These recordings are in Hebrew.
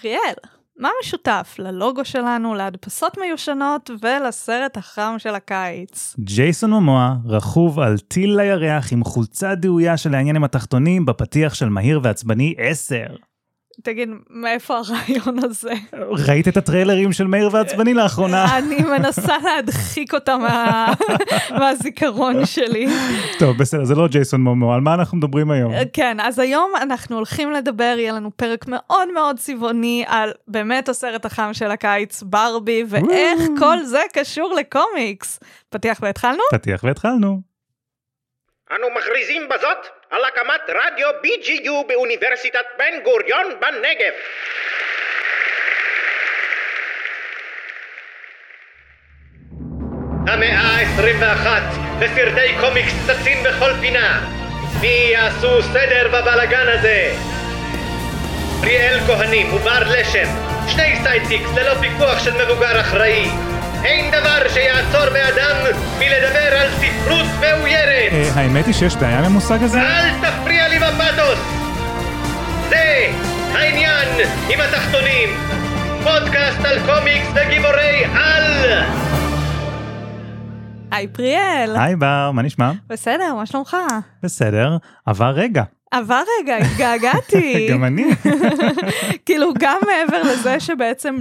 פריאל, מה משותף ללוגו שלנו, להדפסות מיושנות ולסרט החם של הקיץ? ג'ייסון מומואה רכוב על טיל לירח עם חולצה דהויה של העניינים התחתונים בפתיח של מהיר ועצבני 10. תגיד, מאיפה הרעיון הזה? ראית את הטריילרים של מהיר ועצבני לאחרונה? אני מנסה להדחיק אותה מהזיכרון שלי. טוב, בסדר, זה לא ג'ייסון מומואה, על מה אנחנו מדברים היום? כן, אז היום אנחנו הולכים לדבר, יהיה לנו פרק מאוד מאוד צבעוני על באמת הסרט החם של הקיץ, ברבי, ואיך כל זה קשור לקומיקס. פתיח והתחלנו? פתיח והתחלנו. אנו מכריזים בזאת על הקמת רדיו BGU באוניברסיטת בן גוריון בנגב. המאה ה-21 וסרטי קומיקס צצים בכל פינה. מי יעשו סדר בבלגן הזה? פריאל כהנים ובר לשם, שני סיידקיקס ללא פיקוח של מבוגר אחראי. אין דבר שיעצור באדם מלדבר על ספרות מאוירת. האמת היא שיש בעיה עם המושג הזה? אל תפריע לי בפאתוס. זה העניין עם התחתונים. פודקאסט על קומיקס וגיבורי על. היי פריאל. היי בר, מה נשמע? בסדר, מה שלומך? בסדר, עבר רגע. עבר רגע, התגעגעתי. גם אני. כאילו, גם מעבר לזה שבעצם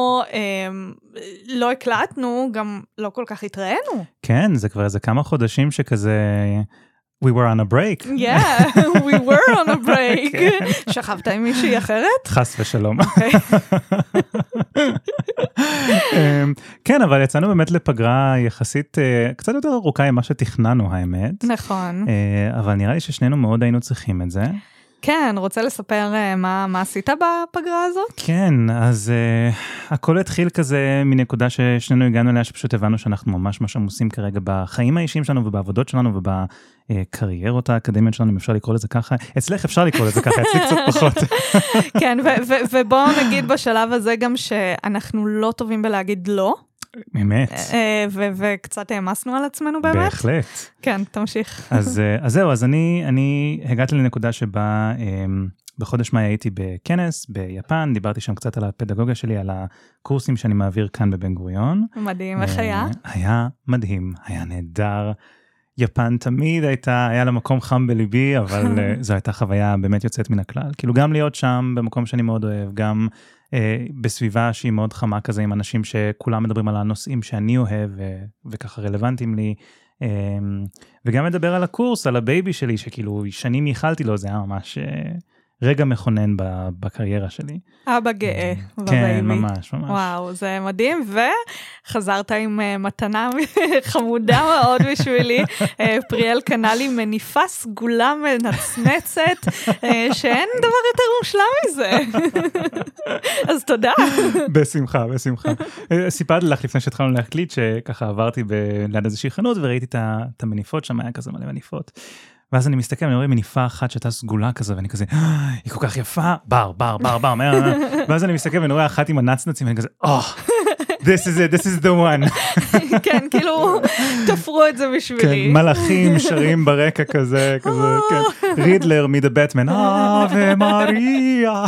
לא הקלטנו, גם לא כל כך התראינו. כן, זה כבר איזה כמה חודשים שכזה, we were on a break. Yeah, we were on a break. שכבת עם מישהי אחרת? חס ושלום. כן, אבל יצאנו באמת לפגרה יחסית קצת יותר ארוכה עם מה שתכננו, האמת. נכון. אבל נראה לי ששנינו מאוד היינו צריכים את זה. כן, רוצה לספר מה עשית בפגרה הזאת? כן, אז הכל התחיל כזה מנקודה ששנינו הגענו אליה, שפשוט הבנו שאנחנו ממש עמוסים כרגע בחיים האישיים שלנו ובעבודות שלנו ובקריירות האקדמיות שלנו, אם אפשר לקרוא לזה ככה. אצלך אפשר לקרוא לזה ככה, אצלי קצת פחות. כן, ובואו נגיד בשלב הזה גם שאנחנו לא טובים בלהגיד לא. באמת. וקצת העמסנו על עצמנו באמת. בהחלט. כן, תמשיך. אז זהו, אז אני הגעתי לנקודה שבה בחודש מאי הייתי בכנס ביפן, דיברתי שם קצת על הפדגוגיה שלי, על הקורסים שאני מעביר כאן בבן גוריון. מדהים, איך היה? היה מדהים, היה נהדר. יפן תמיד היה לה מקום חם בליבי, אבל זו הייתה חוויה באמת יוצאת מן הכלל. כאילו גם להיות שם במקום שאני מאוד אוהב, גם בסביבה שהיא מאוד חמה כזה, עם אנשים שכולם מדברים על הנושאים שאני אוהב, וככה רלוונטיים לי, וגם מדבר על הקורס, על הבייבי שלי, שכאילו שנים ייחלתי לו, זה היה ממש רגע מכונן בקריירה שלי. אבא גאה בבייבי. כן, ממש. וואו, זה מדהים, וחזרת עם מתנה חמודה מאוד בשבילי. פריאל קנה לי מניפה סגולה מנצנצת, שאין דבר יותר מושלם מזה. אז תודה. בשמחה. סיפרתי לך לפני שהתחלנו להקליט, שככה עברתי ליד איזושהי חנות, וראיתי את המניפות, שם היה כזה מלא מניפות. ואז אני מסתכל, אני רואה מניפה אחת שהייתה סגולה כזה, ואני כזה, היא כל כך יפה, בר, ואז אני מסתכל ואני רואה אחת עם הנצנצים, ואני כזה, this is the one. כן, כאילו, תפרו את זה בשבילי. כן, מלאכים שרים ברקע כזה, כן, רידלר מדבטמן, ומריה.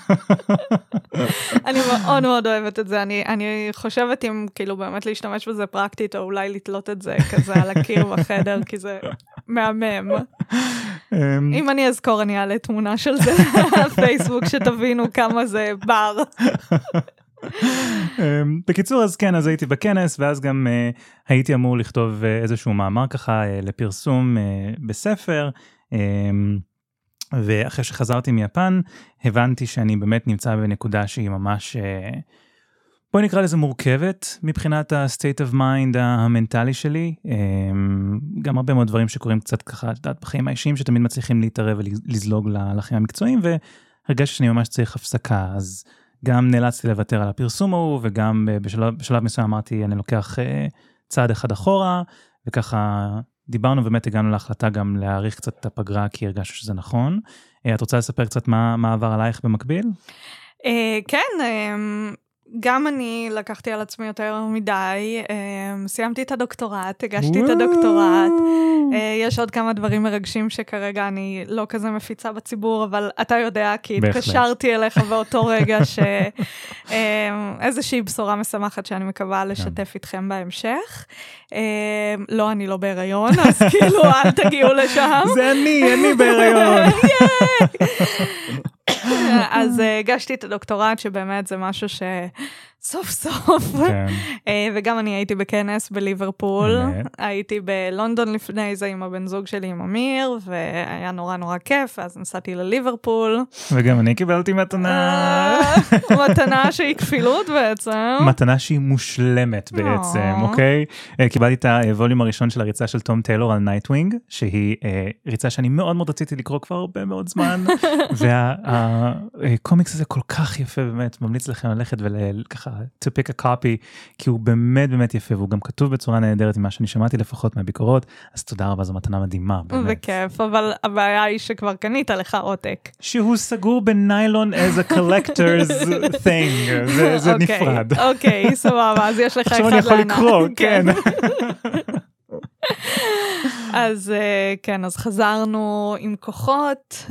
אני מאוד מאוד אוהבת את זה, אני חושבת אם כאילו באמת להשתמש בזה פרקטית, או אולי לתלות את זה כזה על הקיר בחדר, כי זה מהמם. אם אני אזכור, אני אעלה תמונה של זה לפייסבוק, שתבינו כמה זה בר. בקיצור, אז כן, אז הייתי בכנס, ואז גם הייתי אמור לכתוב איזשהו מאמר ככה לפרסום בספר, ואחרי שחזרתי מיפן, הבנתי שאני באמת נמצא בנקודה שהיא ממש, בואי נקרא לזה מורכבת, מבחינת ה-state of mind המנטלי שלי, גם הרבה מאוד דברים שקורים קצת ככה, בחיים האישיים, שתמיד מצליחים להתערב ולזלוג לחיים המקצועיים, והרגשתי שאני ממש צריך הפסקה, אז גם נאלצתי לוותר על הפרסום ההוא, וגם בשלב מסוים אמרתי, אני לוקח צעד אחד אחורה, וככה דיברנו, באמת הגענו להחלטה גם להאריך קצת את הפגרה, כי הרגשנו שזה נכון. את רוצה לספר קצת מה עבר עלייך במקביל? כן, גם אני לקחתי על עצמי יותר מדי, סיימתי את הדוקטורט, הגשתי את הדוקטורט, יש עוד כמה דברים מרגשים שכרגע אני לא כזה מפיצה בציבור, אבל אתה יודע, כי התקשרתי אליך באותו רגע איזושהי בשורה משמחת שאני מקווה לשתף איתכם בהמשך. לא, אני לא בהיריון, אז כאילו אל תגיעו לשם. זה אני בהיריון. אז הגשתי את הדוקטורט, שבאמת זה משהו שסוף סוף, וגם אני הייתי בכנס בליברפול, הייתי בלונדון לפני זה עם הבן זוג שלי, עם אמיר, והיה נורא נורא כיף, אז נסעתי לליברפול. וגם אני קיבלתי מתנה. מתנה שהיא כפילות בעצם. מתנה שהיא מושלמת בעצם, אוקיי? קיבלתי את הווליום הראשון של הריצה של תום טיילור על נייטווינג, שהיא ריצה שאני מאוד מאוד רציתי לקרוא כבר הרבה מאוד זמן, והקומיקס הזה כל כך יפה, באמת, ממליץ לכם ללכת וככה, to pick a copy, כי הוא באמת באמת יפה, והוא גם כתוב בצורה נהדרת, ממה שאני שמעתי לפחות מהביקורות, אז תודה רבה, זו מתנה מדהימה, באמת. וכיף, אבל הבעיה היא שכבר קנית לך עותק. שהוא סגור בניילון as a collector's thing, זה נפרד. אוקיי, סבבה, אז יש לך אחד עכשיו לענה. אני יכול לקרוא, כן. אז כן, אז חזרנו עם כוחות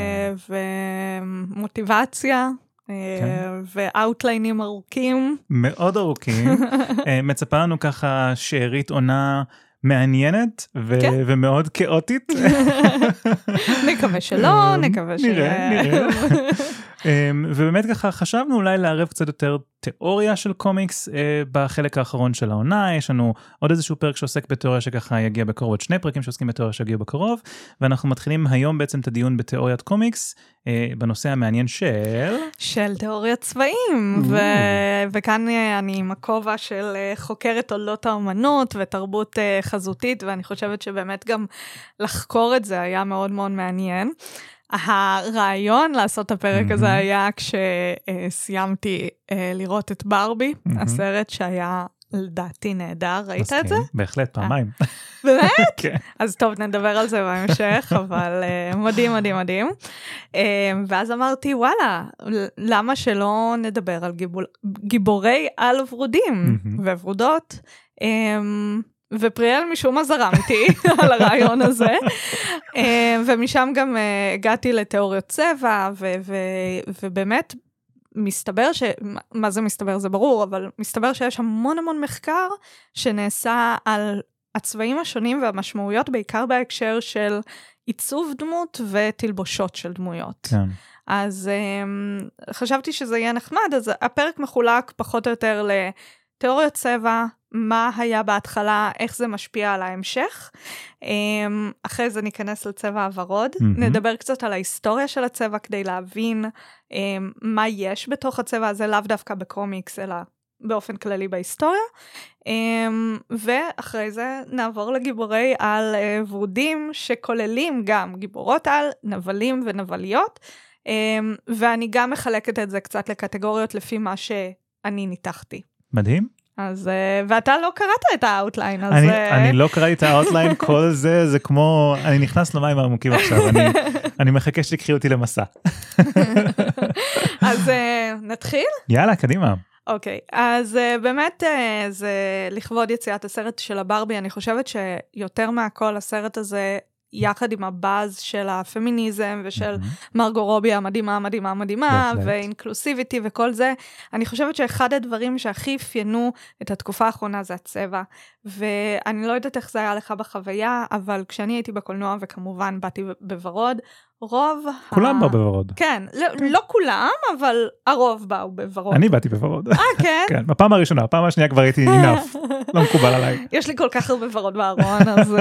ומוטיבציה ואוטליינים ארוכים. מאוד ארוכים. מצפה לנו ככה שארית עונה מעניינת ומאוד כאוטית. נקווה שלא, נקווה נראה. ובאמת ככה חשבנו אולי לערב קצת יותר תיאוריה של קומיקס בחלק האחרון של העונה. יש לנו עוד איזשהו פרק שעוסק בתיאוריה שככה יגיע בקרוב, עוד 2 פרקים שעוסקים בתיאוריה שיגיעו בקרוב, ואנחנו מתחילים היום בעצם את הדיון בתיאוריית קומיקס, בנושא המעניין של תיאוריית צבעים, וכאן אני עם הכובע של חוקרת תולדות האמנות ותרבות חזותית, ואני חושבת שבאמת גם לחקור את זה היה מאוד מאוד מעניין. הרעיון לעשות את הפרק הזה היה כשסיימתי לראות את ברבי, הסרט שהיה לדעתי נהדר, ראית את זה? בהחלט, פעמיים. באמת? כן. אז טוב, נדבר על זה בהמשך, אבל מדהים, מדהים, מדהים. ואז אמרתי, וואלה, למה שלא נדבר על גיבורי על ורודים וורודות? ופריאל משום מה זרם איתי על הרעיון הזה, ומשם גם הגעתי לתיאוריות צבע, ובאמת מסתבר מה זה מסתבר זה ברור, אבל מסתבר שיש המון המון מחקר שנעשה על הצבעים השונים והמשמעויות, בעיקר בהקשר של עיצוב דמות ותלבושות של דמויות. כן. אז חשבתי שזה יהיה נחמד, אז הפרק מחולק פחות או יותר לתיאוריות צבע, מה היה בהתחלה, איך זה משפיע על ההמשך. אחרי זה ניכנס לצבע הוורוד, נדבר קצת על ההיסטוריה של הצבע, כדי להבין מה יש בתוך הצבע הזה, לאו דווקא בקומיקס, אלא באופן כללי בהיסטוריה. ואחרי זה נעבור לגיבורי על ורודים, שכוללים גם גיבורות על, נבלים ונבליות, ואני גם מחלקת את זה קצת לקטגוריות, לפי מה שאני ניתחתי. מדהים. אז, ואתה לא קראת את האוטליין הזה. אני לא קראתי את האוטליין, כל זה כמו, אני נכנס למים העמוקים עכשיו, אני מחכה שתקחי אותי למסע. אז נתחיל? יאללה, קדימה. אוקיי, אז באמת זה לכבוד יציאת הסרט של הברבי, אני חושבת שיותר מהכל הסרט הזה, יחד עם הבאז של הפמיניזם ושל מרגו רובי המדהימה, מדהימה, מדהימה, ואינקלוסיביטי וכל זה, אני חושבת שאחד הדברים שהכי אפיינו את התקופה האחרונה זה הצבע, ואני לא יודעת איך זה היה לך בחוויה, אבל כשאני הייתי בקולנוע, וכמובן באתי בוורוד, כולם באו בוורוד. כן, לא כולם, אבל הרוב באו בוורוד. אני באתי בוורוד. כן? כן, בפעם הראשונה, הפעם השנייה כבר הייתי אינף, לא מקובל עליי. יש לי כל כך הרבה ורוד בארון, אז...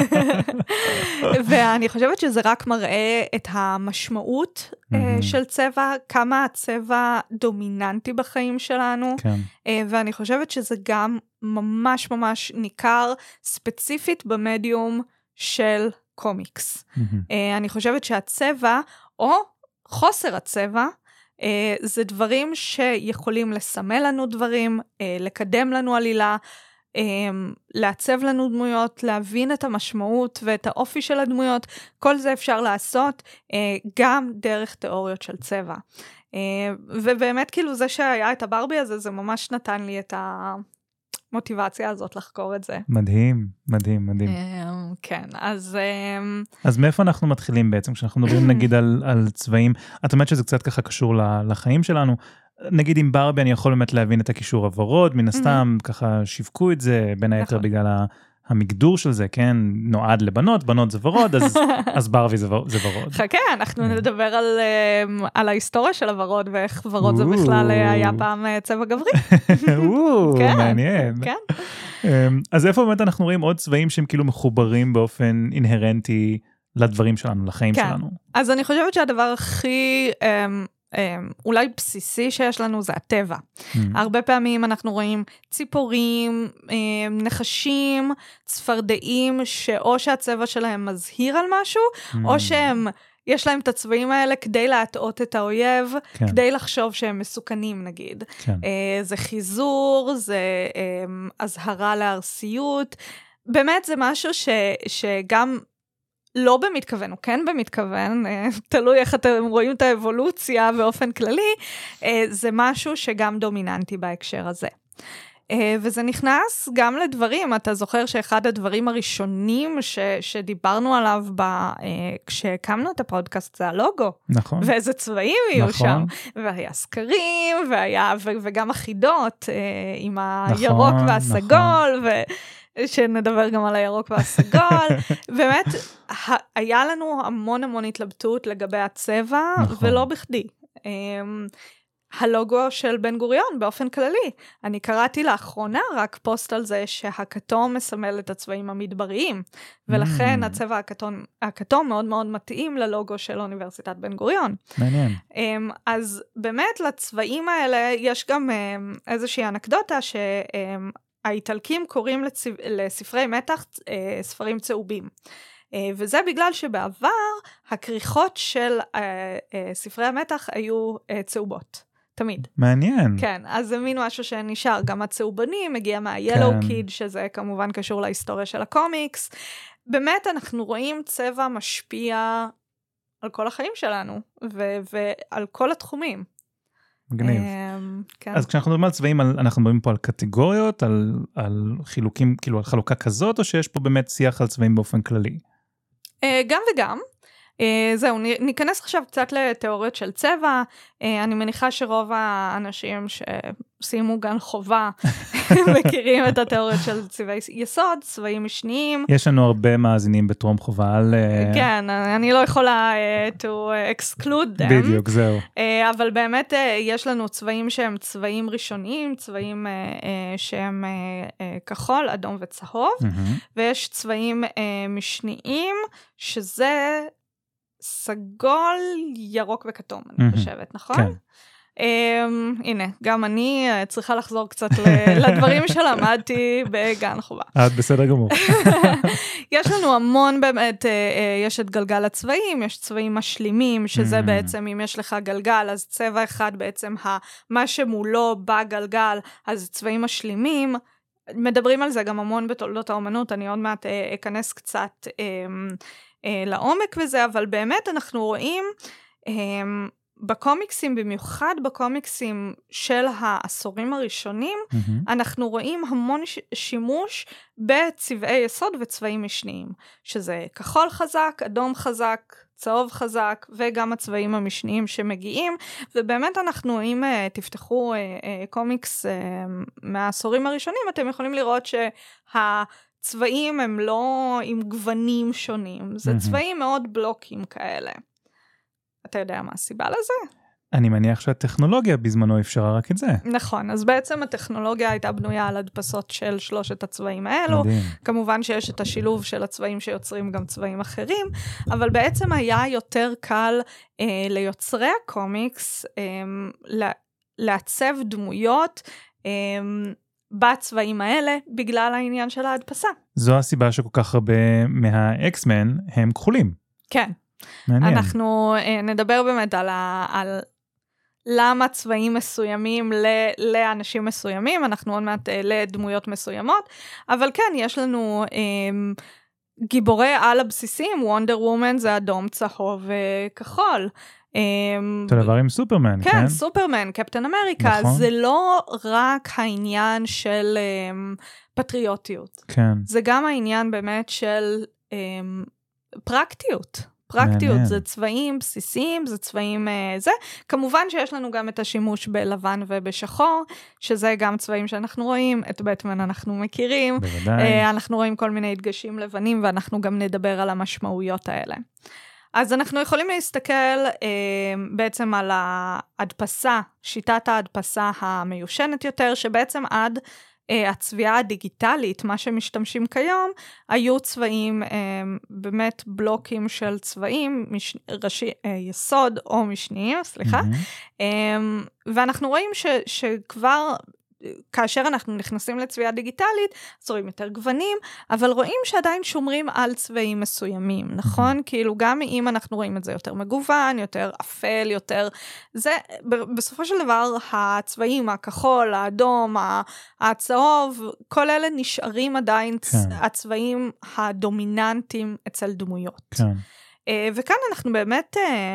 ואני חושבת שזה רק מראה את המשמעות של צבע, כמה הצבע דומיננטי בחיים שלנו, ואני חושבת שזה גם ממש ממש ניכר ספציפית במדיום של קומיקס. אני חושבת שהצבע, או חוסר הצבע, זה דברים שיכולים לסמל לנו דברים, לקדם לנו עלילה, לעצב לנו דמויות, להבין את המשמעות ואת האופי של הדמויות, כל זה אפשר לעשות גם דרך תיאוריות של צבע. ובאמת כאילו זה שהיה את הברבי הזה, זה ממש נתן לי את המוטיבציה הזאת לחקור את זה. מדהים, מדהים, מדהים. כן, אז מאיפה אנחנו מתחילים בעצם, כשאנחנו מדברים נגיד על צבעים, את אומרת שזה קצת ככה קשור לחיים שלנו, נגיד עם ברבי אני יכול באמת להבין את הקישור הוורוד, מן הסתם ככה שיווקו את זה, בין היתר בגלל המגדור של זה, כן, נועד לבנות, בנות זה ורוד, אז ברבי זה ורוד. חכה, אנחנו נדבר על ההיסטוריה של הוורוד, ואיך ורוד זה בכלל היה פעם צבע גברי. מעניין. אז איפה באמת אנחנו רואים עוד צבעים שהם כאילו מחוברים באופן אינהרנטי לדברים שלנו, לחיים שלנו? אז אני חושבת שהדבר הכי אולי בסיסי שיש לנו זה הטבע. הרבה פעמים אנחנו רואים ציפורים, נחשים, צפרדעים, שאו שהצבע שלהם מזהיר על משהו, או שהם יש להם את הצבעים האלה כדי להטעות את האויב, כדי לחשוב שהם מסוכנים נגיד. זה חיזור, זה הזהרה להרסיות, באמת זה משהו שגם לא במתכוון, או כן במתכוון, תלוי איך אתם רואים את האבולוציה באופן כללי, זה משהו שגם דומיננטי בהקשר הזה. וזה נכנס גם לדברים, אתה זוכר שאחד הדברים הראשונים שדיברנו עליו כשהקמנו את הפודקאסט זה הלוגו. נכון. ואיזה צבעים יהיו שם. והיה סקרים, וגם החידות עם הירוק והסגול, שנדבר גם על הירוק והסגול. באמת, היה לנו המון התלבטות לגבי הצבע, ולא בכדי. הלוגו של בן גוריון באופן כללי. אני קראתי לאחרונה רק פוסט על זה שהכתום מסמל את הצבעים המדבריים, ולכן הצבע הכתום מאוד מאוד מתאים ללוגו של אוניברסיטת בן גוריון. מעניין. אז באמת לצבעים האלה יש גם איזושהי אנקדוטה שהאיטלקים קוראים לספרי מתח ספרים צהובים. וזה בגלל שבעבר הכריכות של ספרי המתח היו צהובות. תמיד. מעניין. כן, אז זה מין משהו שנשאר. גם הצהובני מגיע מה-Yellow Kid, שזה כמובן קשור להיסטוריה של הקומיקס. באמת אנחנו רואים צבע משפיע על כל החיים שלנו, ועל כל התחומים. מגניב. אז כשאנחנו מדברים על צבעים, אנחנו מדברים פה על קטגוריות, על חילוקים, כאילו על חלוקה כזאת, או שיש פה באמת שיח על צבעים באופן כללי? גם וגם. זהו, ניכנס עכשיו קצת לתיאוריות של צבע, אני מניחה שרוב האנשים שסיימו גן חובה מכירים את התיאוריות של צבעי יסוד, צבעים משניים. יש לנו הרבה מאזינים בטרום חובה על... כן, אני לא יכולה to exclude them. בדיוק, זהו. אבל באמת יש לנו צבעים שהם צבעים ראשוניים, צבעים שהם כחול, אדום וצהוב, ויש צבעים משניים, שזה... סגול, ירוק וכתום, אני חושבת, נכון? כן. הנה, גם אני צריכה לחזור קצת לדברים שלמדתי בגן חובה. את בסדר גמור. יש לנו המון באמת, יש את גלגל הצבעים, יש צבעים משלימים, שזה בעצם, אם יש לך גלגל, אז צבע אחד בעצם, מה שמולו בגלגל, אז צבעים משלימים, מדברים על זה גם המון בתולדות האומנות, אני עוד מעט אכנס קצת לעומק וזה, אבל באמת אנחנו רואים בקומיקסים, במיוחד בקומיקסים של העשורים הראשונים, אנחנו רואים המון שימוש בצבעי יסוד וצבעים משניים, שזה כחול חזק, אדום חזק, צהוב חזק, וגם הצבעים המשניים שמגיעים, ובאמת אנחנו רואים, תפתחו קומיקס מהעשורים הראשונים, אתם יכולים לראות צבעים הם לא עם גוונים שונים, זה צבעים מאוד בלוקים כאלה. אתה יודע מה הסיבה לזה? אני מניח שהטכנולוגיה בזמנו אפשרה רק את זה. נכון, אז בעצם הטכנולוגיה הייתה בנויה על הדפסות של שלושת הצבעים האלו, כמובן שיש את השילוב של הצבעים שיוצרים גם צבעים אחרים, אבל בעצם היה יותר קל ליוצרי הקומיקס לעצב דמויות בצבעים האלה, בגלל העניין של ההדפסה. זו הסיבה שכל כך הרבה מהאקסמן הם כחולים. כן. מעניין. אנחנו נדבר באמת על למה צבעים מסוימים לאנשים מסוימים, אנחנו עוד מעט לדמויות מסוימות, אבל כן, יש לנו גיבורי על הבסיסים, וונדר וומן זה אדום, צהוב וכחול. אותו דבר עם סופרמן, כן? כן, סופרמן, קפטן אמריקה, נכון. זה לא רק העניין של פטריוטיות. כן. זה גם העניין באמת של פרקטיות. פרקטיות, זה צבעים בסיסיים, זה צבעים זה. כמובן שיש לנו גם את השימוש בלבן ובשחור, שזה גם צבעים שאנחנו רואים, את בטמן אנחנו מכירים. בוודאי. אנחנו רואים כל מיני הדגשים לבנים, ואנחנו גם נדבר על המשמעויות האלה. אז אנחנו יכולים להסתכל בעצם על ההדפסה, שיטת ההדפסה המיושנת יותר, שבעצם עד הצביעה הדיגיטלית, מה שמשתמשים כיום, היו צבעים, באמת בלוקים של צבעים, יסוד או משניים, סליחה. ואנחנו רואים שכבר כאשר אנחנו נכנסים לצביעה דיגיטלית, אז רואים יותר גוונים, אבל רואים שעדיין שומרים על צבעים מסוימים, נכון? כאילו גם אם אנחנו רואים את זה יותר מגוון, יותר אפל, יותר... זה, בסופו של דבר, הצבעים, הכחול, האדום, הצהוב, כל אלה נשארים עדיין הצבעים הדומיננטיים אצל דמויות. כן. וכאן אנחנו באמת...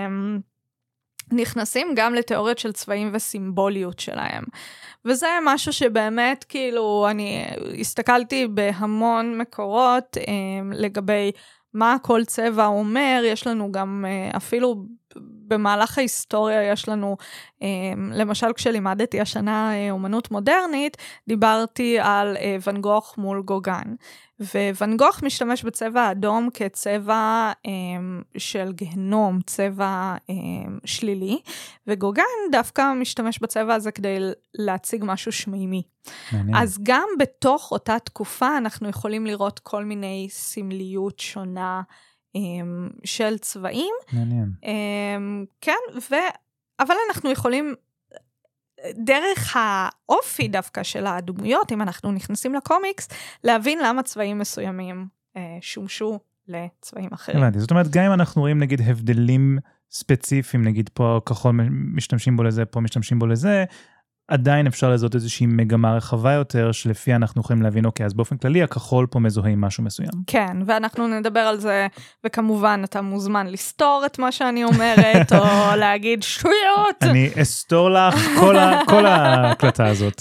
נכנסים גם לתיאוריות של צבעים וסימבוליות שלהם. וזה משהו שבאמת, כאילו, אני הסתכלתי בהמון מקורות לגבי מה כל צבע אומר. יש לנו גם, אפילו במהלך ההיסטוריה, יש לנו, למשל כשלימדתי השנה אומנות מודרנית, דיברתי על ואן גוך מול גוגן. וואן גוך משתמש בצבע האדום כצבע של גהנום, צבע שלילי, וגוגן דווקא משתמש בצבע הזה כדי להציג משהו שמימי. מעניין. אז גם בתוך אותה תקופה אנחנו יכולים לראות כל מיני סמליות שונה של צבעים. מעניין. כן, אבל אנחנו יכולים... דרך האופי דווקא של הדמויות, אם אנחנו נכנסים לקומיקס, להבין למה צבעים מסוימים שומשו לצבעים אחרים. הבנתי, זאת אומרת, גם אם אנחנו רואים נגיד הבדלים ספציפיים, נגיד פה כחול משתמשים בו לזה, פה משתמשים בו לזה, עדיין אפשר לזאת איזושהי מגמה רחבה יותר, שלפי אנחנו יכולים להבין, אוקיי, אז באופן כללי, הכחול פה מזוהה עם משהו מסוים. כן, ואנחנו נדבר על זה, וכמובן, אתה מוזמן לסתור את מה שאני אומרת, או להגיד שטויות. אני אסתור לך כל ההקלטה הזאת.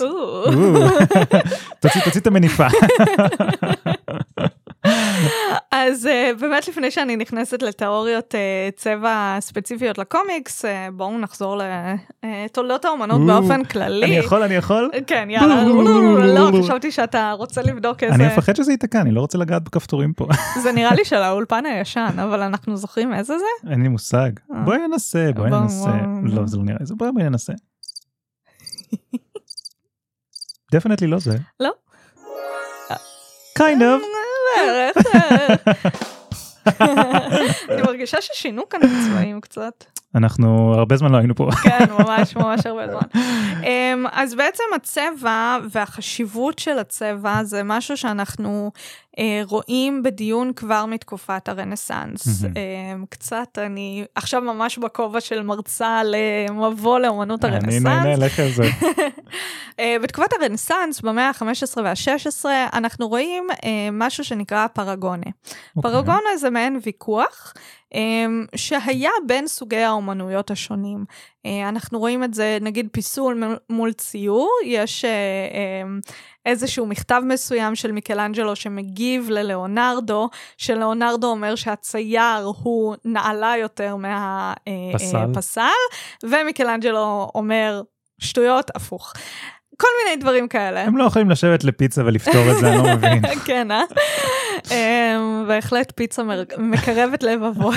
תוציא את המניפה. אז באמת לפני שאני נכנסת לתיאוריות צבע ספציפיות לקומיקס, בואו נחזור לתולדות האומנות באופן כללי. אני יכול? כן, יאללה. לא, חשבתי שאתה רוצה לבדוק איזה... אני מפחד שזה ייתקע, אני לא רוצה לגעת בכפתורים פה. זה נראה לי של האולפן הישן, אבל אנחנו זוכרים איזה זה? אין לי מושג. בואי ננסה. לא, זה לא נראה איזה. בואי ננסה. definitely לא זה. לא? kind of. אני מרגישה ששינו כאן בצבעים קצת. אנחנו הרבה זמן לא היינו פה. כן, ממש הרבה זמן. אז בעצם הצבע והחשיבות של הצבע זה משהו שאנחנו רואים בדיון כבר מתקופת הרנסנס. קצת אני עכשיו ממש בכובע של מרצה למבוא לאומנות הרנסנס. אני נהנה לך על זה. בתקופת הרנסנס, במאה ה-15 וה-16, אנחנו רואים משהו שנקרא פרגונה. פרגונה זה מעין ויכוח, שהיה בין סוגי האומנויות השונים. אנחנו רואים את זה, נגיד פיסול מול ציור, יש איזשהו מכתב מסוים של מיקלאנג'לו שמגיב ללאונרדו, שלאונרדו אומר שהצייר הוא נעלה יותר מהפסל, ומיקלאנג'לו אומר שטויות, הפוך. כל מיני דברים כאלה. הם לא יכולים לשבת לפיצה ולפתור את זה, אני לא מבין. כן, בהחלט פיצה מקרבת לבבות.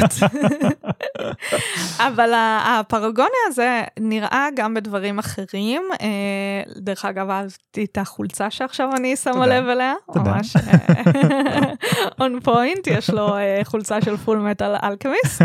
אבל הפרגונה הזה נראה גם בדברים אחרים. דרך אגב, אהבתי את החולצה שעכשיו אני שמה לב אליה. תודה. ממש on point, יש לו חולצה של פול מטל אלכמיסט.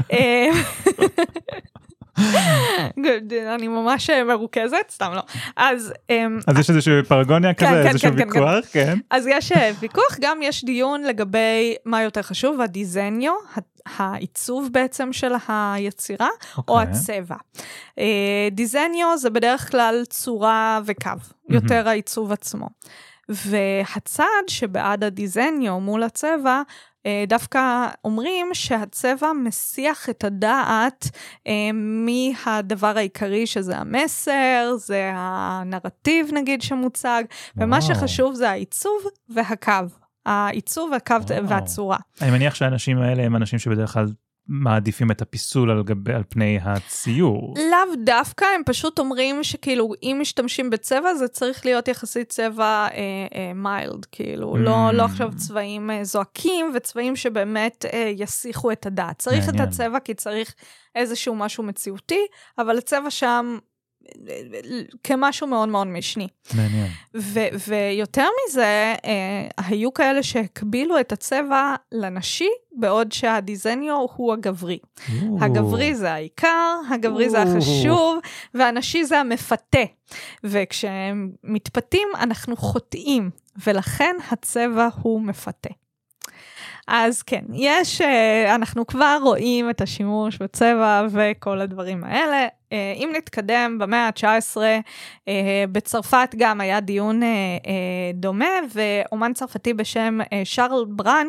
אני ממש מרוכזת, סתם לא. אז יש איזשהו פרגוניה כזה, איזשהו ויכוח, כן. אז יש ויכוח, גם יש דיון לגבי מה יותר חשוב, הדיזניו, העיצוב בעצם של היצירה, או הצבע. דיזניו זה בדרך כלל צורה וקו, יותר העיצוב עצמו. והצד שבעד הדיזניו מול הצבע, דווקא אומרים שהצבע מסיח את הדעת מהדבר העיקרי שזה המסר, זה הנרטיב נגיד שמוצג, ומה שחשוב זה העיצוב והקו. העיצוב, הקו והצורה. אני מניח שהאנשים האלה הם אנשים שבדרך כלל מעדיפים את הפיסול על פני הציור. לאו דווקא, הם פשוט אומרים שכאילו, אם משתמשים בצבע, זה צריך להיות יחסית צבע מיילד, כאילו, לא עכשיו צבעים זועקים, וצבעים שבאמת יסיחו את הדעת. צריך את הצבע כי צריך איזשהו משהו מציאותי, אבל הצבע שם כמשהו מאוד מאוד משני. מעניין. ויותר מזה, היו כאלה שהקבילו את הצבע לנשי, בעוד שהדיזניור הוא הגברי. הגברי זה העיקר, הגברי זה החשוב, והנשי זה המפתה. וכשהם מתפתים, אנחנו חוטאים, ולכן הצבע הוא מפתה. אז כן, אנחנו כבר רואים את השימוש בצבע וכל הדברים האלה. אם נתקדם במאה ה-19, בצרפת גם היה דיון דומה, ואומן צרפתי בשם שרל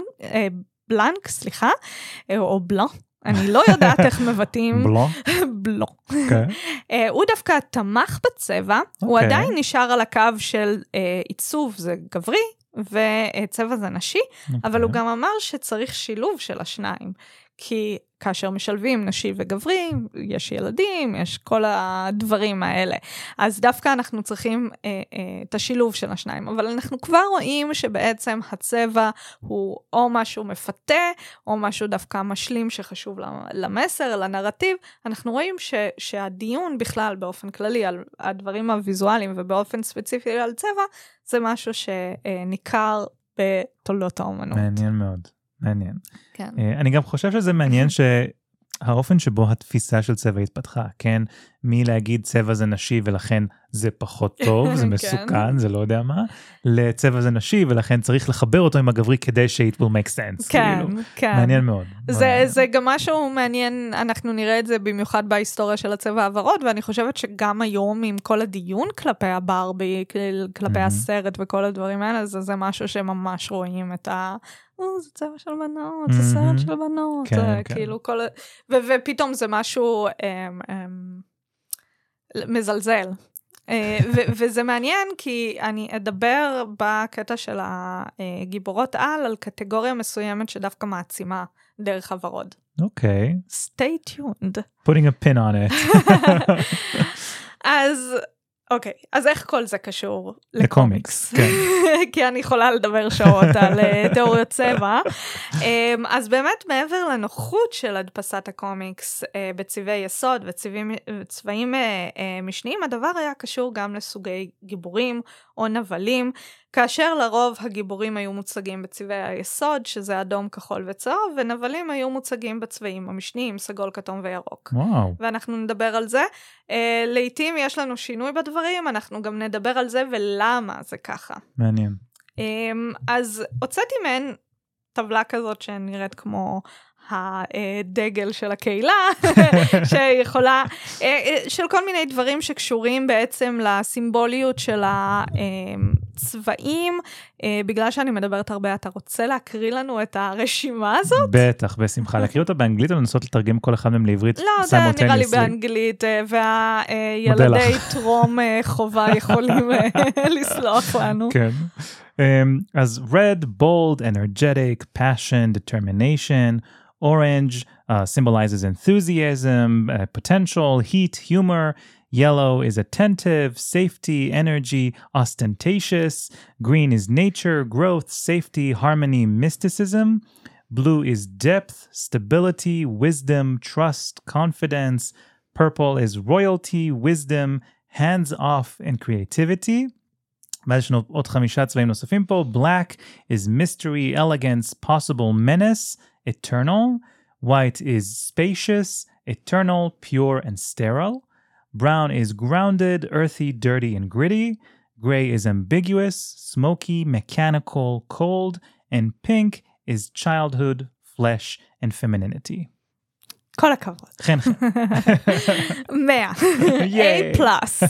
בלנק, או בלן, אני לא יודעת איך מבטאים. בלן. הוא דווקא תמך בצבע, הוא עדיין נשאר על הקו של עיצוב, זה גברי, וצבע זה נשי, אבל הוא גם אמר שצריך שילוב של השניים, כי כאשר משלבים נשי וגברי, יש ילדים, יש כל הדברים האלה. אז דווקא אנחנו צריכים את השילוב של השניים, אבל אנחנו כבר רואים שבעצם הצבע הוא או משהו מפתה, או משהו דווקא משלים שחשוב למסר, לנרטיב. אנחנו רואים שהדיון בכלל באופן כללי על הדברים הוויזואליים, ובאופן ספציפי על צבע, זה משהו שניכר בתולדות האומנות. מעניין מאוד. מעניין. כן. אני גם חושב שזה מעניין שהאופן שבו התפיסה של צבע התפתחה, כן? מלהגיד צבע זה נשי ולכן זה פחות טוב, זה מסוכן, זה לא יודע מה, לצבע זה נשי ולכן צריך לחבר אותו עם הגברי כדי ש-it will make sense. כן, כן. מעניין מאוד. זה גם משהו מעניין, אנחנו נראה את זה במיוחד בהיסטוריה של הצבע הוורוד, ואני חושבת שגם היום עם כל הדיון כלפי הברבי, כלפי הסרט וכל הדברים האלה, זה משהו שממש רואים את זה צבע של בנות, זה סרט של בנות, כאילו כל... ופתאום זה משהו מזלזל. וזה מעניין, כי אני אדבר בקטע של הגיבורות על קטגוריה מסוימת שדווקא מעצימה דרך הוורוד. אוקיי. Stay tuned. Putting a pin on it. אוקיי, אז איך כל זה קשור לקומיקס? כן. כי אני יכולה לדבר שעות על תיאוריות צבע. אז באמת מעבר לנוחות של הדפסת הקומיקס בצבעי יסוד וצבעים משניים, הדבר היה קשור גם לסוגי גיבורים או נבלים, כאשר לרוב הגיבורים היו מוצגים בצבעי היסוד, שזה אדום, כחול וצהוב, ונבלים היו מוצגים בצבעים המשניים, סגול, כתום וירוק. וואו. ואנחנו נדבר על זה. לעתים יש לנו שינוי בדברים, אנחנו גם נדבר על זה ולמה זה ככה. מעניין. אז הוצאתי מהן טבלה כזאת שנראית כמו הדגל של הקהילה, שיכולה, של כל מיני דברים שקשורים בעצם לסימבוליות של הצבעים. בגלל שאני מדברת הרבה, אתה רוצה להקריא לנו את הרשימה הזאת? בטח, בשמחה. להקריא אותה באנגלית או לנסות לתרגם כל אחד מהם לעברית? לא, זה נראה לי באנגלית, והילדי טרום חובה יכולים לסלוח לנו. כן. אז red, bold, energetic, passion, determination, orange symbolizes enthusiasm, potential, heat, humor. Yellow is attentive, safety, energy, ostentatious. Green is nature, growth, safety, harmony, mysticism. Blue is depth, stability, wisdom, trust, confidence. Purple is royalty, wisdom, hands-off, and creativity. ואז יש לנו עוד 5 צבעים נוספים פה. Black is mystery, elegance, possible menace, eternal. White is spacious, eternal, pure, and sterile. Brown is grounded, earthy, dirty, and gritty. Gray is ambiguous, smoky, mechanical, cold. And pink is childhood, flesh, and femininity. כל הכבוד. חן. 100. A+.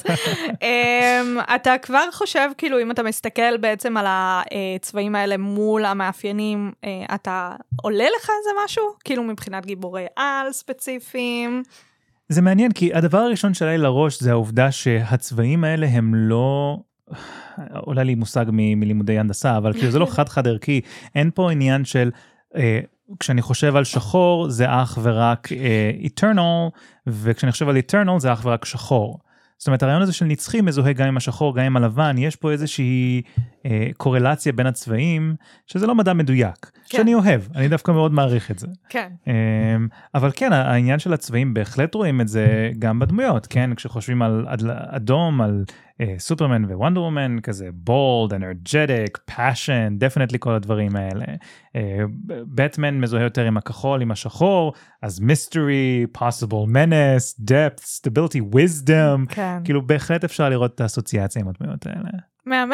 אתה כבר חושב, כאילו, אם אתה מסתכל בעצם על הצבעים האלה מול המאפיינים, אתה עולה לך איזה משהו? כאילו, מבחינת גיבורי על ספציפיים? זה מעניין, כי הדבר הראשון שעלי לראש זה העובדה שהצבעים האלה הם לא... עולה לי מושג מלימודי הנדסה, אבל כאילו זה לא חד ערכי. אין פה עניין של... כשאני חושב על שחור, זה אך ורק eternal, וכשאני חושב על eternal, זה אך ורק שחור. זאת אומרת, הרעיון הזה של נצחי מזוהה גם עם השחור, גם עם הלבן, יש פה איזושהי קורלציה בין הצבעים, שזה לא מדע מדויק, כן. שאני אוהב, אני דווקא מאוד מעריך את זה. כן. אבל כן, העניין של הצבעים, בהחלט רואים את זה גם בדמויות, כן? כשחושבים על אדום, על סופרמן ווונדר וומן, כזה bold, energetic, passion, definitely כל הדברים האלה. בטמן מזוהה יותר עם הכחול, עם השחור, אז mystery, possible menace, depth, stability, wisdom, כן. כאילו בהחלט אפשר לראות את האסוציאציה עם הדמויות האלה. מהמם.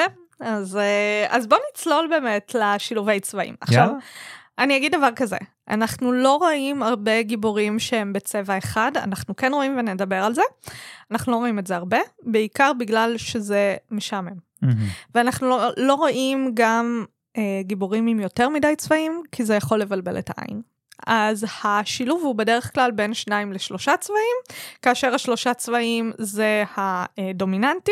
אז בוא נצלול באמת לשילובי צבעים. עכשיו, אני אגיד דבר כזה, אנחנו לא רואים הרבה גיבורים שהם בצבע אחד, אנחנו כן רואים ונדבר על זה, אנחנו לא רואים את זה הרבה, בעיקר בגלל שזה משעמם. ואנחנו לא רואים גם גיבורים עם יותר מדי צבעים, כי זה יכול לבלבל את העין. אז השילוב הוא בדרך כלל בין 2 ל3 צבעים, כאשר 3 צבעים זה הדומיננטי,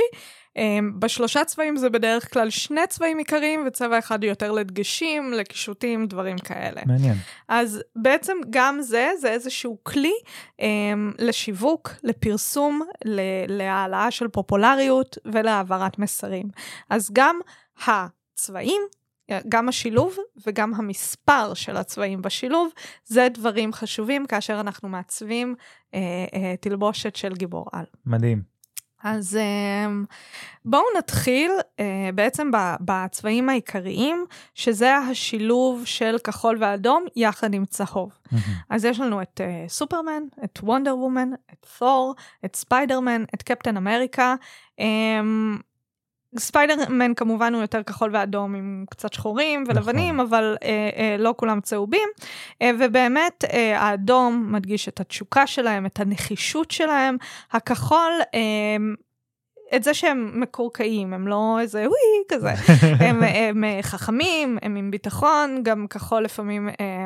ב3 צבעים זה בדרך כלל 2 צבעים עיקריים, וצבע אחד יותר לדגשים, לקישוטים, דברים כאלה. מעניין. אז בעצם גם זה איזשהו כלי לשיווק, לפרסום, להעלאה של פופולריות ולהעברת מסרים. אז גם הצבעים, גם השילוב וגם המספר של הצבעים בשילוב, זה דברים חשובים כאשר אנחנו מעצבים תלבושת של גיבור על. מדהים. אז בואו נתחיל בעצם בצבעים העיקריים, שזה השילוב של כחול ואדום יחד עם צהוב. אז יש לנו את סופרמן, את וונדר וומן, את תור, את ספיידרמן, את קפטן אמריקה. ספיידרמן כמובן הוא יותר כחול ואדום עם קצת שחורים ולבנים, אבל לא כולם צהובים, ובאמת האדום מדגיש את התשוקה שלהם, את הנחישות שלהם, הכחול, את זה שהם מקורקעים, הם לא איזה וואי כזה, הם חכמים, הם עם ביטחון, גם כחול לפעמים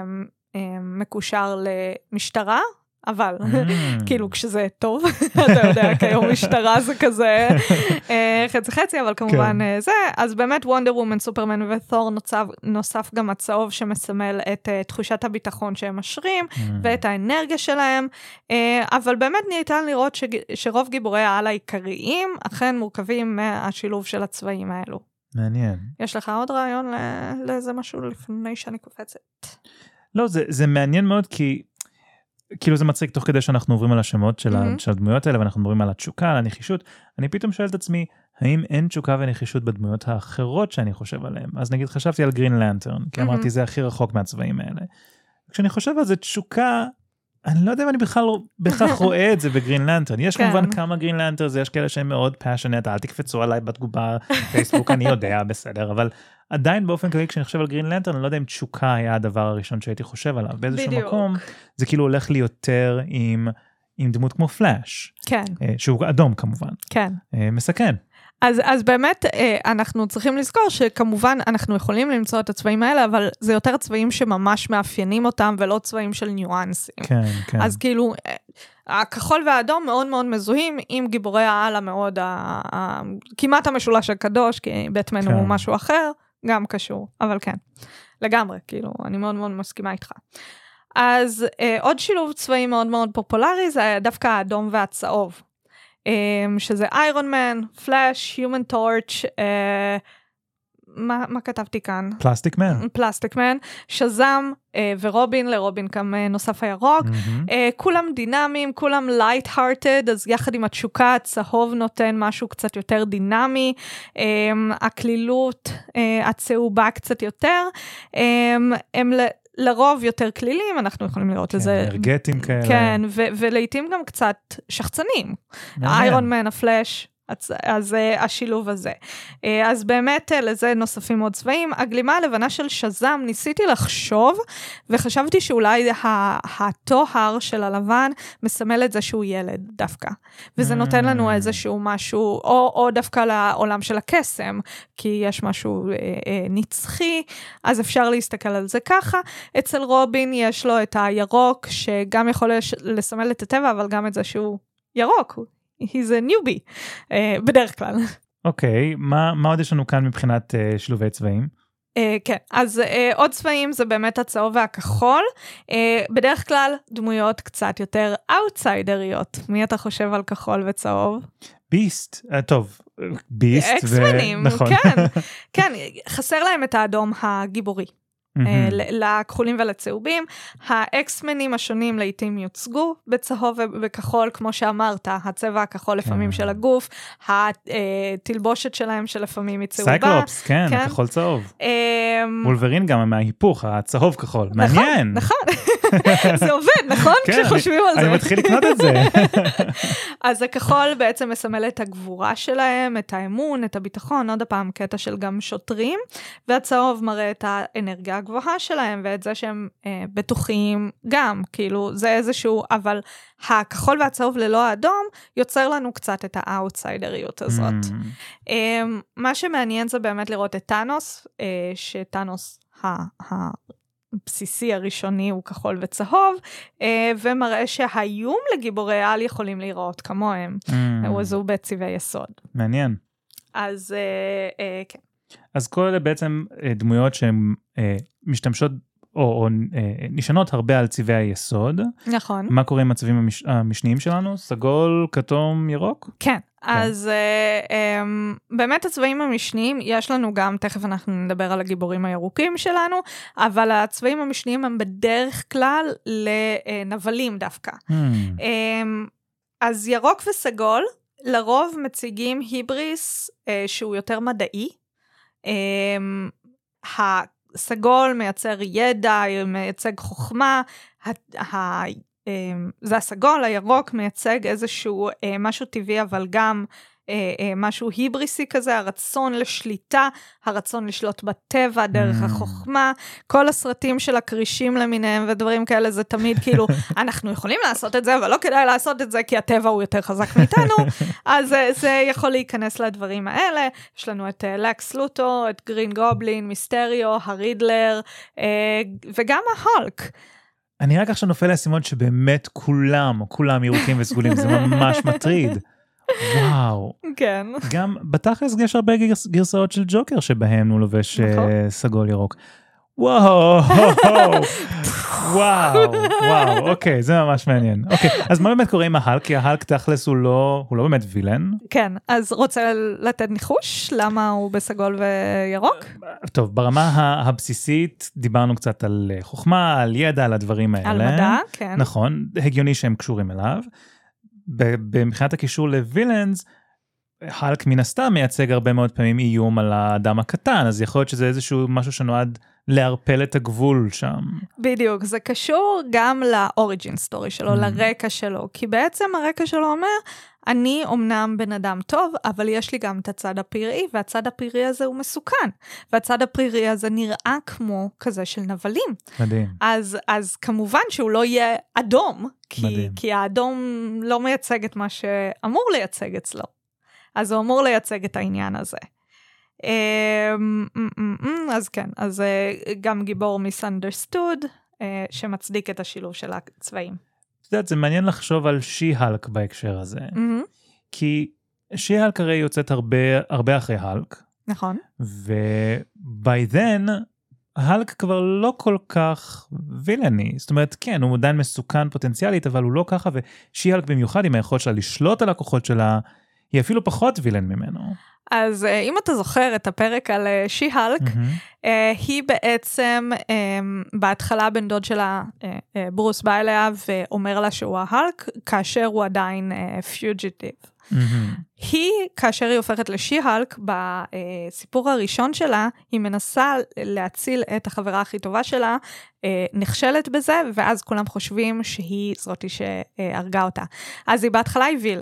מקושר למשטרה, אבל כאילו כשזה טוב, אתה יודע, כיום משטרה זה כזה חצי, אבל כמובן זה, אז באמת וונדר וומן, סופרמן ותור נוסף גם הצהוב שמסמל את תחושת הביטחון שהם משרים, ואת האנרגיה שלהם, אבל באמת ניתן לראות שרוב גיבורי העל העיקריים אכן מורכבים מהשילוב של הצבעים האלו. מעניין. יש לך עוד רעיון לאיזה משהו לפני שאני קופצת? לא, זה מעניין מאוד כי כאילו זה מצחיק תוך כדי שאנחנו עוברים על השמות של הדמויות האלה, ואנחנו מדברים על התשוקה, על הנחישות, אני פתאום שואל את עצמי, האם אין תשוקה ונחישות בדמויות האחרות שאני חושב עליהן? אז נגיד חשבתי על גרין לנטרן, כי אמרתי זה הכי רחוק מהצבעים האלה. כשאני חושב על זה תשוקה, אני לא יודע אם אני בכלל רואה את זה בגרין לנטרן. יש כמובן כמה גרין לנטרן, יש כאלה שהם מאוד פאשונט, אל תקפצו עליי בתגובה פייסבוק, אני יודע, בסדר, אבל עדיין באופן כללי, כשאני חושב על גרין לנטרן, אני לא יודע אם תשוקה היה הדבר הראשון שהייתי חושב עליו. באיזשהו מקום, זה כאילו הולך לי יותר עם דמות כמו פלאש. כן. שהוא אדום כמובן. כן. מסכן. אז באמת אנחנו צריכים לזכור שכמובן אנחנו יכולים למצוא את הצבעים האלה, אבל זה יותר צבעים שממש מאפיינים אותם, ולא צבעים של ניואנסים. כן, כן. אז כאילו, הכחול והאדום מאוד מאוד מזוהים עם גיבורי העל המאוד, כמעט המשולש הקדוש, כי בטמן הוא משהו אחר, גם קשור, אבל כן, לגמרי, כאילו, אני מאוד מאוד מסכימה איתך. אז עוד שילוב צבעים מאוד מאוד פופולרי, זה דווקא האדום והצהוב. שזה איירון מן, פלאש, Human טורץ', מה כתבתי כאן? פלסטיק מן. פלסטיק מן, שזם ורובין, לרובין גם נוסף הירוק, כולם דינמיים, כולם light-hearted, אז יחד עם התשוקה, הצהוב נותן משהו קצת יותר דינמי, הכלילות, הצהובה קצת יותר, הם לרוב יותר כלילים, אנחנו יכולים לראות לזה. אנרגטיים כאלה. כן, ולעיתים גם קצת שחצנים. איירון מן, הפלאש, אז השילוב הזה. אז באמת לזה נוספים עוד צבעים. הגלימה הלבנה של שזם, ניסיתי לחשוב, וחשבתי שאולי התואר של הלבן מסמל את זה שהוא ילד דווקא. וזה נותן לנו איזשהו משהו, או דווקא לעולם של הקסם, כי יש משהו נצחי, אז אפשר להסתכל על זה ככה. אצל רובין יש לו את הירוק, שגם יכול לסמל את הטבע, אבל גם את זה שהוא ירוק. He's a newbie, בדרך כלל. אוקיי, מה עוד יש לנו כאן מבחינת שילובי צבעים? כן, אז עוד צבעים זה באמת הצהוב והכחול, בדרך כלל דמויות קצת יותר אאוטסיידריות. מי אתה חושב על כחול וצהוב? ביסט, טוב, ביסט. אקסמנים, כן, חסר להם את האדום הגיבורי. לכחולים ולצהובים, האקסמנים השונים לעתים יוצגו בצהוב וכחול, כמו שאמרת, הצבע הכחול לפעמים של הגוף, התלבושת שלהם שלפעמים היא צהובה. סייקלופס, כן, כחול צהוב. וולברין גם מההיפוך, הצהוב כחול, מעניין. נכון, זה עובד, נכון? כשחושבים על זה. אני מתחיל לקנות את זה. אז הכחול בעצם מסמל את הגבורה שלהם, את האמון, את הביטחון, עוד הפעם קטע של גם שוטרים, והצהוב מראה את האנרגיה הגבוהה שלהם, ואת זה שהם בטוחים גם, כאילו זה איזשהו, אבל הכחול והצהוב ללא האדום, יוצר לנו קצת את האוטסיידריות הזאת. מה שמעניין זה באמת לראות את טאנוס, שטאנוס הבסיסי הראשוני הוא כחול וצהוב, ומראה שהאיום לגיבורי על יכולים לראות כמוהם, הוא בצבעי יסוד. מעניין. אז כן. אז כל אלה בעצם דמויות שהן משתמשות או נשענות הרבה על צבעי היסוד. נכון. מה קורה עם הצבעים המשניים שלנו? סגול, כתום, ירוק? כן. אז באמת הצבעים המשניים, יש לנו גם, תכף אנחנו נדבר על הגיבורים הירוקים שלנו, אבל הצבעים המשניים הם בדרך כלל לנבלים דווקא. אז ירוק וסגול, לרוב מציגים היבריס שהוא יותר מדעי, הסגול מייצר ידע, מייצג חוכמה, זה הסגול, הירוק מייצג איזשהו משהו טבעי, אבל גם משהו היבריסי כזה, הרצון לשליטה, הרצון לשלוט בטבע, דרך החוכמה, כל הסרטים של הקרישים למיניהם ודברים כאלה, זה תמיד כאילו, אנחנו יכולים לעשות את זה, אבל לא כדאי לעשות את זה, כי הטבע הוא יותר חזק מאיתנו, אז זה יכול להיכנס לדברים האלה, יש לנו את לקס לוטו, את גרין גובלין, מיסטריו, הרידלר, וגם ההולק. אני רק עכשיו נופל להסימות שבאמת כולם ירוקים וסגולים, זה ממש מטריד. וואו. כן. גם בתכלס יש הרבה גרסאות של ג'וקר שבהם הוא לובש סגול ירוק. וואו, אוקיי, זה ממש מעניין. אוקיי, אז מה באמת קורה עם ההלק? כי ההלק תכלס הוא לא באמת וילן. כן, אז רוצה לתת ניחוש? למה הוא בסגול וירוק? טוב, ברמה הבסיסית דיברנו קצת על חוכמה, על ידע, על הדברים האלה. על מדע, כן. נכון, הגיוני שהם קשורים אליו. במחינת הקישור לווילנס, הלק מן הסתם מייצג הרבה מאוד פעמים איום על האדם הקטן, אז יכול להיות שזה איזשהו משהו שנועד להרפל את הגבול שם. בדיוק, זה קשור גם לאוריג'ין סטורי שלו, לרקע שלו, כי בעצם הרקע שלו אומר, אני אומנם בן אדם טוב, אבל יש לי גם את הצד הפראי, והצד הפראי הזה הוא מסוכן, והצד הפראי הזה נראה כמו כזה של נבלים. מדהים. אז כמובן שהוא לא יהיה אדום, כי האדום לא מייצג את מה שאמור לייצג אצלו. אז הוא אמור לייצג את העניין הזה. אז כן, אז גם גיבור misunderstood, שמצדיק את השילוב של הצבעים. את יודעת, זה מעניין לחשוב על שי-הלק בהקשר הזה. כי שי-הלק הרי יוצאת הרבה אחרי הלק. נכון. ו-by then, הלק כבר לא כל כך וילני. זאת אומרת, כן, הוא עדיין מסוכן פוטנציאלית, אבל הוא לא ככה, ושי-הלק במיוחד עם היכולת שלה לשלוט על הכוחות שלה, היא אפילו פחות וילן ממנו. אז אם אתה זוכר את הפרק על שי-הלק, היא בעצם, בהתחלה בן דוד שלה, ברוס בא אליה ואומר לה שהוא ההלק, כאשר הוא עדיין פיוג'יטיב. היא, כאשר היא הופכת לשי-הלק, בסיפור הראשון שלה, היא מנסה להציל את החברה הכי טובה שלה, נכשלת בזה, ואז כולם חושבים שהיא זאתי שהרגה אותה. אז היא בהתחלה היא וילן.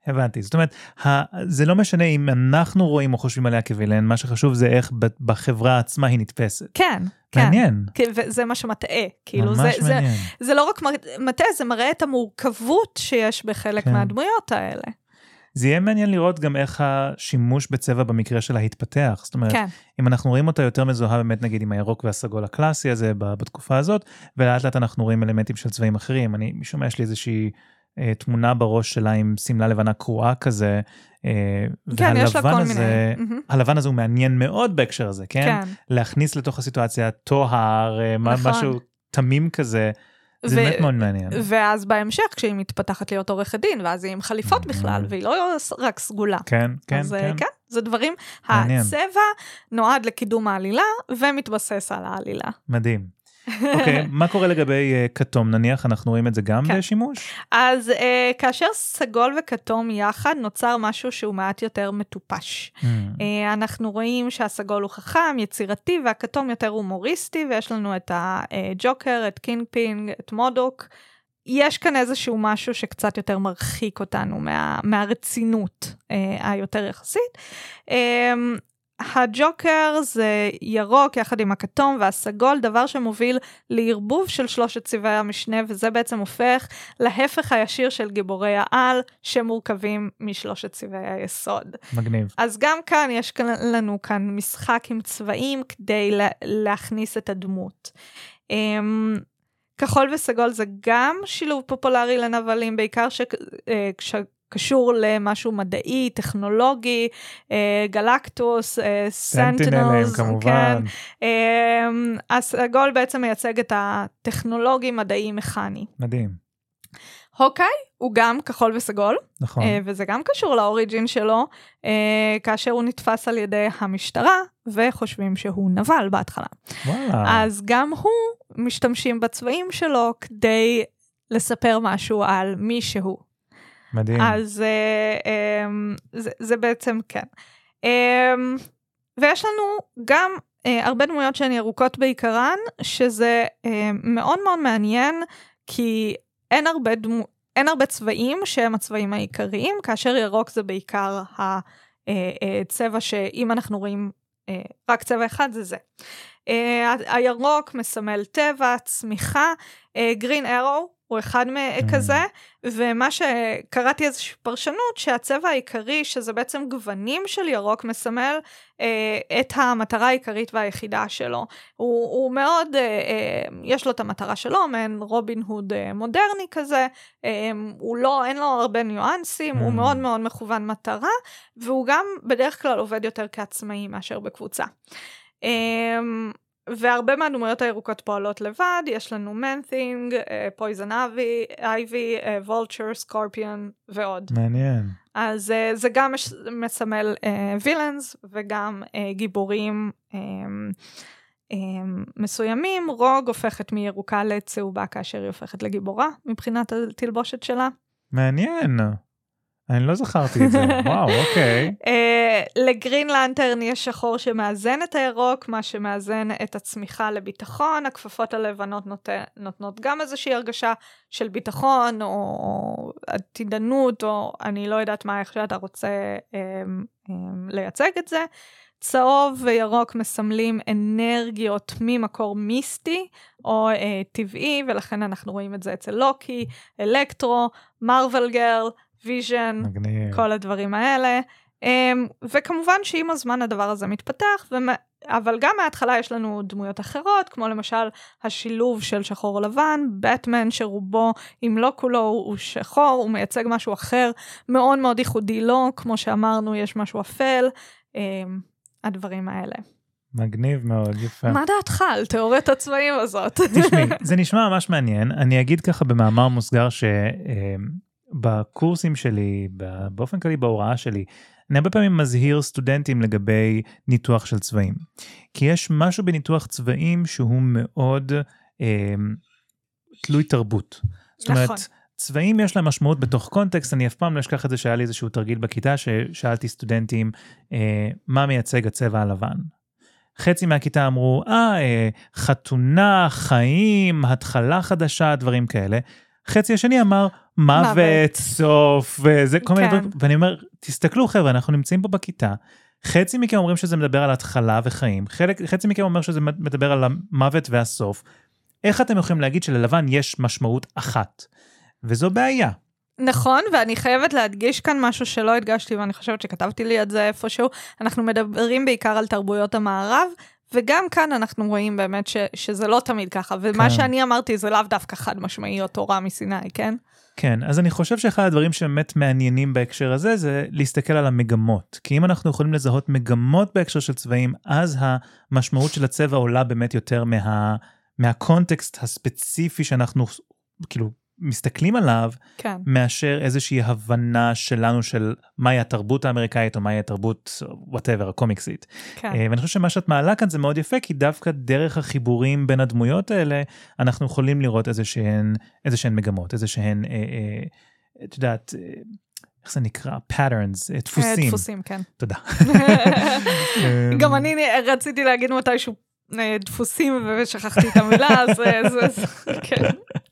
הבנתי. זאת אומרת, זה לא משנה אם אנחנו רואים או חושבים עליה כווילן, מה שחשוב זה איך בחברה עצמה היא נתפסת. כן. מעניין. וזה מה שמטעה. ממש מעניין. זה לא רק מטעה, זה מראה את המורכבות שיש בחלק מהדמויות האלה. זה יהיה מעניין לראות גם איך השימוש בצבע במקרה שלה התפתח. זאת אומרת, אם אנחנו רואים אותה יותר מזוהה באמת נגיד עם הירוק והסגול הקלאסי הזה בתקופה הזאת, ולאט לאט אנחנו רואים אלמנטים של צבעים אחרים. משום יש לי איזושהי תמונה בראש שלה עם סמלה לבנה קרועה כזה, כן, יש לה כל מיני. הלבן הזה הוא מעניין מאוד בהקשר הזה, כן? להכניס לתוך הסיטואציה טוהר, משהו תמים כזה, זה באמת מאוד מעניין. ואז בהמשך, כשהיא מתפתחת להיות עורכת דין, ואז היא עם חליפות בכלל, והיא לא רק סגולה. כן. אז כן, זה דברים, הצבע נועד לקידום העלילה, ומתבסס על העלילה. מדהים. אוקיי, מה קורה לגבי כתום? נניח, אנחנו רואים את זה גם בשימוש? אז כאשר סגול וכתום יחד, נוצר משהו שהוא מעט יותר מטופש. אנחנו רואים שהסגול הוא חכם, יצירתי, והכתום יותר הומוריסטי, ויש לנו את הג'וקר, את קינג פינג, את מודוק. יש כאן איזשהו משהו שקצת יותר מרחיק אותנו מהרצינות היותר יחסית. הג'וקר זה ירוק יחד עם הכתום והסגול, דבר שמוביל לערבוב של שלושת צבעי המשנה, וזה בעצם הופך להפך הישיר של גיבורי העל, שמורכבים משלושת צבעי היסוד. מגניב. אז גם כאן יש לנו כאן משחק עם צבעים, כדי להכניס את הדמות. כחול וסגול זה גם שילוב פופולרי לנבלים, בעיקר קשור למשהו מדעי, טכנולוגי, גלקטוס, סנטינלס, כמובן. הסגול בעצם מייצג את הטכנולוגי מדעי מכני. מדהים. הוקאי הוא גם כחול וסגול, נכון. וזה גם קשור לאוריג'ין שלו, כאשר הוא נתפס על ידי המשטרה, וחושבים שהוא נבל בהתחלה. וואלה. אז גם הוא משתמשים בצבעים שלו, כדי לספר משהו על מי שהוא. מדהים. אז זה בעצם כן. ויש לנו גם הרבה דמויות שהן ירוקות בעיקרן, שזה מאוד מאוד מעניין, כי אין הרבה צבעים שהם הצבעים העיקריים, כאשר ירוק זה בעיקר הצבע שאם אנחנו רואים רק צבע אחד זה זה. הירוק מסמל טבע, צמיחה, גרין ארו, הוא אחד כזה, ומה שקראתי איזושהי פרשנות, שהצבע העיקרי, שזה בעצם גוונים של ירוק, מסמל את המטרה העיקרית והיחידה שלו. הוא מאוד, יש לו את המטרה שלו, מעין רובין הוד מודרני כזה, אין לו הרבה ניואנסים, הוא מאוד מאוד מכוון מטרה, והוא גם בדרך כלל עובד יותר כעצמאי מאשר בקבוצה. והרבה מהדמויות הירוקות פועלות לבד, יש לנו מנת'ינג, פויזן אייבי, וולצ'ר, סקורפיון ועוד. מעניין. אז זה גם מסמל וילאנס וגם גיבורים מסוימים. רוג הופכת מירוקה לצהובה כאשר היא הופכת לגיבורה מבחינת התלבושת שלה. מעניין. אני לא זכרתי את זה, וואו, אוקיי. לגרין לנטרן יש שחור שמאזן את הירוק, מה שמאזן את הצמיחה לביטחון, הכפפות הלבנות נותנות גם איזושהי הרגשה של ביטחון, או עתידנות, או אני לא יודעת מה, איך שאתה רוצה לייצג את זה. צהוב וירוק מסמלים אנרגיות ממקור מיסטי, או טבעי, ולכן אנחנו רואים את זה אצל לוקי, אלקטרו, מרוול גרל, ויז'ן, כל הדברים האלה, וכמובן שעם הזמן הדבר הזה מתפתח, אבל גם מההתחלה יש לנו דמויות אחרות, כמו למשל השילוב של שחור לבן, בטמן שרובו, אם לא כולו הוא שחור, הוא מייצג משהו אחר, מאוד מאוד ייחודי לו, כמו שאמרנו יש משהו אפל, הדברים האלה. מגניב מאוד, יפה. מה דעתך על תיאוריית הצבעים הזאת? תשמעי, זה נשמע ממש מעניין, אני אגיד ככה במאמר מוסגר בקורסים שלי, באופן כללי בהוראה שלי, אני הרבה פעמים מזהיר סטודנטים לגבי ניתוח של צבעים. כי יש משהו בניתוח צבעים שהוא מאוד תלוי תרבות. זאת אומרת, צבעים יש להם משמעות בתוך קונטקסט, אני אף פעם לא אשכח את זה שהיה לי איזשהו תרגיל בכיתה, ששאלתי סטודנטים, מה מייצג הצבע הלבן? חצי מהכיתה אמרו, חתונה, חיים, התחלה חדשה, דברים כאלה. חצי השני אמר, מוות, סוף, וזה כל מיני דברים, ואני אומר, תסתכלו חבר'ה, אנחנו נמצאים פה בכיתה, חצי מכם אומרים שזה מדבר על התחלה וחיים, חצי מכם אומר שזה מדבר על המוות והסוף, איך אתם יכולים להגיד שללבן יש משמעות אחת? וזו בעיה. נכון, ואני חייבת להדגיש כאן משהו שלא הדגשתי, ואני חושבת שכתבתי לי את זה איפשהו, אנחנו מדברים בעיקר על תרבויות המערב, וגם כאן אנחנו רואים באמת שזה לא תמיד ככה, ומה שאני אמרתי זה לאו דווקא חד משמעי או תורה מסיני, כן? כן, אז אני חושב שאחד הדברים שבאמת מעניינים בהקשר הזה, זה להסתכל על המגמות. כי אם אנחנו יכולים לזהות מגמות בהקשר של צבעים, אז המשמעות של הצבע עולה באמת יותר מהקונטקסט הספציפי שאנחנו כאילו מסתכלים עליו, כן. מאשר איזושהי הבנה שלנו של מהי התרבות האמריקאית, או מהי התרבות, whatever, הקומיקסית. כן. ואני חושב שמה שאת מעלה כאן זה מאוד יפה, כי דווקא דרך החיבורים בין הדמויות האלה, אנחנו יכולים לראות איזשהן מגמות, איזשהן, את יודעת, איך זה נקרא? patterns, דפוסים. דפוסים, כן. תודה. גם אני רציתי להגיד מתישהו דפוסים, ושכחתי את המילה, אז כן.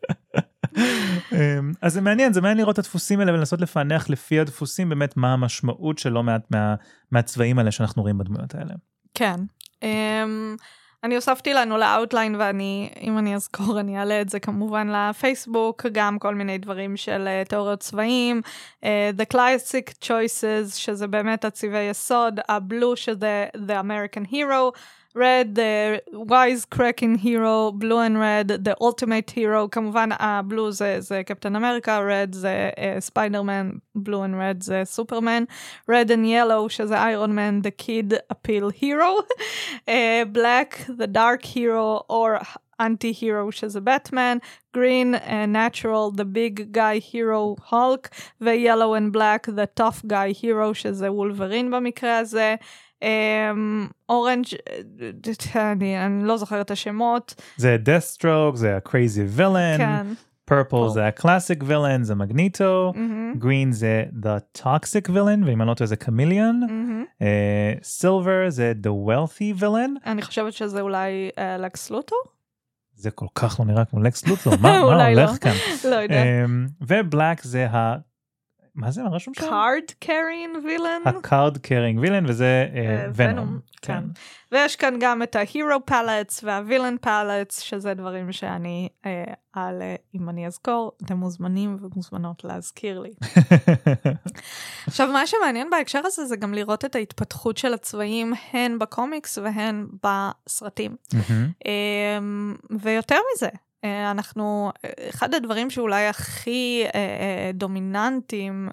אז זה מעניין לראות את הדפוסים האלה ולנסות לפענח לפי הדפוסים באמת מה המשמעות של לא מעט מהצבעים האלה שאנחנו רואים בדמויות האלה. כן. אני הוספתי לנו לאוטליין ואם אני אזכור אני אעלה את זה כמובן לפייסבוק, גם כל מיני דברים של תיאוריות צבעים, The Classic Choices שזה באמת הצבעי יסוד, הבלו שזה The American Hero, red, the wise cracking hero, blue and red, the ultimate hero, כמובן הבלו זה קפטן אמריקה, red זה ספיידרמן, blue and red זה סופרמן, red and yellow שזה איירון מן, the kid appeal hero, black, the dark hero, or anti-hero שזה בטמן, green, natural, the big guy hero, Hulk, ו-yellow and black, the tough guy hero שזה וולברין במקרה הזה, אורנג' אני לא זוכרת את השמות. זה Deathstroke, זה ה-Crazy Villain, כן. Purple זה ה-Classic Villain, זה Magneto, Green זה The Toxic Villain, ואם אני לא טועה זה Chameleon, Silver זה The Wealthy Villain. אני חושבת שזה אולי לקס לות'ור? זה כל כך לא נראה כמו לקס לות'ור, מה הולך כאן? לא יודע. ובלק זה מה זה? מה רשום שם? card carrying villain? ה-card carrying villain, וזה ונום. כן. ויש כאן גם את ה-hero palettes וה-villain palettes, שזה דברים שאני, אם אני אזכור, אתם מוזמנים ומוזמנות להזכיר לי. עכשיו, מה שמעניין בהקשר הזה, זה גם לראות את ההתפתחות של הצבעים, הן בקומיקס והן בסרטים. ויותר מזה, אחד הדברים שאולי הכי דומיננטיים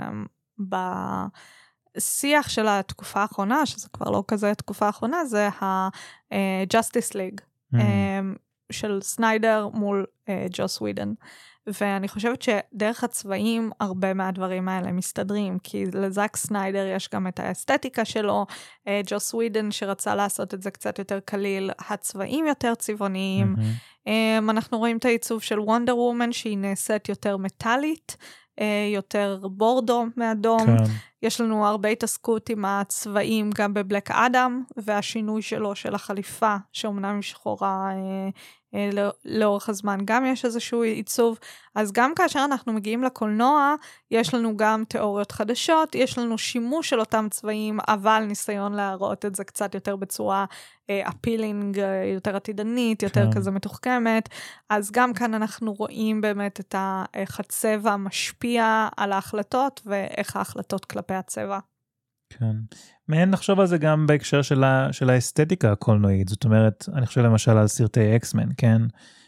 בשיח של התקופה האחרונה, שזה כבר לא כזה התקופה האחרונה, זה ה-Justice League של סניידר מול ג'וס ווידן. ואני חושבת שדרך הצבעים הרבה מהדברים האלה מסתדרים, כי לזאק סניידר יש גם את האסתטיקה שלו, ג'וס ווידן שרצה לעשות את זה קצת יותר קליל, הצבעים יותר צבעוניים, אנחנו רואים את העיצוב של וונדר וומן, שהיא נעשית יותר מטלית, יותר בורדו מאדום, יש לנו הרבה התעסקות עם הצבעים גם בבלק אדם, והשינוי שלו של החליפה, שאומנם היא שחורה לאורך הזמן, גם יש איזשהו עיצוב, אז גם כאשר אנחנו מגיעים לקולנוע, יש לנו גם תיאוריות חדשות, יש לנו שימוש של אותם צבעים, אבל ניסיון להראות את זה קצת יותר בצורה אפילינג, יותר עתידנית, יותר כזה מתוחכמת, אז גם כאן אנחנו רואים באמת את איך הצבע משפיע על ההחלטות, ואיך ההחלטות כלפי הצבע. כן. מעניין לחשוב על זה גם בהקשר של האסתטיקה הקולנועית, זאת אומרת, אני חושב למשל על סרטי אקסמן, כן?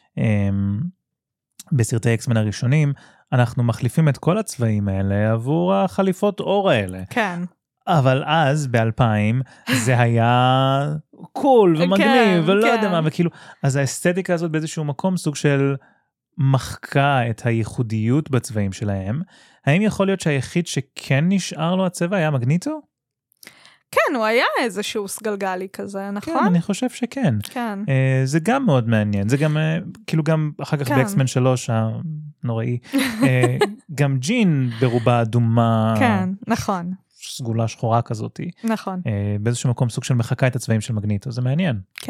בסרטי אקסמן הראשונים, אנחנו מחליפים את כל הצבעים האלה עבור החליפות אור האלה. כן. אבל אז, ב-2000, זה היה קול ומגניב, ולא יודע מה, וכאילו, אז האסתטיקה הזאת באיזשהו מקום, סוג של מחקה את הייחודיות בצבעים שלהם. האם יכול להיות שהיחיד שכן נשאר לו הצבע היה מגניטו? כן, הוא היה איזשהו סגלגלי כזה, נכון? כן, אני חושב שכן. כן. זה גם מאוד מעניין, זה גם, כאילו גם אחר כך באקסמן 3 הנוראי, גם ג'ין ברובה אדומה. כן, נכון. סגולה שחורה כזאת. נכון. באיזשהו מקום סוג של מחקה את הצבעים של מגניטו, זה מעניין. כן.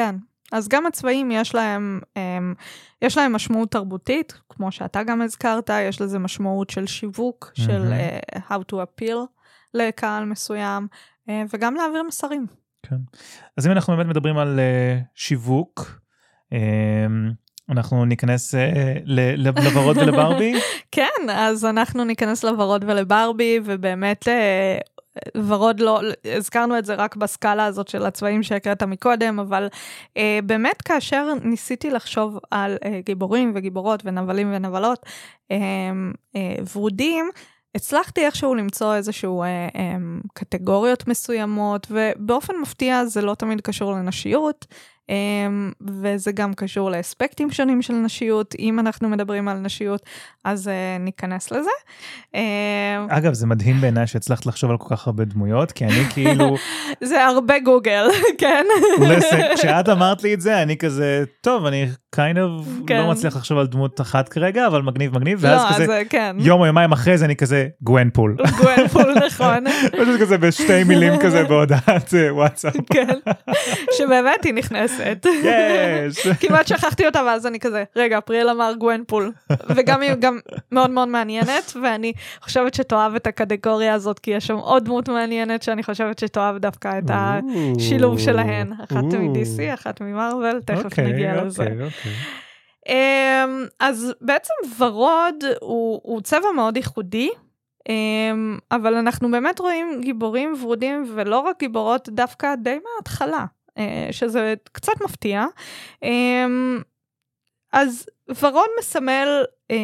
אז גם הצבעים יש להם משמעות תרבותית, כמו שאתה גם הזכרת, יש לזה משמעות של שיווק, של how to appeal לקהל מסוים, וגם להעביר מסרים. כן. אז אם אנחנו באמת מדברים על שיווק, אנחנו ניכנס לוורוד ולברבי? כן, אז אנחנו ניכנס לוורוד ולברבי, ובאמת ורוד לא, הזכרנו את זה רק בסקאלה הזאת של הצבעים שהקראת מקודם, אבל באמת כאשר ניסיתי לחשוב על גיבורים וגיבורות ונבלים ונבלות, ורודים, הצלחתי איכשהו למצוא איזשהו קטגוריות מסוימות, ובאופן מפתיע זה לא תמיד קשור לנשיות, וזה גם קשור לאספקטים שונים של נשיות. אם אנחנו מדברים על נשיות, אז ניכנס לזה. אגב, זה מדהים בעיניי שהצלחת לחשוב על כל כך הרבה דמויות, כי אני כאילו... זה הרבה גוגל, כן? כשאת אמרת לי את זה, אני כזה, טוב, אני kind of לא מצליח לחשוב על דמות אחת כרגע, אבל מגניב, ואז כזה, יום או יומיים אחרי זה אני כזה, גוונפול. גוונפול, נכון. פשוט כזה בשתי מילים כזה בהודעת וואטסאפ. כן, שבאמת היא נכנסת. יש. כמעט שכחתי אותה, ואז אני כזה, רגע, פריאל אמר גוונפול. וגם היא גם מאוד מאוד מעניינת, ואני חושבת שתאהב את הקטגוריה הזאת, כי יש שם עוד דמות מעניינת, שאני חושבת שתאהב דווקא את השילוב שלהן. אחת מ-DC, אחת ממרוול, תכף נגיע לזה. אז בעצם ורוד הוא צבע מאוד ייחודי, אבל אנחנו באמת רואים גיבורים ורודים, ולא רק גיבורות, דווקא די מההתחלה, שזה קצת מפתיע. אז ורוד מסמל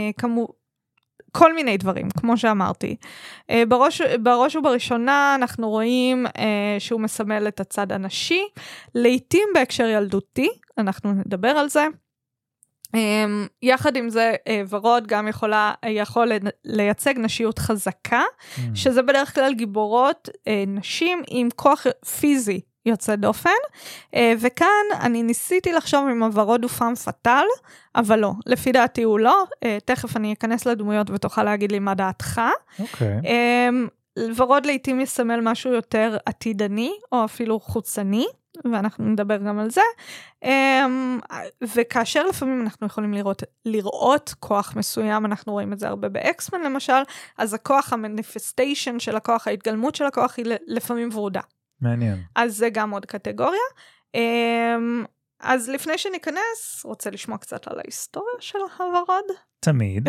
כל מיני דברים, כמו שאמרתי. בראש ובראשונה אנחנו רואים שהוא מסמל את הצד הנשי, לעתים בהקשר ילדותי, אנחנו נדבר על זה. יחד עם זה, ורוד גם יכול לייצג נשיות חזקה, שזה בדרך כלל גיבורות נשים עם כוח פיזי יוצא דופן, וכאן אני ניסיתי לחשוב אם הוורוד הוא פאם פטל, אבל לא, לפי דעתי הוא לא, תכף אני אכנס לדמויות ותוכל להגיד לי מה דעתך. ורוד לעתים יסמל משהו יותר עתידני, או אפילו חוצני, ואנחנו נדבר גם על זה, וכאשר לפעמים אנחנו יכולים לראות כוח מסוים, אנחנו רואים את זה הרבה באקסמן למשל, אז הכוח, המניפסטיישן של הכוח, ההתגלמות של הכוח היא לפעמים ורודה. מעניין. אז זה גם עוד קטגוריה. אז לפני שניכנס, רוצה לשמוע קצת על ההיסטוריה של הוורוד? תמיד.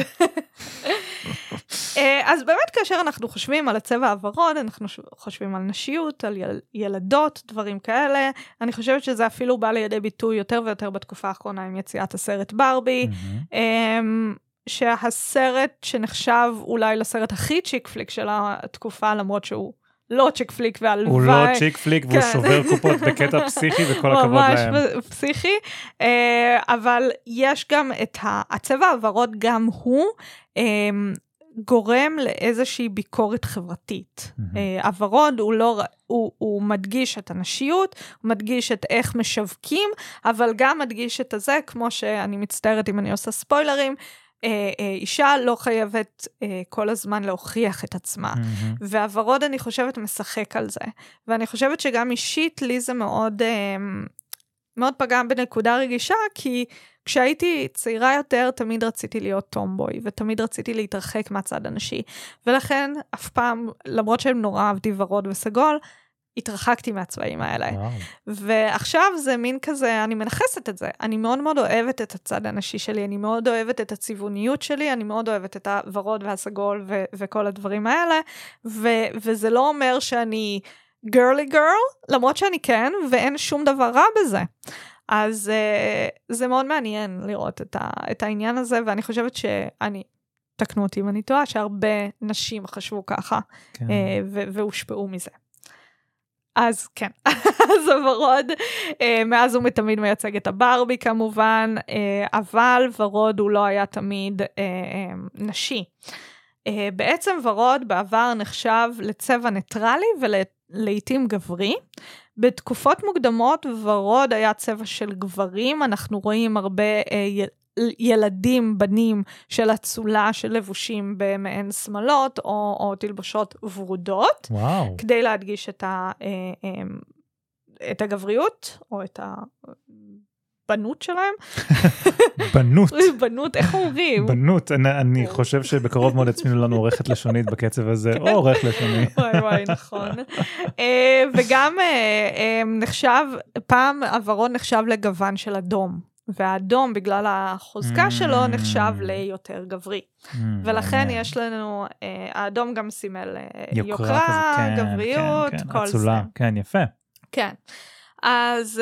אז באמת כאשר אנחנו חושבים על הצבע הוורוד, אנחנו חושבים על נשיות, על ילדות, דברים כאלה. אני חושבת שזה אפילו בא לידי ביטוי יותר ויותר בתקופה האחרונה עם יציאת הסרט ברבי, שהסרט שנחשב אולי לסרט הכי צ'יק פליק של התקופה, למרות שהוא לא צ'יק פליק והלוואי. הוא לא צ'יק פליק והוא שובר קופות בקטע פסיכי וכל הכבוד להם. ממש פסיכי, אבל יש גם את הצבע הוורוד, גם הוא גורם לאיזושהי ביקורת חברתית. הוורוד הוא מדגיש את הנשיות, הוא מדגיש את איך משווקים, אבל גם מדגיש את הזה, כמו שאני מצטערת אם אני עושה ספוילרים, אישה לא חייבת כל הזמן להוכיח את עצמה, והוורוד אני חושבת משחק על זה, ואני חושבת שגם אישית לי זה מאוד פגע בנקודה רגישה, כי כשהייתי צעירה יותר תמיד רציתי להיות טומבוי, ותמיד רציתי להתרחק מהצד הנשי, ולכן אף פעם, למרות שהם נורא אהבתי ורוד וסגול, התרחקתי מהצבעים האלה. ועכשיו זה מין כזה, אני מנחסת את זה. אני מאוד מאוד אוהבת את הצד הנשי שלי, אני מאוד אוהבת את הצבעוניות שלי, אני מאוד אוהבת את הוורוד והסגול וכל הדברים האלה, וזה לא אומר שאני girly girl, למרות שאני כן, ואין שום דבר רע בזה. אז זה מאוד מעניין לראות את העניין הזה, ואני חושבת תקנו אותי אם אני טועה, שהרבה נשים חשבו ככה, והושפעו מזה. אז כן, אז הוורוד, מאז הוא תמיד מייצג את הברבי כמובן, אבל ורוד הוא לא היה תמיד נשי. בעצם ורוד בעבר נחשב לצבע ניטרלי ולעיתים גברי. בתקופות מוקדמות ורוד היה צבע של גברים, אנחנו רואים הרבה ילדים, בנים של הצולה של לבושים במעין שמלות או תלבושות ורודות, כדי להדגיש את הגבריות או את בנות שלהם. בנות. בנות, איך אומרים? בנות, אני חושב שבקרוב מאוד עצמינו לנו עורכת לשונית בקצב הזה, או עורך לשוני. וואי, נכון. וגם נחשב, פעם הוורוד נחשב לגוון של אדום, והאדום בגלל החוזקה שלו נחשב ליותר גברי. ולכן יש לנו, האדום גם סימל יוקרה, גבריות, כל זה. כן, יפה. כן. אז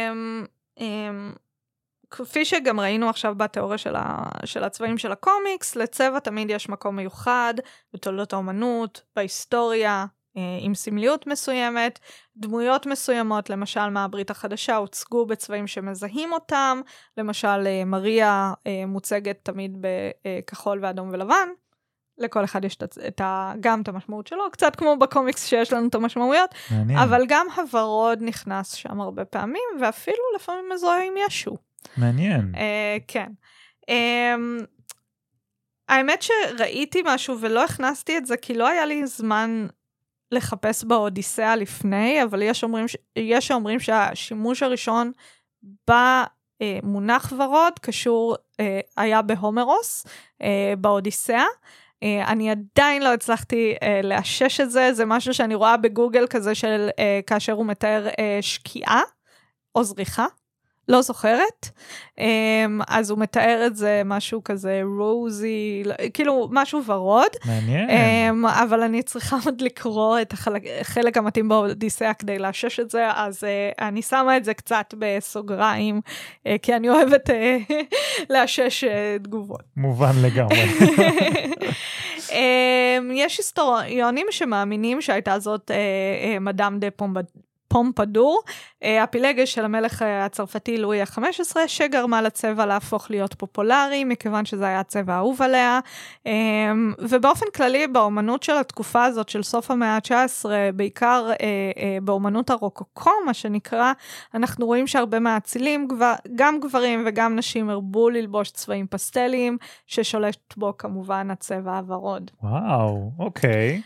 כפי שגם ראינו עכשיו בתיאוריה של הצבעים של הקומיקס, לצבע תמיד יש מקום מיוחד, בתולדות האומנות, בהיסטוריה, עם סמליות מסוימת, דמויות מסוימות, למשל מהברית החדשה, הוצגו בצבעים שמזהים אותם, למשל מריה מוצגת תמיד בכחול ואדום ולבן, לכל אחד יש גם את המשמעות שלו, קצת כמו בקומיקס שיש לנו את המשמעויות, מעניין. אבל גם הוורוד נכנס שם הרבה פעמים, ואפילו לפעמים מזוהה עם ישו. מעניין. כן. האמת שראיתי משהו ולא הכנסתי את זה, כי לא היה לי זמן לחפש באודיסאה לפני, אבל יש שאומרים שהשימוש הראשון במונח ורוד קשור היה בהומרוס, באודיסאה. אני עדיין לא הצלחתי לאשש את זה, זה משהו שאני רואה בגוגל כזה של כאשר הוא מתאר שקיעה או זריחה, לא זוכרת, אז הוא מתאר את זה משהו כזה רוזי, כאילו משהו ורוד. מעניין. אבל אני צריכה עוד לקרוא את החלק המתאים באודיסאה כדי לאשש את זה, אז אני שמה את זה קצת בסוגריים, כי אני אוהבת לאשש תגובות. מובן לגמרי. יש היסטוריונים שמאמינים שהייתה זאת מדאם דה פומפדור, הפילגש של המלך הצרפתי לואי ה-15, שגרמה לצבע להפוך להיות פופולרי, מכיוון שזה היה צבע אהוב עליה, ובאופן כללי באומנות של התקופה הזאת של סוף המאה ה-19, בעיקר באומנות הרוקוקו, מה שנקרא, אנחנו רואים שהרבה מהאצילים, גם גברים וגם נשים הרבו ללבוש צבעים פסטליים, ששולט בו כמובן הצבע הוורוד. וואו, אוקיי.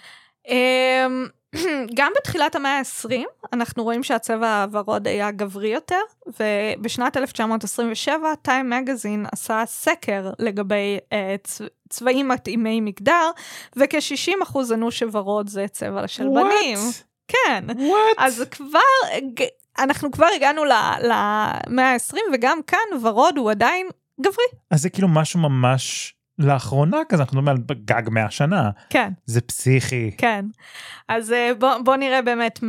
גם בתחילת המאה ה-20, אנחנו רואים שהצבע הוורוד היה גברי יותר, ובשנת 1927, טיים מגזין עשה סקר לגבי צבעים מתאימי מגדר, וכ-60% ענו שוורוד זה צבע של בנים. כן. אז אנחנו כבר הגענו למאה ה-20, וגם כאן ורוד הוא עדיין גברי. אז זה כאילו משהו ממש לאחרונה כזה, אנחנו מדברים על גג 100 שנה. כן. זה פסיכי. כן. אז בוא נראה באמת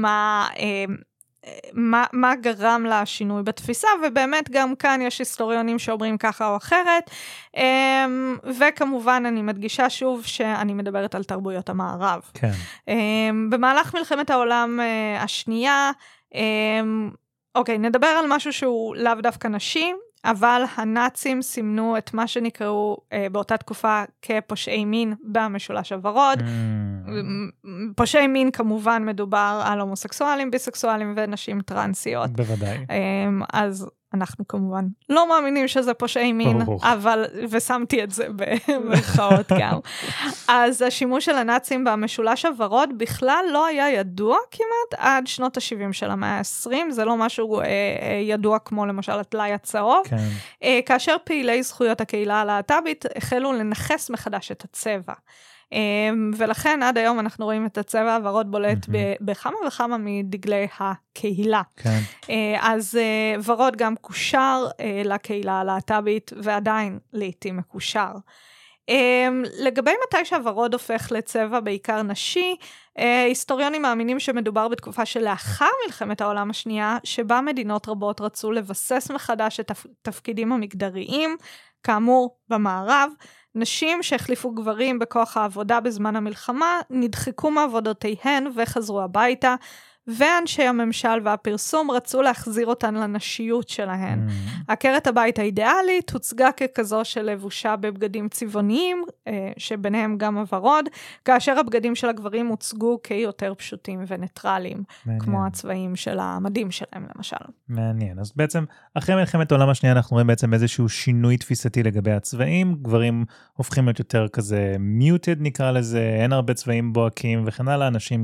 מה גרם לשינוי בתפיסה, ובאמת גם כאן יש היסטוריונים שאומרים ככה או אחרת, וכמובן אני מדגישה שוב שאני מדברת על תרבויות המערב. כן. במהלך מלחמת העולם השנייה, אוקיי, נדבר על משהו שהוא לאו דווקא נשים, אבל הנאצים סימנו את מה שנקראו באותה תקופה כפושעי מין במשולש הוורוד. פושעי מין כמובן מדובר על הומוסקסואלים, ביסקסואלים ונשים טרנסיות. בוודאי. אז אנחנו כמובן לא מאמינים שזה פושעי מין, אבל, ושמתי את זה במרכאות גם. אז השימוש של הנאצים במשולש הוורוד בכלל לא היה ידוע כמעט עד שנות ה-70 של המאה ה-20, זה לא משהו ידוע כמו למשל הטלאי הצהוב, כאשר פעילי זכויות הקהילה הלהט"בית החלו לנחס מחדש את הצבע. ולכן עד היום אנחנו רואים את הצבע הוורוד בולט בכמה וכמה מדגלי הקהילה. אז ורוד גם קושר לקהילה הלהט"בית ועדיין לעתים מקושר. לגבי מתי שהוורוד הופך לצבע בעיקר נשי, היסטוריונים מאמינים שמדובר בתקופה שלאחר מלחמת העולם השנייה, שבה מדינות רבות רצו לבסס מחדש את התפקידים המגדריים, כאמור במערב, נשים שהחליפו גברים בכוח העבודה בזמן המלחמה, נדחקו מעבודותיהן וחזרו הביתה, ואנשי הממשל והפרסום רצו להחזיר אותן לנשיות שלהן. עקרת הבית האידיאלית הוצגה ככזו שלבושה בבגדים צבעוניים, שביניהם גם הוורוד, כאשר הבגדים של הגברים הוצגו כיותר פשוטים וניטרליים, כמו הצבעים של המדים שלהם למשל. מעניין. אז בעצם אחרי מלחמת העולם השנייה אנחנו רואים בעצם איזשהו שינוי תפיסתי לגבי הצבעים, גברים הופכים להיות יותר כזה muted נקרא לזה, אין הרבה צבעים בוהקים וכן הלאה, אנשים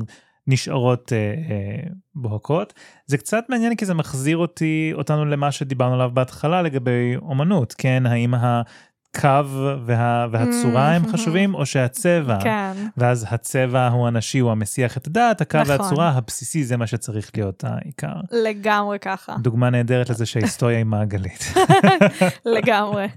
נשארות בוהקות. זה קצת מעניין כי זה מחזיר אותנו למה שדיברנו עליו בהתחלה לגבי אומנות, כן? האם הקו והצורה הם חשובים, או שהצבע, ואז הצבע הוא הנשי, הוא המסיח את הדעת, הקו והצורה הבסיסי זה מה שצריך להיות העיקר. לגמרי ככה. דוגמה נהדרת לזה שההיסטוריה היא מעגלית. לגמרי.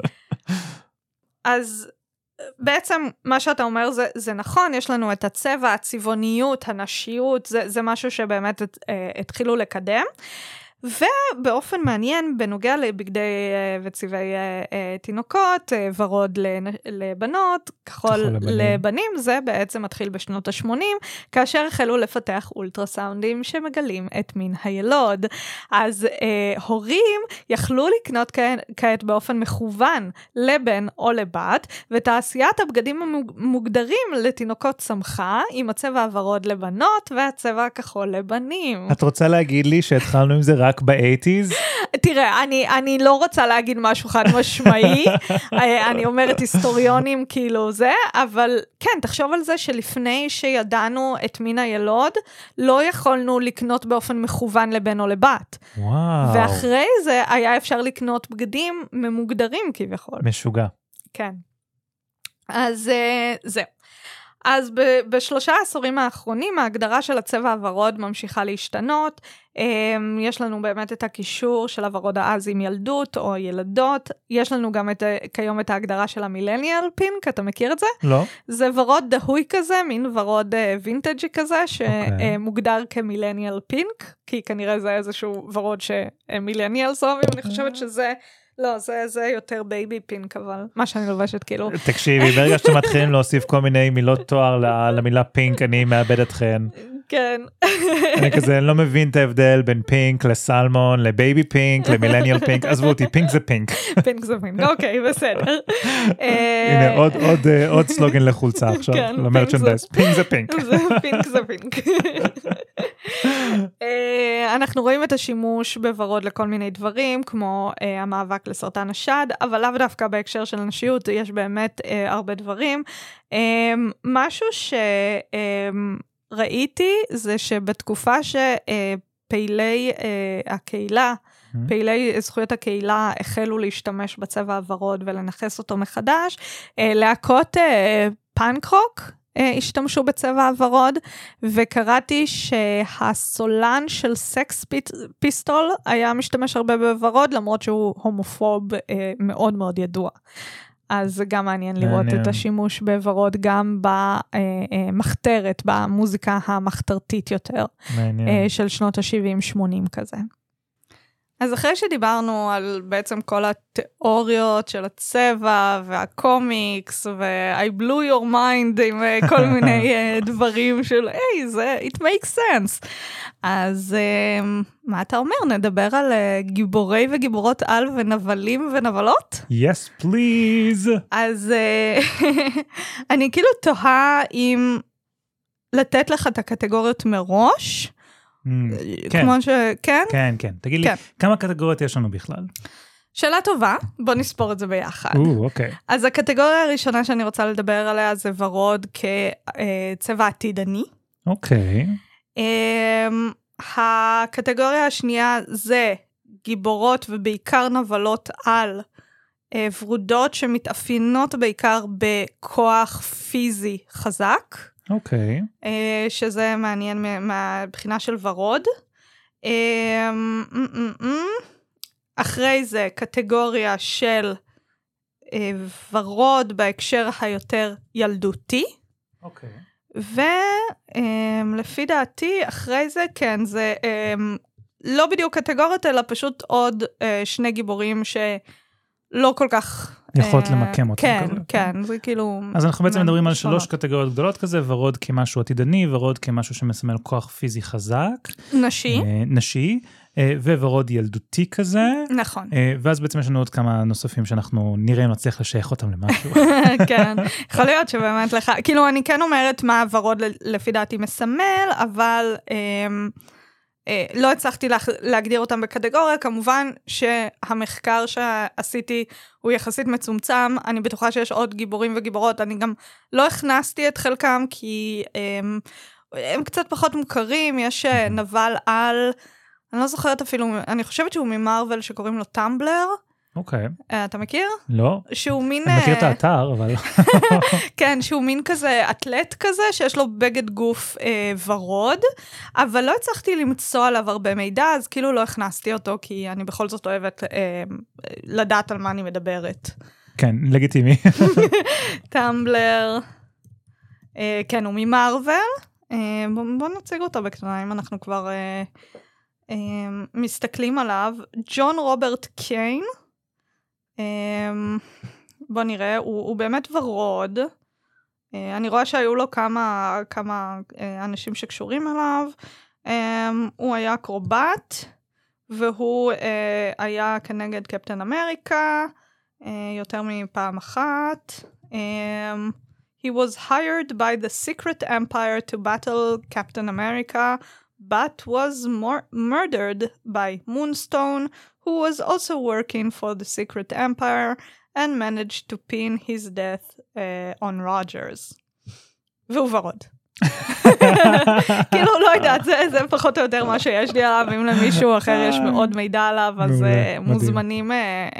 אז בעצם מה שאתה אומר זה נכון, יש לנו את הצבע, הצבעוניות, הנשיות, זה משהו שבאמת התחילו לקדם. ובאופן מעניין, בנוגע לבגדי וצבעי תינוקות, ורוד לבנות, כחול לבנים, זה בעצם מתחיל בשנות ה-80, כאשר החלו לפתח אולטרסאונדים שמגלים את מין הילוד. אז הורים יכלו לקנות כעת באופן מכוון לבן או לבת, ותעשיית הבגדים המוגדרים לתינוקות צמחה, עם הצבע הוורוד לבנות והצבע הכחול לבנים. את רוצה להגיד לי שהתחלנו עם זה רק ב-80s? תראה, אני לא רוצה להגיד משהו חד משמעי, אני אומרת היסטוריונים כאילו זה, אבל כן, תחשוב על זה שלפני שידענו את מין הילוד, לא יכולנו לקנות באופן מכוון לבן או לבת. וואו. ואחרי זה היה אפשר לקנות בגדים ממוגדרים כביכול. משוגע. כן. אז זהו. אז בשלושה העשורים האחרונים, ההגדרה של הצבע הוורוד ממשיכה להשתנות. יש לנו באמת את הקישור של הוורוד העז עם ילדות או ילדות. יש לנו גם כיום את ההגדרה של המילניאל פינק, אתה מכיר את זה? לא. זה ורוד דהוי כזה, מין ורוד וינטג'י כזה, שמוגדר כמילניאל פינק, כי כנראה זה איזשהו ורוד שמילניאלס אוהבים, אני חושבת שזה... לא, זה יותר בייבי פינק, אבל מה שאני לובשת, כאילו... תקשיבי, ברגע שאתם מתחילים להוסיף כל מיני מילות תואר למילה פינק, אני מאבד אתכן. כן. אני כזה לא מבין את ההבדל בין פינק לסלמון, לבייבי פינק, למילניאל פינק, עזבו אותי, פינק זה פינק. פינק זה פינק, אוקיי, בסדר. הנה, עוד סלוגן לחולצה עכשיו, למרצ'נדייז, פינק זה פינק. פינק זה פינק. אנחנו רואים את השימוש בוורוד לכל מיני דברים, כמו המאבק לסרטן השד, אבל לאו דווקא בהקשר של נשיות, יש באמת הרבה דברים. משהו שראיתי זה שבתקופה שפעילי הקהילה, פעילי זכויות הקהילה החלו להשתמש בצבע הוורוד ולנחס אותו מחדש, להקות פאנק רוק, השתמשו בצבע הוורוד, וקראתי שהסולן של סקס פיסטול היה משתמש הרבה בוורוד, למרות שהוא הומופוב מאוד מאוד ידוע. אז זה גם מעניין לראות את השימוש בוורוד גם במחתרת, במוזיקה המחתרתית יותר, של שנות ה-70-80 כזה. אז אחרי שדיברנו על בעצם כל התיאוריות של הצבע והקומיקס ו-I blew your mind עם כל מיני דברים של, היי, זה, it makes sense. אז מה אתה אומר? נדבר על גיבורי וגיבורות על ונבלים ונבלות? Yes, please. אז אני כאילו תוהה אם לתת לך את הקטגוריות מראש, כמו שכן? כן, כן. תגיד לי, כמה קטגוריות יש לנו בכלל? שאלה טובה, בוא נספור את זה ביחד. אוקיי. אז הקטגוריה הראשונה שאני רוצה לדבר עליה זה ורוד כצבע עתידני. אוקיי. הקטגוריה השנייה זה גיבורות ובעיקר נבלות על ורודות שמתאפיינות בעיקר בכוח פיזי חזק. אוקיי. שזה מעניין מהבחינה של ורוד. אחרי זה קטגוריה של ורוד בהקשר היותר ילדותי. אוקיי. ולפי דעתי, אחרי זה, כן, זה לא בדיוק קטגוריות, אלא פשוט עוד שני גיבורים שלא כל כך... יכולת למקם אותם. כן, כן, זה כאילו... אז אנחנו בעצם מדברים על 3 קטגוריות גדולות כזה, ורוד כמשהו עתידני, ורוד כמשהו שמסמל כוח פיזי חזק. נשי, וורוד ילדותי כזה. נכון. ואז בעצם יש לנו עוד כמה נוספים שאנחנו נראה אם נצליח לשייך אותם למשהו. כן, יכול להיות שבאמת לך, כאילו אני כן אומרת מה ורוד לפי דעתי מסמל, אבל... לא הצלחתי להגדיר אותם בקטגוריה, כמובן שהמחקר שעשיתי הוא יחסית מצומצם, אני בטוחה שיש עוד גיבורים וגיבורות, אני גם לא הכנסתי את חלקם, כי הם קצת פחות מוכרים, יש נבל על, אני לא זוכרת אפילו, אני חושבת שהוא ממרוול שקוראים לו טמבלר. אוקיי. אתה מכיר? לא. שהוא מין... אני מכיר את האתר, אבל... כן, שהוא מין כזה אתלט כזה, שיש לו בגד גוף ורוד, אבל לא הצלחתי למצוא עליו הרבה מידע, אז כאילו לא הכנסתי אותו, כי אני בכל זאת אוהבת לדעת על מה אני מדברת. כן, לגיטימי. טמבלר, כן, הוא ממרוול. בואו נציג אותו בקטנה, אם אנחנו כבר מסתכלים עליו. ג'ון רוברט קיין, בוא נראה, הוא באמת ורוד. אני רואה שהיו לו כמה אנשים שקשורים אליו. הוא היה אקרובט, והוא היה כנגד קפטן אמריקה, יותר מפעם אחת. He was hired by the Secret Empire to battle Captain America, but was murdered by Moonstone, who was also working for the Secret Empire, and managed to pin his death on Rogers. והוא ורוד. כאילו, לא יודעת, זה פחות או יותר מה שיש לי עליו, אם למישהו אחר יש מאוד מידע עליו, אז מוזמנים,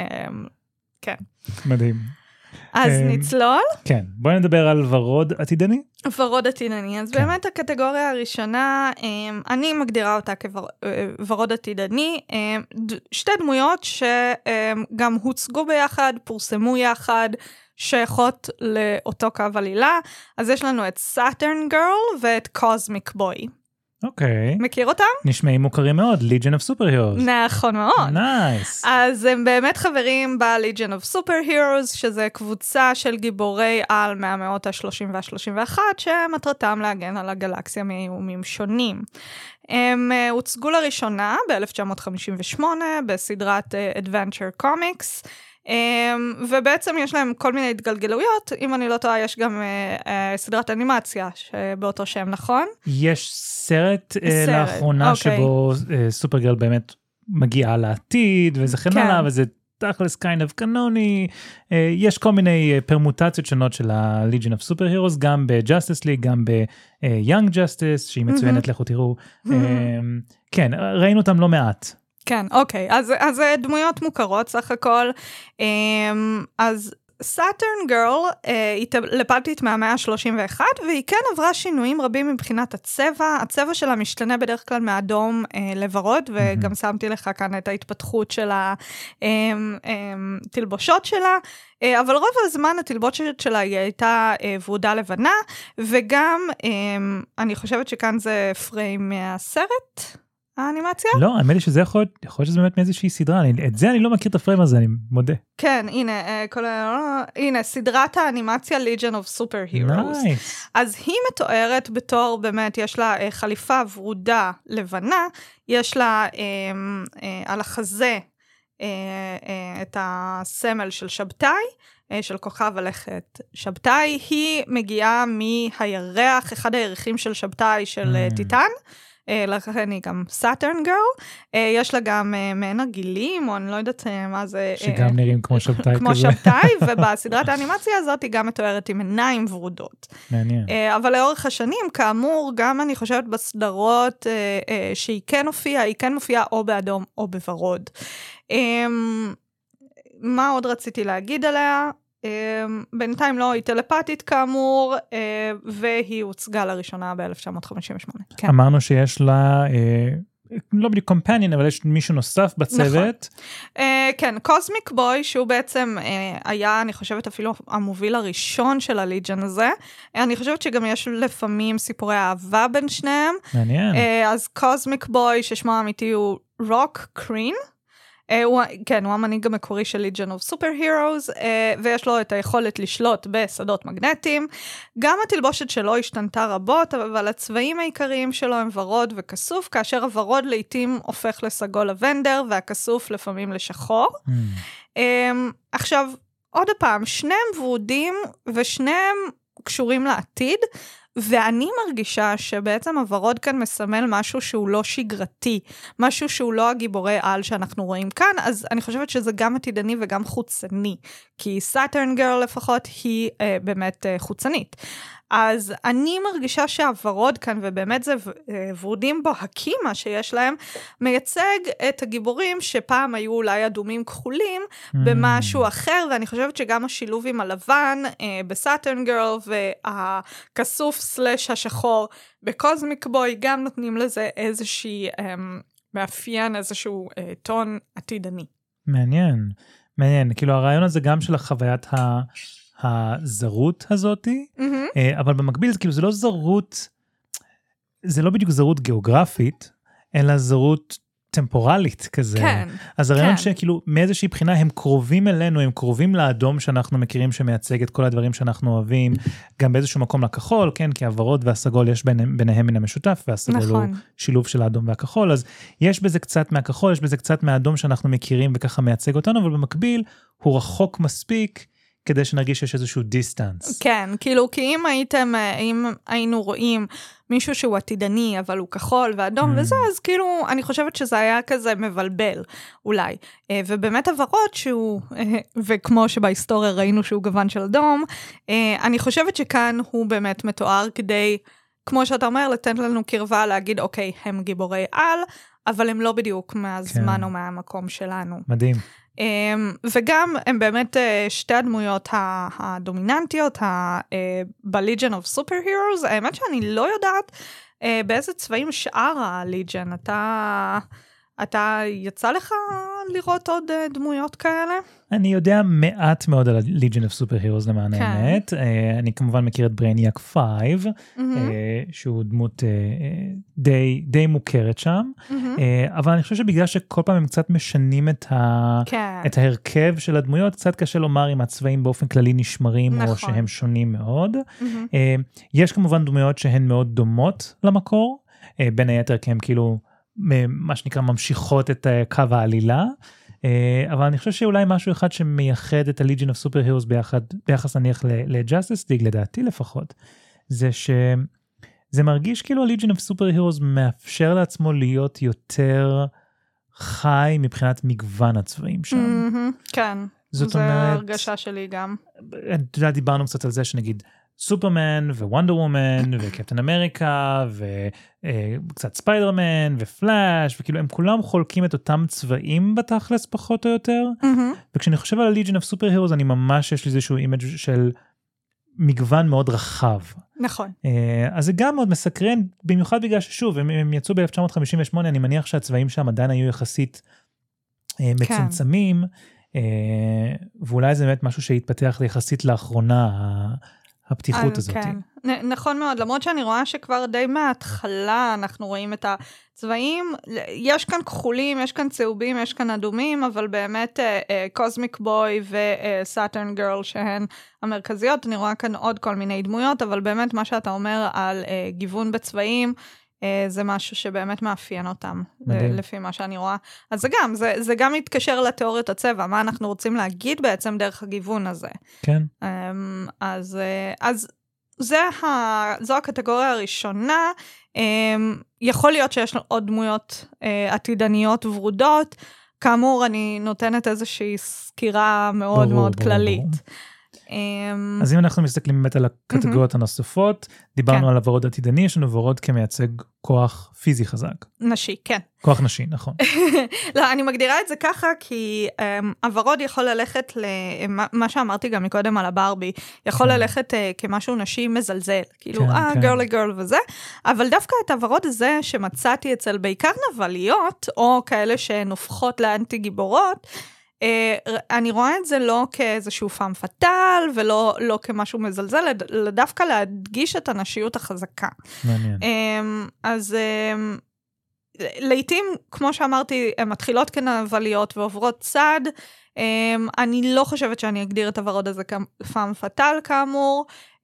כן. מדהים. אז נצלול? כן, בואי נדבר על ורוד עתידני. ורוד עתידני, אז באמת הקטגוריה הראשונה, אני מגדירה אותה כוורוד עתידני, שתי דמויות שגם הוצגו ביחד, פורסמו יחד, שייכות לאותו קו עלילה, אז יש לנו את סאטרן גרל ואת קוסמיק בוי. אוקיי. מכיר אותם? נשמעים מוכרים מאוד, Legion of Superheroes. נכון מאוד. נייס. אז הם באמת חברים ב-Legion of Superheroes, שזה קבוצה של גיבורי על מהמאות ה-30 וה-31, שמטרתם להגן על הגלקסיה מאיומים שונים. הם הוצגו לראשונה ב-1958 בסדרת Adventure Comics, ובעצם יש להם כל מיני התגלגלויות, אם אני לא טועה, יש גם סדרת אנימציה באותו שם, נכון? יש סרט לאחרונה שבו סופרגרל באמת מגיעה לעתיד, וזה כן עליו, וזה תכלס kind of קנוני, יש כל מיני פרמוטציות שונות של ה-Legion of Superheroes, גם ב-Justice League, גם ב-Young Justice, שהיא מצוינת, לכו תראו. כן, ראינו אותם לא מעט. כן, אוקיי, אז דמויות מוכרות סך הכל, אז סאטרן גרל היא טלפתית מהמאה ה-31, והיא כן עברה שינויים רבים מבחינת הצבע שלה משתנה בדרך כלל מאדום לוורוד, וגם שמתי לך כאן את ההתפתחות של התלבושות שלה, אבל רוב הזמן התלבושת שלה היא הייתה ורודה לבנה, וגם אני חושבת שכאן זה פריים מהסרט, האנימציה? לא, האמת לי שזה יכול להיות שזה באמת מאיזושהי סדרה, את זה אני לא מכיר את הפריים הזה, אני מודה. כן, הנה, סדרת האנימציה Legion of Superheroes. אז היא מתוארת בתור, באמת, יש לה חליפה ורודה לבנה, יש לה על החזה את הסמל של שבתאי, של כוכב הלכת שבתאי, היא מגיעה מהירח, אחד הירחים של שבתאי של טיטן, לכן היא גם סאטרן גרל, יש לה גם מעין הגילים, או אני לא יודעת מה זה. שגם נראים כמו שבתאי כזה. כמו שבתאי, ובסדרת האנימציה הזאת היא גם מתוארת עם עיניים ורודות. מעניין. אבל לאורך השנים, כאמור, גם אני חושבת בסדרות שהיא כן הופיעה, היא כן מופיעה או באדום או בוורוד. מה עוד רציתי להגיד עליה? בינתיים לא, היא טלפתית כאמור, והיא הוצגה לראשונה ב-1958. אמרנו שיש לה, לא בדיוק קומפניון, אבל יש מישהו נוסף בצוות. כן, קוסמיק בוי, שהוא בעצם היה, אני חושבת אפילו המוביל הראשון של הליג'ן הזה, אני חושבת שגם יש לפעמים סיפורי אהבה בין שניהם. מעניין. אז קוסמיק בוי, ששמו האמיתי הוא רוק קרין, כן, הוא המנהיג המקורי של Legion of Superheroes, ויש לו את היכולת לשלוט בשדות מגנטיים. גם התלבושת שלו השתנתה רבות, אבל הצבעים העיקריים שלו הם ורוד וכסוף, כאשר הוורוד לעתים הופך לסגול לבנדר, והכסוף לפעמים לשחור. עכשיו, עוד פעם, שניהם ורודים, ושניהם קשורים לעתיד, ואני מרגישה שבעצם הוורוד כאן מסמל משהו שהוא לא שגרתי, משהו שהוא לא הגיבורי על שאנחנו רואים כאן, אז אני חושבת שזה גם עתידני וגם חוצני, כי סאטרן גרל לפחות היא באמת חוצנית. אז אני מרגישה שהוורוד כאן, ובאמת זה ורודים בו הקימה שיש להם, מייצג את הגיבורים שפעם היו אולי אדומים כחולים, במשהו אחר, ואני חושבת שגם השילוב עם הלבן, בסאטרן גרל, והכסוף סלש השחור, בקוזמיק בוי, גם נותנים לזה איזושהי מאפיין, איזשהו טון עתידני. מעניין, מעניין. כאילו הרעיון הזה גם של החוויית הזרות הזאתי, אבל במקביל כאילו זה לא זרות, זה לא בדיוק זרות גיאוגרפית, אלא זרות טמפורלית כזה. כן. אז הרעיון שכאילו מאיזושהי בחינה הם קרובים אלינו, הם קרובים לאדום שאנחנו מכירים שמייצג את כל הדברים שאנחנו אוהבים, גם באיזשהו מקום לכחול, כן, כי הוורוד והסגול יש ביניהם מן המשותף, והסגול הוא שילוב של האדום והכחול, אז יש בזה קצת מהכחול, יש בזה קצת מהאדום שאנחנו מכירים וככה מייצג אותנו, אבל במקביל הוא רחוק מספיק כדי שנרגיש שיש איזשהו דיסטנס. כן, כאילו, כי אם היינו רואים מישהו שהוא עתידני, אבל הוא כחול ואדום וזה, אז כאילו, אני חושבת שזה היה כזה מבלבל, אולי. ובאמת הוורוד שהוא, וכמו שבהיסטוריה ראינו שהוא גוון של אדום, אני חושבת שכאן הוא באמת מתואר כדי, כמו שאתה אומר, לתת לנו קרבה להגיד, אוקיי, הם גיבורי על, אבל הם לא בדיוק מהזמן או מהמקום שלנו. מדהים. וגם הם באמת שתי הדמויות הדומיננטיות ב-Legion of Superheroes. האמת שאני לא יודעת באיזה צבעים שאר ה-Legion. אתה יצא לך לראות עוד דמויות כאלה? אני יודע מעט מאוד על ה-Legion of Superheroes למען האמת. אני כמובן מכיר את ברייניאק 5, שהוא דמות די מוכרת שם. אבל אני חושב שבגלל שכל פעם הם קצת משנים את ההרכב של הדמויות, קצת קשה לומר אם הצבעים באופן כללי נשמרים או שהם שונים מאוד. יש כמובן דמויות שהן מאוד דומות למקור, בין היתר כי הם כאילו מה שנקרא ממשיכות את קו העלילה, אבל אני חושב שאולי משהו אחד שמייחד את ה-Legion of Superheroes ביחס נניח ל-Justice League, לדעתי לפחות, זה שזה מרגיש כאילו ה-Legion of Superheroes מאפשר לעצמו להיות יותר חי מבחינת מגוון הצבעים שם. כן, זו הרגשה שלי גם. אתה יודע, דיברנו קצת על זה שנגיד, סופרמן ווונדר וומן וקפטן אמריקה וקצת ספיידרמן ופלאש, וכאילו הם כולם חולקים את אותם צבעים בתכלס פחות או יותר, וכשאני חושב על ה-Legion of Superheroes אני ממש יש לי איזשהו אימג' של מגוון מאוד רחב. נכון. אז זה גם מאוד מסקרן, במיוחד בגלל ששוב, הם יצאו ב-1958, אני מניח שהצבעים שם עדיין היו יחסית מצומצמים, ואולי זה באמת משהו שהתפתח יחסית לאחרונה, הפתיחות הזאת. כן. נכון מאוד, למרות שאני רואה שכבר די מההתחלה אנחנו רואים את הצבעים, יש כאן כחולים, יש כאן צהובים, יש כאן אדומים, אבל באמת קוזמיק בוי וסאטרן גרל שהן המרכזיות, אני רואה כאן עוד כל מיני דמויות, אבל באמת מה שאתה אומר על גיוון בצבעים, זה משהו שבאמת מאפיין אותם, לפי מה שאני רואה. אז זה גם מתקשר לתיאוריית הצבע, מה אנחנו רוצים להגיד בעצם דרך הגיוון הזה. כן. אז זו הקטגוריה הראשונה. יכול להיות שיש עוד דמויות עתידניות ורודות, כאמור אני נותנת איזושהי סקירה מאוד מאוד כללית. אז אם אנחנו מסתכלים באמת על הקטגוריות הנוספות, דיברנו על הוורוד עתידני, יש לנו וורוד כמייצג כוח פיזי חזק. נשי, כן. כוח נשי, נכון. לא, אני מגדירה את זה ככה, כי הוורוד יכול ללכת, מה שאמרתי גם מקודם על הברבי, יכול ללכת כמשהו נשי מזלזל, כאילו, גרלי גרל וזה, אבל דווקא את הוורוד הזה שמצאתי אצל בעיקר נבליות, או כאלה שהן הופכות לאנטי גיבורות, אני רואה את זה לא כאיזשהו פעם פטל, ולא כמשהו מזלזל, דווקא להדגיש את הנשיות החזקה. מעניין. אז לעתים, כמו שאמרתי, הן מתחילות כנבליות ועוברות צד, אני לא חושבת שאני אגדיר את הוורוד הזה כפעם פטל כאמור,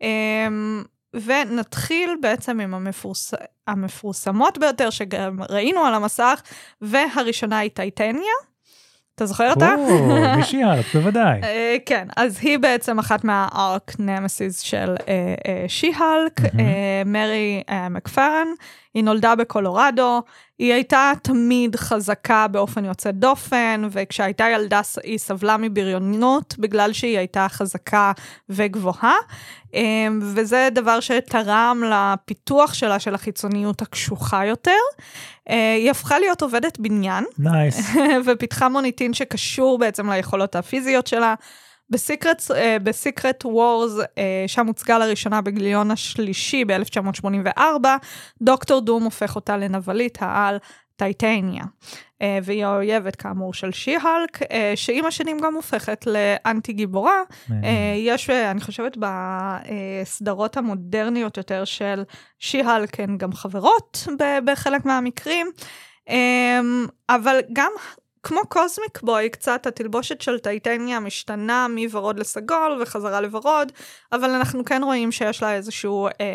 ונתחיל בעצם עם המפורסמות ביותר, שגם ראינו על המסך, והראשונה היא טייטניה, אתה זוכר אותה? מישהי הארק, בוודאי. כן, אז היא בעצם אחת מהארק נמסיס של שי-הלק, מרי מקפרן, היא נולדה בקולורדו, היא הייתה תמיד חזקה באופן יוצא דופן, וכשהייתה ילדה היא סבלה מבריונות, בגלל שהיא הייתה חזקה וגבוהה, וזה דבר שתרם לפיתוח שלה, של החיצוניות הקשוחה יותר. היא הפכה להיות עובדת בניין, ופיתחה מוניטין שקשור בעצם ליכולות הפיזיות שלה. בסיקרט וורס, שם הוצגה לראשונה בגיליון השלישי ב-1984, דוקטור דום הופך אותה לנבלית העל טייטניה, והיא האויבת כאמור של שי-הלק, שעם השנים גם הופכת לאנטי גיבורה. יש, אני חושבת, בסדרות המודרניות יותר של שי-הלק הן גם חברות בחלק מהמקרים, אבל גם כמו קוסמיק בוי, קצת התלבושת של טייטניה משתנה מוורוד לסגול וחזרה לוורוד, אבל אנחנו כן רואים שיש לה איזושהי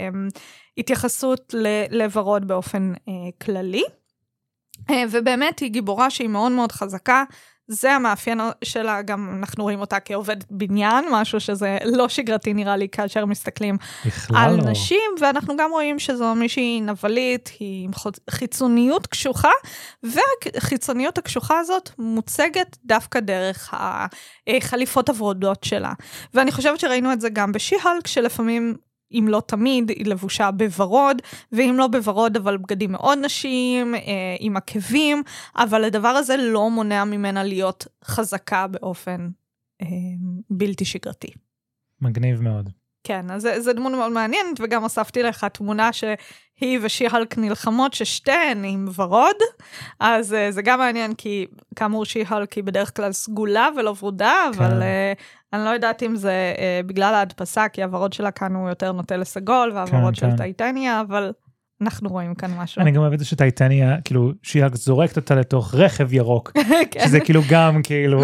התייחסות לוורוד באופן כללי. ובאמת היא גיבורה שהיא מאוד מאוד חזקה, זה המאפיין שלה, גם אנחנו רואים אותה כעובדת בניין, משהו שזה לא שגרתי נראה לי, כאשר מסתכלים על נשים, ואנחנו גם רואים שזו מישהי נבלית, היא עם חיצוניות קשוחה, והחיצוניות הקשוחה הזאת מוצגת דווקא דרך החליפות הוורודות שלה. ואני חושבת שראינו את זה גם בשי-הלק, שלפעמים אם לא תמיד, היא לבושה בוורוד, ואם לא בוורוד, אבל בגדים מאוד נשים, עם עקבים, אבל הדבר הזה לא מונע ממנה להיות חזקה באופן בלתי שגרתי. מגניב מאוד. כן, אז זה דמות מאוד מעניינת, וגם הוספתי לך תמונה שהיא ושי-הלק נלחמות, ששתיהן עם ורוד, אז זה גם מעניין, כי כאמור שי-הלק היא בדרך כלל סגולה ולא ורודה, אבל אני לא יודעת אם זה בגלל ההדפסה, כי הוורוד שלה כאן הוא יותר נוטה לסגול, והוורוד של טייטניה, אבל אנחנו רואים כאן משהו. אני גם אוהבת שטייטניה, כאילו, שי-הלק זורקת אותה לתוך רכב ירוק, שזה כאילו גם, כאילו...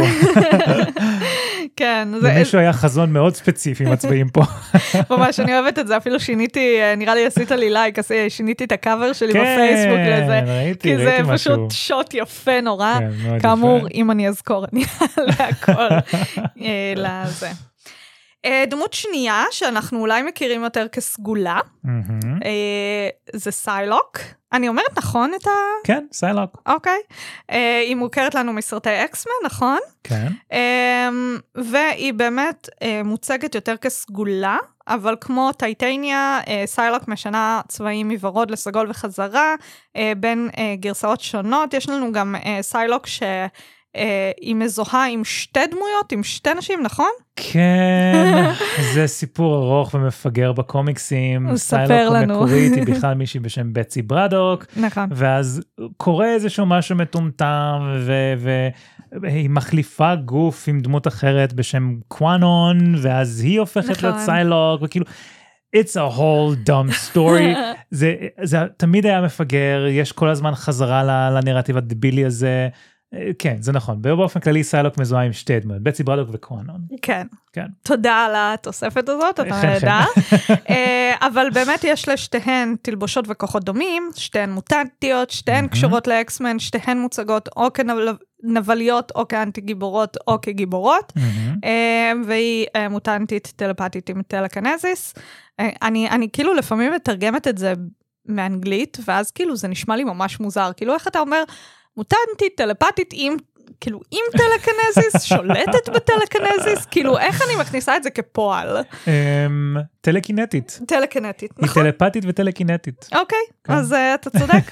כן. למישהו היה חזון מאוד ספציפי מצביעים פה. ממש, אני אוהבת את זה, אפילו שיניתי, נראה לי עשית לי לייק, שיניתי את הקאבר שלי בפייסבוק לזה, כי זה פשוט שוט יפה נורא, כאמור, אם אני אזכור, אני אעלה הכל לזה. דמות שנייה, שאנחנו אולי מכירים יותר כסגולה, זה סיילוק. אני אומרת נכון את ה... כן, סיילוק. אוקיי. היא מוכרת לנו מסרטי אקסמן, נכון? כן. והיא באמת מוצגת יותר כסגולה, אבל כמו טייטניה, סיילוק משנה צבעים מוורוד לסגול וחזרה, בין גרסאות שונות. יש לנו גם סיילוק היא מזוהה עם שתי דמויות, עם שתי נשים, נכון? כן, זה סיפור ארוך ומפגר בקומיקסים. סיילוק המקורית היא בכלל מישהי בשם בצי ברדוק, נכון. ואז קורה איזשהו משהו מטומטם, והיא מחליפה גוף עם דמות אחרת בשם קוואנון, ואז היא הופכת להיות סיילוק, וכאילו... It's a whole dumb story. זה תמיד היה מפגר, יש כל הזמן חזרה לנרטיב הדבילי הזה, כן, זה נכון. באופן כללי סיילוק מזוהה עם שתי דמויות, בצי ברדוק וקוואנון. כן. תודה על התוספת הזאת, אתה נהדר. אבל באמת יש לשתיהן תלבושות וכוחות דומים, שתיהן מוטנטיות, שתיהן קשורות לאקסמן, שתיהן מוצגות או כנבליות, או כאנטי גיבורות, או כגיבורות, והיא מוטנטית טלפתית עם טלקינזיס. אני כאילו לפעמים מתרגמת את זה מאנגלית, ואז כאילו זה נשמע לי ממש מוזר, כאילו איך אתה אומר... מוטנטית, טלפתית, כאילו, עם טלקינזיס, שולטת בטלקינזיס, כאילו, איך אני מכניסה את זה כפועל? טלקינטית. טלקינטית, נכון. היא טלפתית וטלקינטית. אוקיי, אז אתה צודק,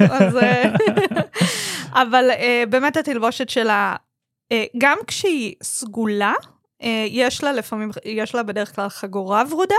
אבל באמת התלבושת שלה, גם כשהיא סגולה, יש לה בדרך כלל חגורה ורודה,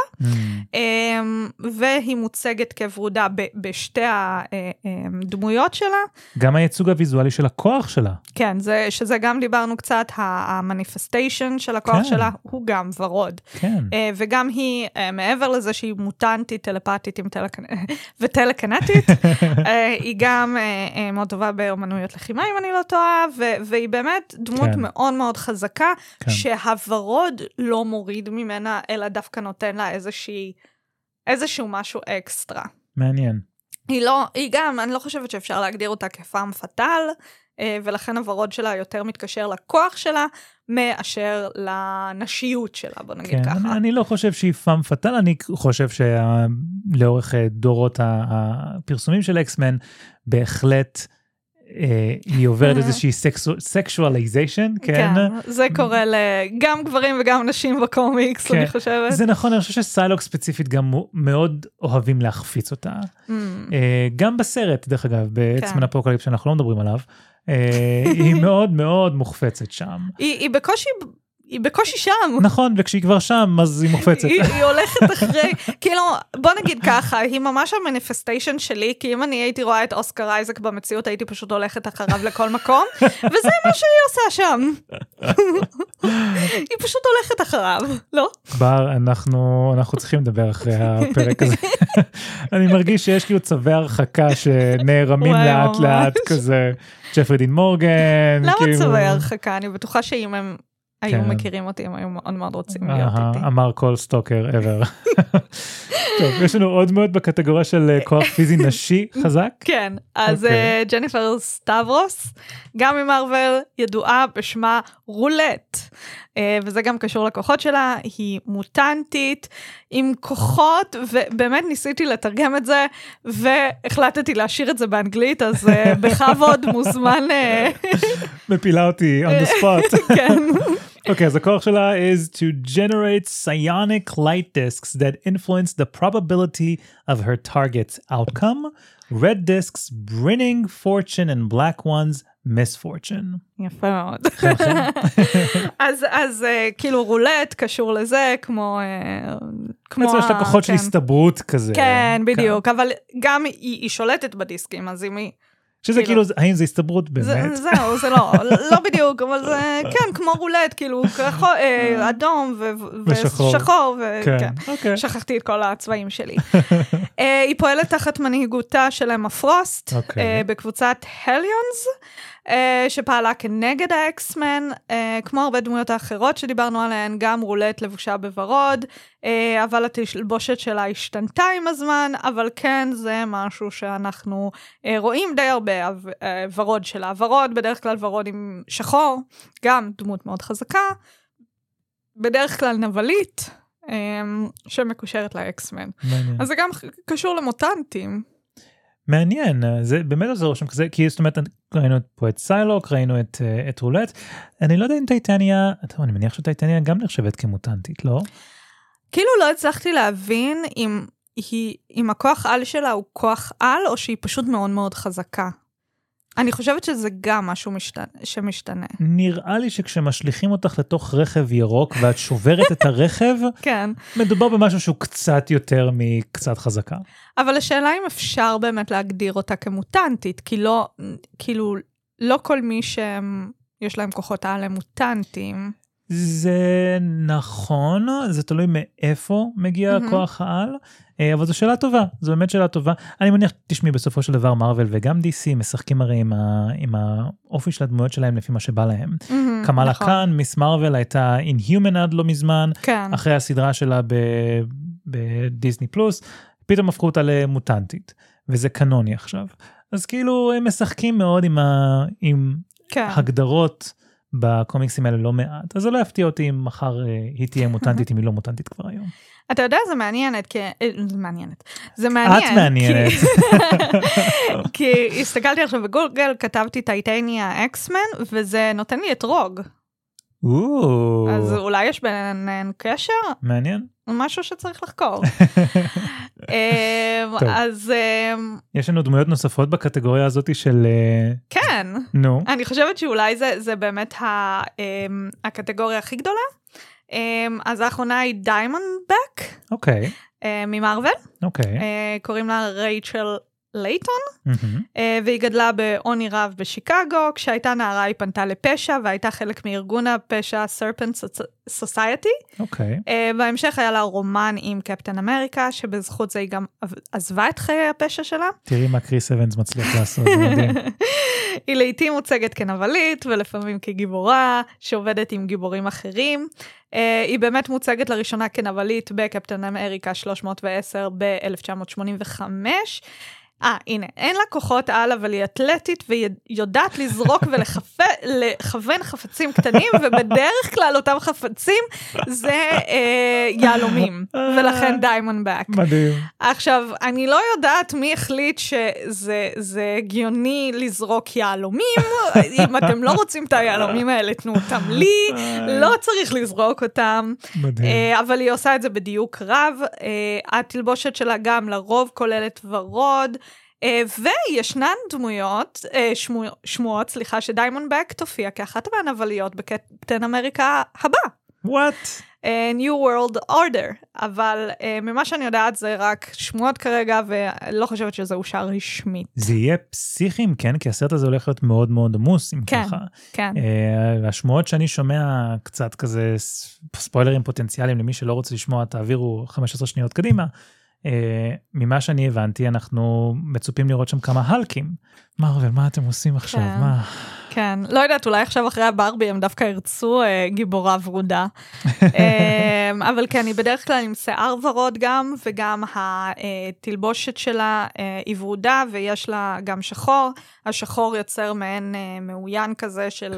והיא מוצגת כוורודה בשתי הדמויות שלה. גם הייצוג הוויזואלי של הכוח שלה. כן, שזה גם דיברנו קצת, המניפסטיישן של הכוח שלה הוא גם ורוד. כן. וגם היא, מעבר לזה שהיא מוטנטית, טלפתית וטלקינטית, היא גם מאוד טובה באומנויות לחימה, אם אני לא טועה, והיא באמת דמות מאוד מאוד חזקה, שהוורוד לא מוריד ממנה, אלא דווקא נותן לה איזשהו משהו אקסטרה. מעניין. היא גם, אני לא חושבת שאפשר להגדיר אותה כפעם פטל, ולכן הוורוד שלה יותר מתקשר לכוח שלה, מאשר לנשיות שלה, בוא נגיד כן, ככה. אני לא חושב שהיא פאם פטל, אני חושב שלאורך דורות הפרסומים של אקסמן, בהחלט היא עוברת איזושהי סקשואליזיישן, כן? זה קורה גם גברים וגם נשים בקומיקס, אני חושבת. זה נכון, אני חושב שסיילוק ספציפית גם מאוד אוהבים להחפיץ אותה. גם בסרט, דרך אגב, באקסמן אפוקליפס שאנחנו לא מדברים עליו, היא מאוד מאוד מוחפצת שם. היא בקושי שם. נכון, וכשהיא כבר שם, אז היא מוחפצת. היא הולכת אחרי, כאילו, בוא נגיד ככה, היא ממש המניפסטיישן שלי, כי אם אני הייתי רואה את אוסקר אייזק במציאות, הייתי פשוט הולכת אחריו לכל מקום, וזה מה שהיא עושה שם. היא פשוט הולכת אחריו, לא? בר, אנחנו צריכים לדבר אחרי הפרק הזה. אני מרגיש שיש כאילו צווי הרחקה שנערמים לאט לאט כזה, ג'פרי דין מורגן. למה צווי הרחקה? אני בטוחה שאם הם היו מכירים אותי, הם היו מאוד מאוד רוצים להיות איתי. אמר כל סטוקר ever. טוב, יש לנו עוד מאוד בקטגוריה של כוח פיזי נשי חזק. כן, אז ג'ניפר סטאברוס, גם ממרוול, ידועה בשמה רולט, וזה גם קשור לכוחות שלה, היא מוטנטית, עם כוחות, ובאמת ניסיתי לתרגם את זה, והחלטתי להשאיר את זה באנגלית, אז בכבוד מוזמן... מפילה אותי on the spot. כן. אוקיי, אז הכוח שלה is to generate psionic light discs that influence the probability of her target's outcome. Red discs bringing fortune and black ones misfortune. יפה מאוד. אז כאילו רולט קשור לזה, כמו... בעצם יש לה כוחות של הסתברות כזה. כן, בדיוק, אבל גם היא שולטת בדיסקים, אז אם היא... שזה כאילו, האם זה הסתברות באמת? זהו, זה לא בדיוק, אבל זה כן, כמו רולט, כאילו, אדום ושחור, וכן, שכחתי את כל הצבעים שלי. היא פועלת תחת מנהיגותה של אמה פרוסט, בקבוצת הליונס, שפעלה כנגד האקסמן, כמו הרבה דמויות האחרות שדיברנו עליהן, גם רולט לבושה בוורוד, אבל התלבושת שלה השתנתה עם הזמן, אבל כן זה משהו שאנחנו רואים די הרבה, ורוד שלה. ורוד, בדרך כלל ורוד עם שחור, גם דמות מאוד חזקה, בדרך כלל נבלית, שמקושרת לאקסמן. אז זה גם קשור למוטנטים. מעניין, זה באמת עוזר רושם כזה, כי זאת אומרת, ראינו פה את סיילוק, ראינו את רולט, אני לא יודע אם טייטניה, אני מניח שטייטניה גם נחשבת כמוטנטית, לא? כאילו לא הצלחתי להבין אם הכוח על שלה הוא כוח על, או שהיא פשוט מאוד מאוד חזקה. אני חושבת שזה גם משהו שמשתנה. נראה לי שכשמשליכים אותך לתוך רכב ירוק, ואת שוברת את הרכב, כן. מדובר במשהו שהוא קצת יותר מקצת חזקה. אבל השאלה אם אפשר באמת להגדיר אותה כמוטנטית, כי לא, כאילו, לא כל מי שיש להם כוחות על הם מוטנטים. זה נכון, זה תלוי מאיפה מגיע כוח העל, אבל זו שאלה טובה, זו באמת שאלה טובה. אני מניח, תשמעי, בסופו של דבר מרוול וגם DC משחקים הרי עם האופי של הדמויות שלהם לפי מה שבא להם. קמאלה קאן, מיס מרוול הייתה Inhuman עד לא מזמן, אחרי הסדרה שלה בדיסני פלוס, פתאום הפכו אותה למוטנטית, וזה קנוני עכשיו. אז כאילו הם משחקים מאוד עם הגדרות בקומיקסים האלה לא מעט, אז זה לא יפתיע אותי אם מחר היא תהיה מוטנטית, אם היא לא מוטנטית כבר היום. אתה יודע, זה מעניינת, זה מעניין. את מעניינת. כי הסתכלתי עכשיו בגוגל, כתבתי טייטניה אקסמן, וזה נותן לי את רוג. אז אולי יש ביניהן קשר? מעניין. משהו שצריך לחקור. אז... יש לנו דמויות נוספות בקטגוריה הזאת של... כן. נו. אני חושבת שאולי זה באמת הקטגוריה הכי גדולה. אז האחרונה היא דיימונד בק. אוקיי. ממרוול. אוקיי. קוראים לה רייצ'ל לייטון, והיא גדלה בעוני רב בשיקגו, כשהייתה נערה היא פנתה לפשע, והייתה חלק מארגון הפשע Serpent Society. אוקיי. בהמשך היה לה רומן עם קפטן אמריקה, שבזכות זה היא גם עזבה את חיי הפשע שלה. תראי מה קריס אבנס מצליח לעשות, זה מדהים. היא לעתים מוצגת כנבלית, ולפעמים כגיבורה, שעובדת עם גיבורים אחרים. היא באמת מוצגת לראשונה כנבלית בקפטן אמריקה 310 ב-1985, הנה, אין לה כוחות על, אבל היא אתלטית ויודעת לזרוק ולכוון חפצים קטנים, ובדרך כלל אותם חפצים זה יהלומים, ולכן דיימונדבק. מדהים. עכשיו, אני לא יודעת מי החליט שזה הגיוני לזרוק יהלומים, אם אתם לא רוצים את היהלומים האלה, תנו אותם לי, לא צריך לזרוק אותם, מדהים. אבל היא עושה את זה בדיוק רב, התלבושת שלה גם לרוב כוללת ורוד, וישנן שמועות, שדיימונדבק תופיע כאחת מהנבליות בקפטן אמריקה הבא. What? New World Order, אבל ממה שאני יודעת זה רק שמועות כרגע, ולא חושבת שזה אושר רשמית. זה יהיה פסיכיים, כן? כי הסרט הזה הולך להיות מאוד מאוד עמוס, אם ככה. כן. השמועות שאני שומע קצת כזה ספוילרים פוטנציאליים למי שלא רוצה לשמוע, תעבירו 15 שניות קדימה. ממה שאני הבנתי, אנחנו מצופים לראות שם כמה הלקים. מרוול, מה אתם עושים עכשיו? מה? כן, לא יודעת, אולי עכשיו אחרי הברבי הם דווקא ירצו גיבורה ורודה. אבל כן, היא בדרך כלל עם שיער ורוד גם, וגם התלבושת שלה היא ורודה, ויש לה גם שחור. השחור יוצר מעין מעוין כזה של...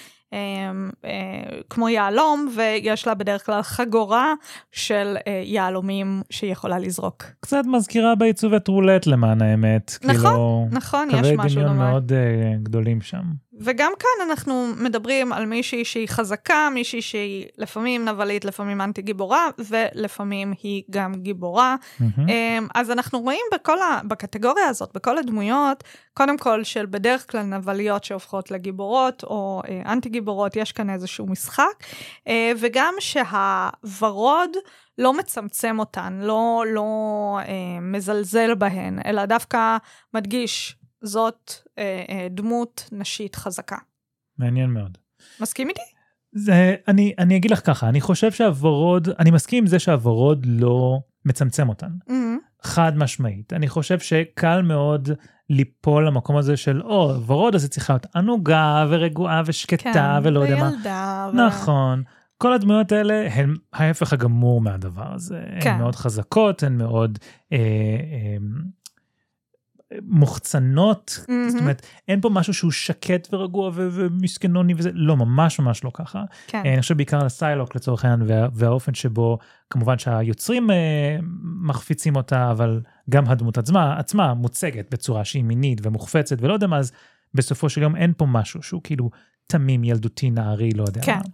כמו יעלום, ויש לה בדרך כלל חגורה של יעלומים שהיא יכולה לזרוק. קצת מזכירה בעיצובת רולט למען האמת. נכון, יש משהו קווי דמיון מאוד גדולים שם. וגם כאן אנחנו מדברים על מישהי שהיא חזקה, מישהי שהיא לפעמים נבלית, לפעמים אנטי גיבורה, ולפעמים היא גם גיבורה. אז אנחנו רואים בקטגוריה הזאת, בכל הדמויות, קודם כל של בדרך כלל נבליות שהופכות לגיבורות, או אנטי גיבורות, יש כאן איזשהו משחק, וגם שהוורוד לא מצמצם אותן, לא מזלזל בהן, אלא דווקא מדגיש, זאת דמות נשית חזקה. מעניין מאוד. מסכים איתי? אני אגיד לך ככה, אני חושב שהוורוד, אני מסכים עם זה שהוורוד לא מצמצם אותן. חד משמעית. אני חושב שקל מאוד ליפול למקום הזה של, ורוד, אז היא צריכה להיות ענוגה ורגועה ושקטה ולא יודע מה. וילדה. נכון. כל הדמויות האלה הן ההפך הגמור מהדבר הזה. הן מאוד חזקות, הן מאוד... מוחצנות, זאת אומרת, אין פה משהו שהוא שקט ורגוע ומסכנוני וזה, לא, ממש ממש לא ככה. אני חושב בעיקר על הסיילוק לצורך העניין, והאופן שבו, כמובן שהיוצרים מחפיצים אותה, אבל גם הדמות עצמה מוצגת בצורה שהיא מינית ומוחפצת, ולא יודע מה, אז בסופו של יום אין פה משהו שהוא כאילו תמים, ילדותי, נערי, לא יודע מה.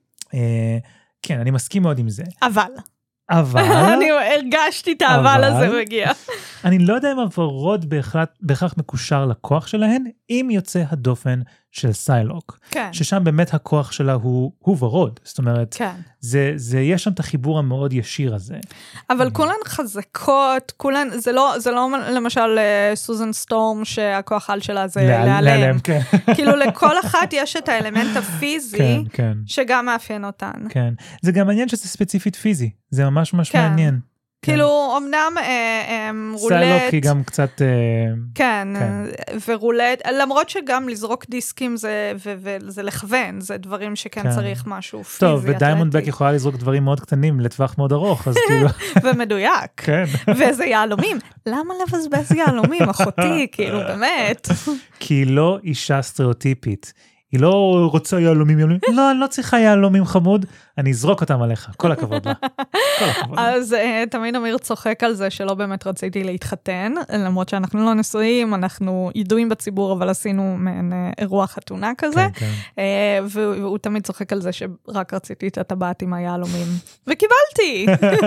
כן, אני מסכים מאוד עם זה. אבל... אני הרגשתי את האבל הזה מגיע. אני לא יודע אם הוורוד בהכרח מקושר לכוח שלהן, אם יוצא הדופן של סיילוק. כן. ששם באמת הכוח שלה הוא ורוד. זאת אומרת, יש שם את החיבור המאוד ישיר הזה. אבל כולן חזקות, זה לא למשל סוזן סטורם שהכוח על שלה זה להיעלם. כאילו לכל אחת יש את האלמנט הפיזי שגם מאפיין אותן. כן. זה גם מעניין שזה ספציפית פיזי. זה ממש ממש מעניין. כאילו, אמנם רולט... סיילוק היא גם קצת... כן, ורולט, למרות שגם לזרוק דיסקים וזה לכוון, זה דברים שכן צריך משהו פיזי. טוב, ודיימונדבק יכולה לזרוק דברים מאוד קטנים לטווח מאוד ארוך, אז כאילו... ומדויק. כן. וזה יעלומים. למה לבזבז יעלומים, אחותי? כאילו, באמת. כי היא לא אישה סטריאוטיפית. היא לא רוצה יעלומים, לא, אני לא צריכה יעלומים חמוד, אני אזרוק אותם עליך, כל הכבוד לה. אז תמיד אמיר צוחק על זה שלא באמת רציתי להתחתן, למרות שאנחנו לא נשואים, אנחנו ידועים בציבור, אבל עשינו מעין אירוע חתונה כזה, והוא תמיד צוחק על זה שרק רציתי את הטבעת עם היעלומים, וקיבלתי!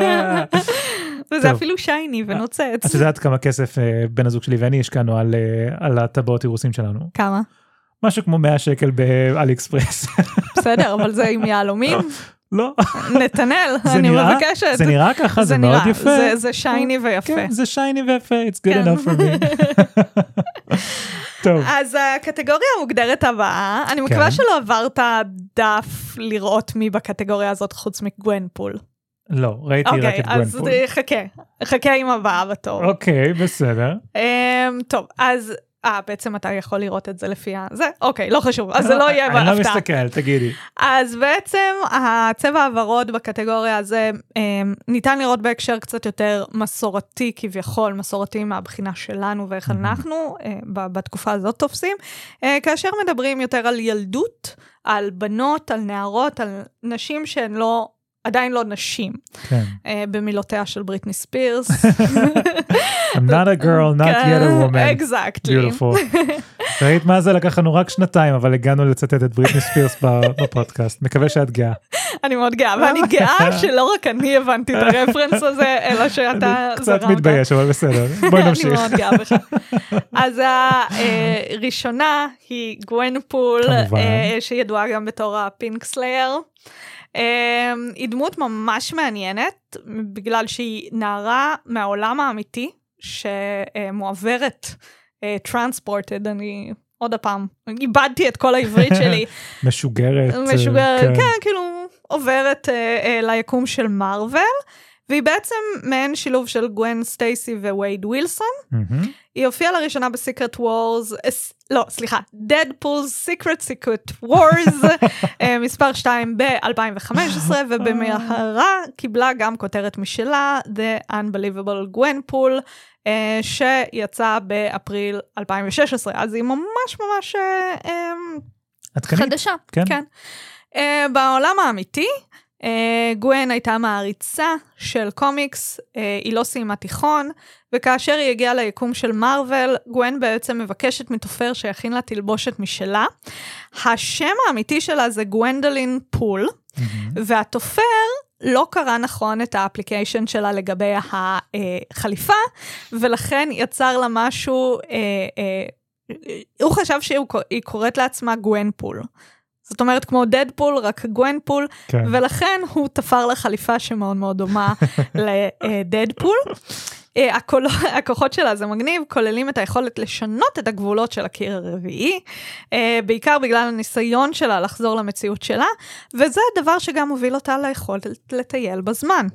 וזה אפילו שייני ונוצץ. את יודעת כמה כסף בן הזוג שלי ואני השקענו על הטבעות אירוסים שלנו? כמה? משהו כמו 100 שקל באלי אקספרס. בסדר, אבל זה עם יעלומים? לא. נתנאל, אני מבקשת. זה נראה ככה, זה מאוד יפה. זה שייני ויפה. כן, זה שייני ויפה, it's good enough for me. טוב. אז הקטגוריה המוגדרת הבאה, אני מקווה שלא עברת דף לראות מי בקטגוריה הזאת חוץ מגוונפול. לא, ראיתי רק את גוונפול. אוקיי, אז חכה עם הבאה בתור. אוקיי, בסדר. טוב, אז... בעצם אתה יכול לראות את זה לפי זה? אוקיי, לא חשוב, אז זה לא יהיה בהפתעה. אני לא מסתכל, תגידי. אז בעצם הצבע הוורוד בקטגוריה הזה ניתן לראות בהקשר קצת יותר מסורתי כביכול, מסורתי מהבחינה שלנו ואיך אנחנו בתקופה הזאת תופסים, כאשר מדברים יותר על ילדות, על בנות, על נערות, על נשים שהן לא, עדיין לא נשים. כן. במילותיה של בריטני ספירס. I'm not a girl, not yet a woman. Exactly. Beautiful. ראית מה זה? לקח לנו רק 2 אבל הגענו לצטט את בריטני ספירס בפודקאסט. מקווה שאת גאה. אני מאוד גאה, ואני גאה שלא רק אני הבנתי את הרפרנס הזה, אלא שאתה... קצת מתבייש, אבל בסדר. בואי נמשיך. אני מאוד גאה בך. אז הראשונה היא גוונפול, שידועה גם בתור הפינק סלייר. היא דמות ממש מעניינת, בגלל שהיא נערה מהעולם האמיתי, שמועברת transported, אני עוד הפעם, איבדתי את כל העברית שלי. משוגרת. כן, כאילו עוברת ליקום של מארוול, והיא בעצם מעין שילוב של גוון סטייסי ווייד ווילסון. היא הופיעה לראשונה בסיקרט וורס, דדפול's Secret Wars, מספר 2 ב-2015, ובמהרה קיבלה גם כותרת משלה, The Unbelievable Gwenpool, שיצא באפריל 2016, אז היא ממש ממש חדשה. כן. בעולם האמיתי, גוון הייתה מעריצה של קומיקס, היא לא סיימה תיכון, וכאשר היא הגיעה ליקום של מארוול, גוון בעצם מבקשת מתופר שיכין לה תלבושת משלה. השם האמיתי שלה זה גוונדולין פול, והתופר לא קרא נכון את האפליקיישן שלה לגבי החליפה, ולכן יצר לה משהו, הוא חשב שהיא קוראת לעצמה גוונפול. זאת אומרת, כמו דדפול, רק גוונפול, כן. ולכן הוא תפר לחליפה שמאוד מאוד דומה לדדפול. הכוחות שלה, זה מגניב, כוללים את היכולת לשנות את הגבולות של הקיר הרביעי, בעיקר בגלל הניסיון שלה לחזור למציאות שלה, וזה הדבר שגם הוביל אותה ליכולת לטייל בזמן.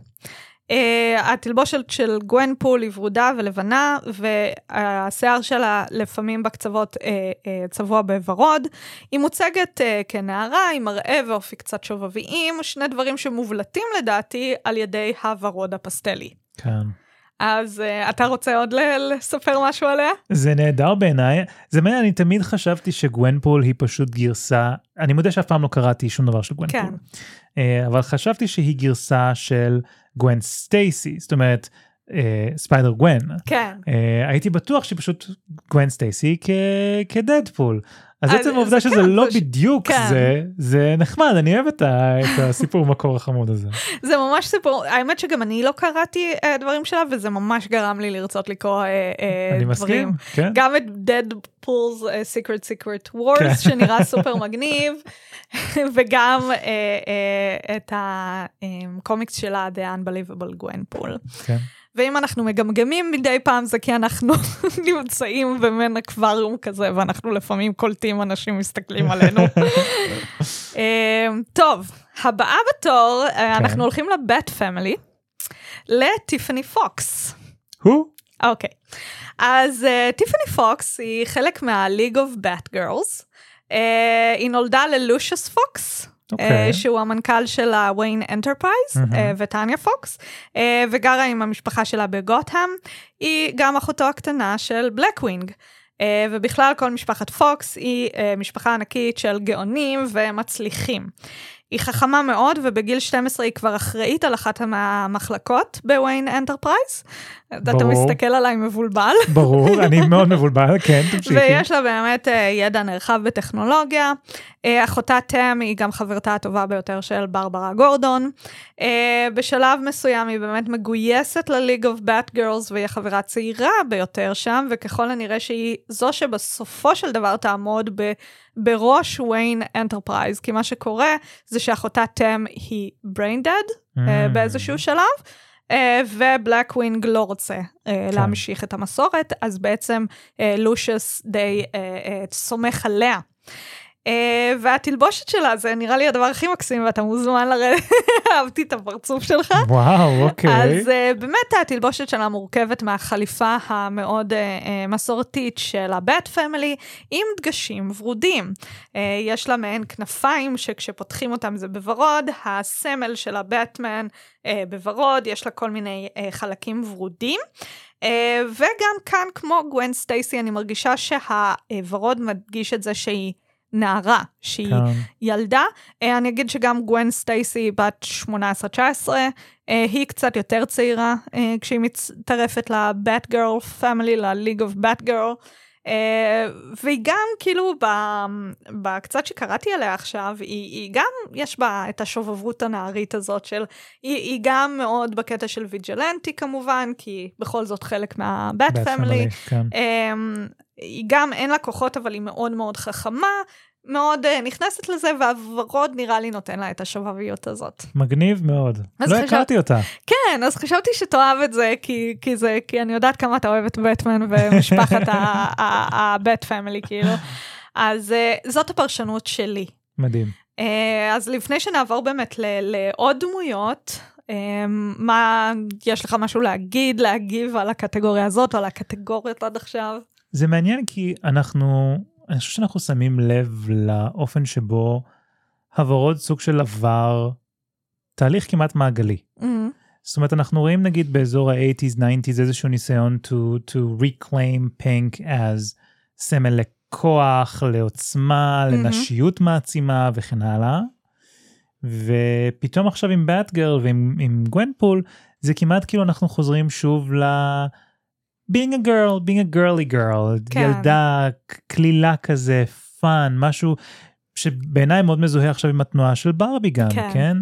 התלבושת של גוונפול היא ורודה ולבנה, והשיער שלה לפעמים בקצוות צבוע בוורוד. היא מוצגת כנערה, עם מראה ואופי קצת שובביים, שני דברים שמובלטים לדעתי על ידי הוורוד הפסטלי. כן. אז אתה רוצה עוד לספר משהו עליה? זה נהדר בעיניי. זה מעניין, אני תמיד חשבתי שגוונפול היא פשוט גרסה, אני מודה שאף פעם לא קראתי שום דבר של גוונפול. כן. אבל חשבתי שהיא גרסה של גוון סטייסי, זאת אומרת, ספיידר גוון. כן. הייתי בטוח שפשוט גוון סטייסי כדדפול. אז עצם העובדה שזה לא בדיוק זה נחמד, אני אוהב את הסיפור מקור החמוד הזה. זה ממש סיפור, האמת שגם אני לא קראתי דברים שלה, וזה ממש גרם לי לרצות לקרוא דברים. אני מסכים, כן. גם את Deadpool's Secret Wars, שנראה סופר מגניב, וגם את הקומיקס שלה, The Unbelievable Gwenpool. כן. ואם אנחנו מגמגמים מדי פעם, זה כי אנחנו נמצאים במין אקווריום כזה, ואנחנו לפעמים קולטים אנשים מסתכלים עלינו. טוב, הבאה בתור, אנחנו הולכים לבט פמילי, לטיפני פוקס. אוקיי. אז טיפני פוקס היא חלק מה-League of Bat Girls. היא נולדה ללושיוס פוקס, שהוא המנכ"ל של הוויין אנטרפרייז, וטניה פוקס, וגרה עם המשפחה שלה בגותהאם. היא גם אחותו הקטנה של בלקווינג, ובכלל כל משפחת פוקס היא משפחה ענקית של גאונים ומצליחים. היא חכמה מאוד, ובגיל 12 היא כבר אחראית על אחת מהמחלקות בוויין אנטרפרייז. אתה מסתכל עליי מבולבל. ברור, אני מאוד מבולבל, כן, תמשיכי. ויש לה באמת ידע נרחב בטכנולוגיה. אחותה טם היא גם חברתה הטובה ביותר של ברברה גורדון. בשלב מסוים היא באמת מגויסת ל-League of Bat Girls, והיא החברה הצעירה ביותר שם, וככל הנראה שהיא זו שבסופו של דבר תעמוד בראש וויין אנטרפרייז, כי מה שקורה זה שאחותה טם היא brain dead באיזשהו שלב, ובלקווינג לא רוצה להמשיך את המסורת, אז בעצם לושיוס די סומך עליה. והתלבושת שלה, זה נראה לי הדבר הכי מקסים, ואתה מוזמן לרדת, אהבתי את הפרצוף שלך. וואו, אוקיי. אז באמת התלבושת שלה מורכבת מהחליפה המאוד מסורתית של הבט פמילי, עם דגשים ורודים. יש לה מעין כנפיים, שכשפותחים אותם זה בוורוד, הסמל של הבטמן בוורוד, יש לה כל מיני חלקים ורודים, וגם כאן, כמו גווין סטייסי, אני מרגישה שהוורוד מדגיש את זה שהיא נערה, שהיא ילדה. אני אגיד שגם גווין סטייסי בת 18-19, היא קצת יותר צעירה, כשהיא מצטרפת לבט גרל פמילי, לליג אוף בט גרל, והיא גם כאילו, בקצת שקראתי עליה עכשיו, היא גם, יש בה את השובבות הנערית הזאת של, היא גם מאוד בקטע של ויג'לנטי כמובן, כי בכל זאת חלק מהבט פמילי, היא גם אין לה כוחות, אבל היא מאוד מאוד חכמה, מאוד נכנסת לזה, והוורוד נראה לי נותן לה את השובביות הזאת. מגניב מאוד. לא הכרתי אותה. כן, אז חשבתי שתאהב את זה, כי אני יודעת כמה אתה אוהב את בטמן ומשפחת הבט פמילי, כאילו. אז זאת הפרשנות שלי. מדהים. אז לפני שנעבור באמת לעוד דמויות, מה, יש לך משהו להגיב על הקטגוריה הזאת, או על הקטגוריות עד עכשיו? זה מעניין כי אני חושב שאנחנו שמים לב לאופן שבו הוורוד סוג של עבר תהליך כמעט מעגלי. זאת אומרת, אנחנו רואים נגיד באזור ה-80s, 90s, איזשהו ניסיון to reclaim pink as סמל לכוח, לעוצמה, לנשיות מעצימה וכן הלאה. ופתאום עכשיו עם באטגרל ועם גוונפול, זה כמעט כאילו אנחנו חוזרים שוב being a girly girl, כן. ילדה, כלילה כזה, פן, משהו שבעיניי מאוד מזוהה עכשיו עם התנועה של ברבי גם, כן?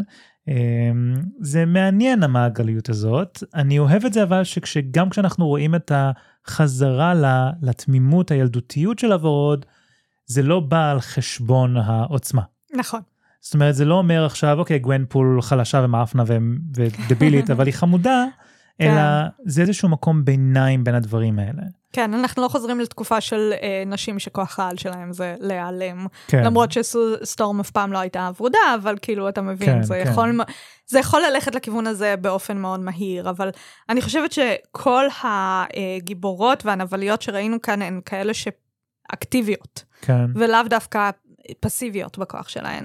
זה מעניין המעגליות הזאת, אני אוהב את זה אבל שגם כשאנחנו רואים את החזרה לתמימות, הילדותיות של הוורוד, זה לא בא על חשבון העוצמה. נכון. זאת אומרת, זה לא אומר עכשיו, אוקיי, גוונפול חלשה ומאפנה ודבילית, אבל היא חמודה, אלא זה איזשהו מקום ביניים בין הדברים האלה. כן, אנחנו לא חוזרים לתקופה של נשים שכוח העל שלהם זה להיעלם. למרות שסטורם אף פעם לא הייתה ורודה, אבל כאילו אתה מבין, זה יכול ללכת לכיוון הזה באופן מאוד מהיר, אבל אני חושבת שכל הגיבורות והנבליות שראינו כאן הן כאלה שאקטיביות, ולאו דווקא פסיביות בכוח שלהן.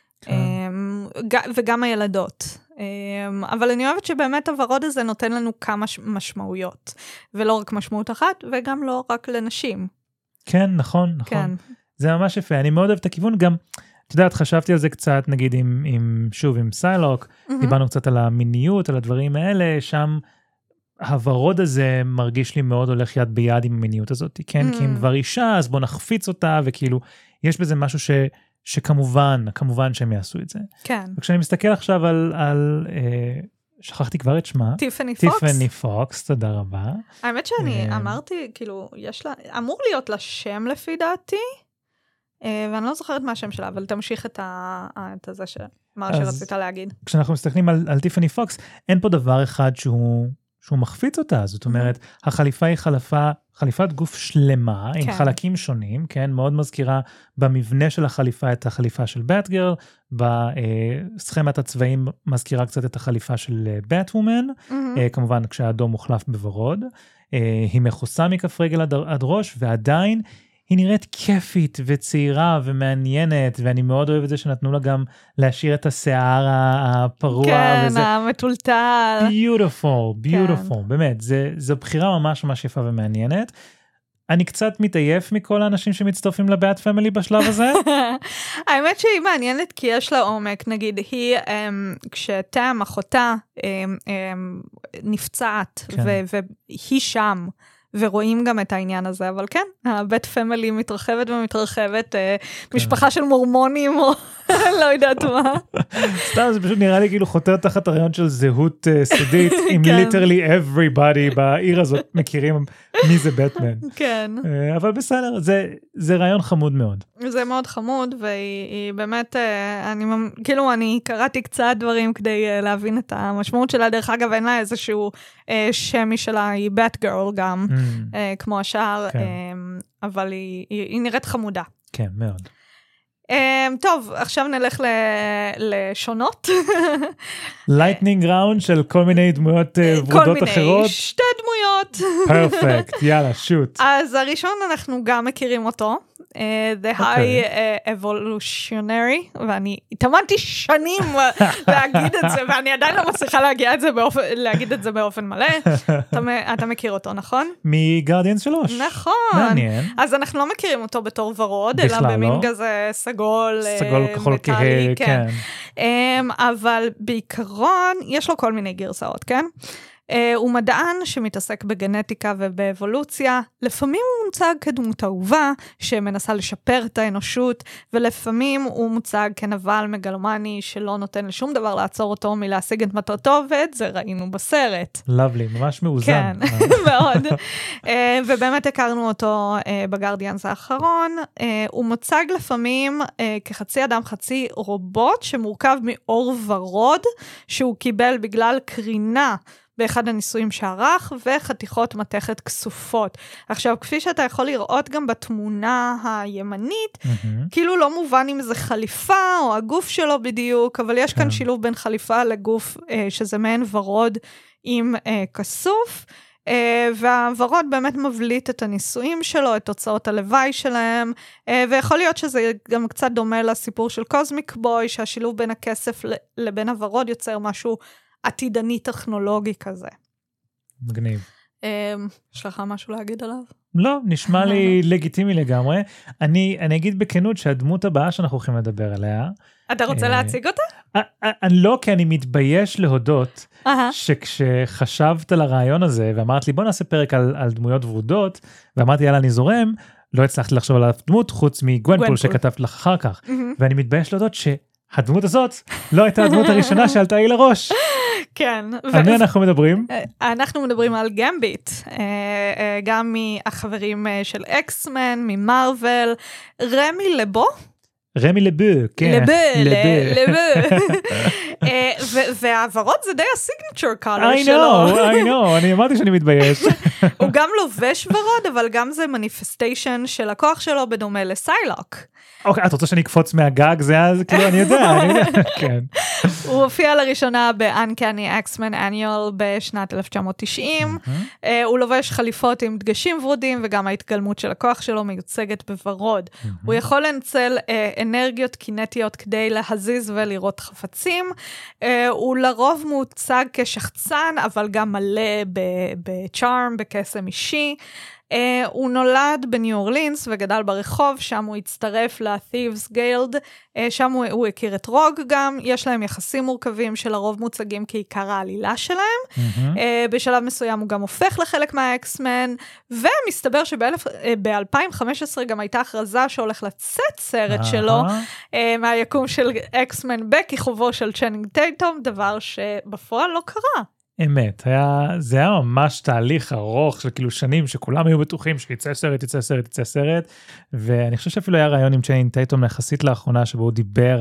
וגם הילדות. אבל אני אוהבת שבאמת הוורוד הזה נותן לנו כמה משמעויות, ולא רק משמעות אחת, וגם לא רק לנשים. כן, נכון. זה ממש יפה, אני מאוד אוהב את הכיוון, גם, את יודעת, חשבתי על זה קצת, נגיד, שוב, עם סיילוק, דיברנו קצת על המיניות, על הדברים האלה, שם הוורוד הזה מרגיש לי מאוד הולך יד ביד עם המיניות הזאת, כן? כי אם כבר אישה, אז בוא נחפיץ אותה, וכאילו, יש בזה משהו שכמובן שהם יעשו את זה. כן. וכשאני מסתכל עכשיו על שכחתי כבר את שמה. טיפני פוקס, תודה רבה. האמת שאני אמרתי, כאילו, אמור להיות לה שם לפי דעתי, ואני לא זוכרת מה השם שלה, אבל תמשיך את זה מה שרצית להגיד. כשאנחנו מסתכלים על טיפני פוקס, אין פה דבר אחד שהוא מחפיץ אותה, זאת אומרת, החליפה היא חליפת גוף שלמה, עם חלקים שונים, כן, מאוד מזכירה במבנה של החליפה את החליפה של באטגרל, בסכמת הצבעים מזכירה קצת את החליפה של באטוומן, כמובן כשהאדום מוחלף בוורוד, היא מכוסה מכף רגל עד ראש, ועדיין היא נראית כיפית וצעירה ומעניינת, ואני מאוד אוהב את זה שנתנו לה גם להשאיר את השיער הפרוע. כן, המטולטל. beautiful, באמת, זו בחירה ממש ממש יפה ומעניינת. אני קצת מתעייף מכל האנשים שמצטרפים לבאט פמילי בשלב הזה. האמת שהיא מעניינת כי יש לה עומק, נגיד, היא, כשתם אחותה נפצעת, והיא שם, ורואים גם את העניין הזה, אבל כן, הבית פמילי מתרחבת ומתרחבת, משפחה של מורמונים, או לא יודעת מה. סתם, זה פשוט נראה לי כאילו חותר תחת הרעיון של זהות סודית, עם literally everybody בעיר הזאת מכירים מי זה בטמן. כן. אבל בסדר, זה רעיון חמוד מאוד. זה מאוד חמוד, והיא באמת, כאילו אני קראתי קצת דברים כדי להבין את המשמעות שלה, דרך אגב, אין לה איזשהו שמי שלה, היא בט גרל גם, כמו השאר, אבל היא נראית חמודה. כן, מאוד. טוב, עכשיו נלך לשונות. לייטנינג ראונד של כל מיני דמויות ורודות אחרות. כל מיני, שתי דמויות. פרפקט, יאללה, שוט. אז הראשון אנחנו גם מכירים אותו, The High Evolutionary, ואני התאמנתי שנים להגיד את זה, ואני עדיין לא מצליחה להגיד את זה באופן מלא. אתה מכיר אותו, נכון? מגרדיאנס 3. נכון. מעניין. אז אנחנו לא מכירים אותו בתור ורוד, אלא במין כזה סגול כחול מטלי, כן. אבל בעיקרון יש לו כל מיני גרסאות, כן? הוא מדען שמתעסק בגנטיקה ובאבולוציה, לפעמים הוא מוצג כדמות אהובה שמנסה לשפר את האנושות, ולפעמים הוא מוצג כנבל מגלומני שלא נותן לשום דבר לעצור אותו מלהשיג את מטרתו, ואת זה ראינו בסרט. lovely, ממש מאוזן. כן, מאוד. ובאמת הכרנו אותו בגרדיאנס האחרון. הוא מוצג לפעמים כחצי אדם חצי רובוט, שמורכב מאור ורוד, שהוא קיבל בגלל קרינה, באחד הניסויים שערך, וחתיכות מתכת כסופות. עכשיו, כפי שאתה יכול לראות גם בתמונה הימנית, כאילו לא מובן אם זה חליפה, או הגוף שלו בדיוק, אבל יש כאן שילוב בין חליפה לגוף, שזה מעין ורוד עם כסוף, והוורוד באמת מבליט את הניסויים שלו, את תוצאות הלוואי שלהם, ויכול להיות שזה גם קצת דומה לסיפור של קוזמיק בוי, שהשילוב בין הכסף לבין הוורוד יוצר משהו עתידני טכנולוגי כזה. מגניב. יש לך משהו להגיד עליו? לא, נשמע לי לגיטימי לגמרי. אני אגיד בכנות שהדמות הבאה שאנחנו הולכים לדבר עליה. אתה רוצה להציג אותה? לא, כי אני מתבייש להודות שכשחשבת על הרעיון הזה, ואמרת לי בוא נעשה פרק על דמויות ורודות, ואמרתי יאללה אני זורם, לא הצלחתי לחשוב על הדמות חוץ מגוונפול שכתבת לך אחר כך. ואני מתבייש להודות שהדמות הזאת לא הייתה הדמות הראשונה שעלתה לי לראש. כן. על מי אנחנו מדברים? אנחנו מדברים על גמביט, גם מהחברים של אקסמן, ממרוול, רמי לבו. רמי לבו, כן. לבו. והעברות זה די הסיגנצ'ר קולר שלו. I know, אני אמרתי שאני מתבייש. הוא גם לובש ורוד, אבל גם זה מניפסטיישן של הכוח שלו בדומה לסיילוק. אוקיי, את רוצה שאני אקפוץ מהגג? זה אז, כאילו, אני יודע, כן. הוא הופיע לראשונה ב-Uncanny X-Men Annual בשנת 1990. הוא לובש חליפות עם דגשים ורודים, וגם ההתגלמות של הכוח שלו מיוצגת בוורוד. הוא יכול לנצל אנרגיות קינטיות כדי להזיז ולראות חפצים. הוא לרוב מוצג כשחצן, אבל גם מלא בצ'ארם, בקסם אישי. הוא נולד בניו אורלינס וגדל ברחוב, שם הוא הצטרף ל-Thieves Guild, שם הוא הכיר את רוג גם, יש להם יחסים מורכבים שלרוב מוצגים כעיקר העלילה שלהם, בשלב מסוים הוא גם הופך לחלק מהאקסמן, ומסתבר שב-2015 גם הייתה הכרזה שהולך לצאת סרט שלו, מהיקום של אקסמן בכיכובו של צ'נינג טייטום, דבר שבפועל לא קרה. אמת, זה היה ממש תהליך ארוך של כאילו שנים שכולם היו בטוחים שיצא סרט, ואני חושב שאפילו היה רעיון עם צ'יינינג טייטום יחסית לאחרונה שבו הוא דיבר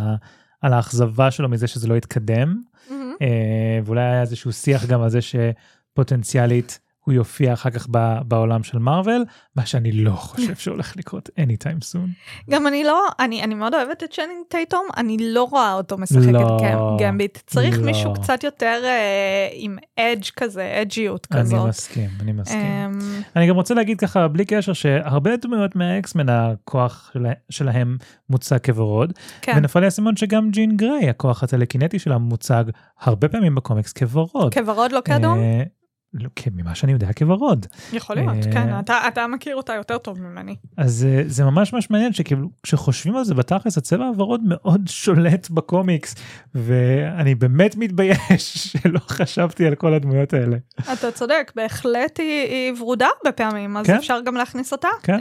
על האכזבה שלו מזה שזה לא התקדם, ואולי היה איזשהו שיח גם על זה שפוטנציאלית הוא יופיע אחר כך בעולם של מרוול, מה שאני לא חושב שהולך לקרות anytime soon. גם אני מאוד אוהבת את צ'נינג טייטום, אני לא רואה אותו משחק את גמביט. צריך מישהו קצת יותר עם אדג' כזה, אדג'יות כזאת. אני מסכים. אני גם רוצה להגיד ככה, בלי קשר, שהרבה דמויות מהאקסמן, הכוח שלהם מוצג כוורוד, ונפל לי הסימון שגם ג'ין גריי, הכוח הטלקינטי שלה מוצג הרבה פעמים בקומיקס כוורוד. כוורוד, לא כאדום? לא, כן, ממה שאני יודע כוורוד. יכול להיות, כן, אתה מכיר אותה יותר טוב ממני. אז זה ממש מעניין, שכאילו, כשחושבים על זה בתכלס, הצבע הוורוד מאוד שולט בקומיקס, ואני באמת מתבייש שלא חשבתי על כל הדמויות האלה. אתה צודק, בהחלט היא ורודה הרבה פעמים, אז אפשר גם להכניס אותה. כן.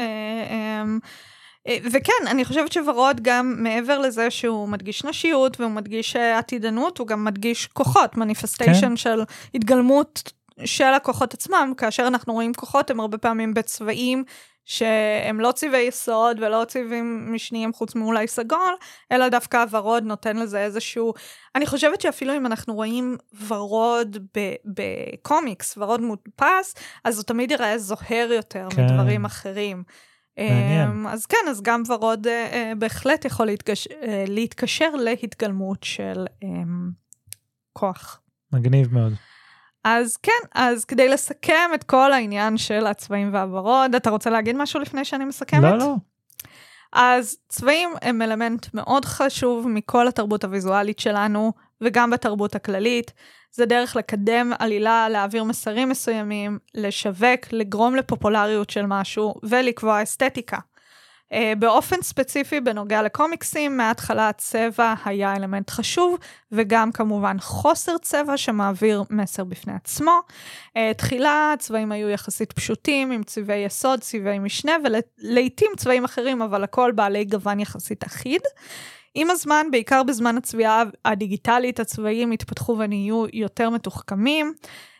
וכן, אני חושבת שוורוד גם מעבר לזה שהוא מדגיש נשיות, והוא מדגיש עתידנות, הוא גם מדגיש כוחות, מניפסטיישן של התגלמות של הכוחות עצמם, כאשר אנחנו רואים כוחות, הם הרבה פעמים בצבעים שהם לא צבעי יסוד ולא צבעים משניים חוץ מאולי סגול, אלא דווקא הוורוד נותן לזה איזשהו, אני חושבת שאפילו אם אנחנו רואים ורוד בקומיקס, ורוד מודפס, אז הוא תמיד ייראה זוהר יותר מדברים אחרים. מעניין. אז כן, אז גם ורוד בהחלט יכול להתקשר להתגלמות של כוח. מגניב מאוד. אז כן, אז כדי לסכם את כל העניין של הצבעים והוורוד, אתה רוצה להגיד משהו לפני שאני מסכמת? לא. אז צבעים הם אלמנט מאוד חשוב מכל התרבות הוויזואלית שלנו, וגם בתרבות הכללית. זה דרך לקדם עלילה, להעביר מסרים מסוימים, לשווק, לגרום לפופולריות של משהו, ולקבוע אסתטיקה. באופן ספציפי, בנוגע לקומיקסים, מההתחלה הצבע היה אלמנט חשוב, וגם כמובן חוסר צבע שמעביר מסר בפני עצמו. תחילה הצבעים היו יחסית פשוטים, עם צבעי יסוד, צבעי משנה, ולעיתים צבעים אחרים, אבל הכל בעלי גוון יחסית אחיד. עם הזמן, בעיקר בזמן הצביעה הדיגיטלית, הצבעים התפתחו ונהיו יותר מתוחכמים.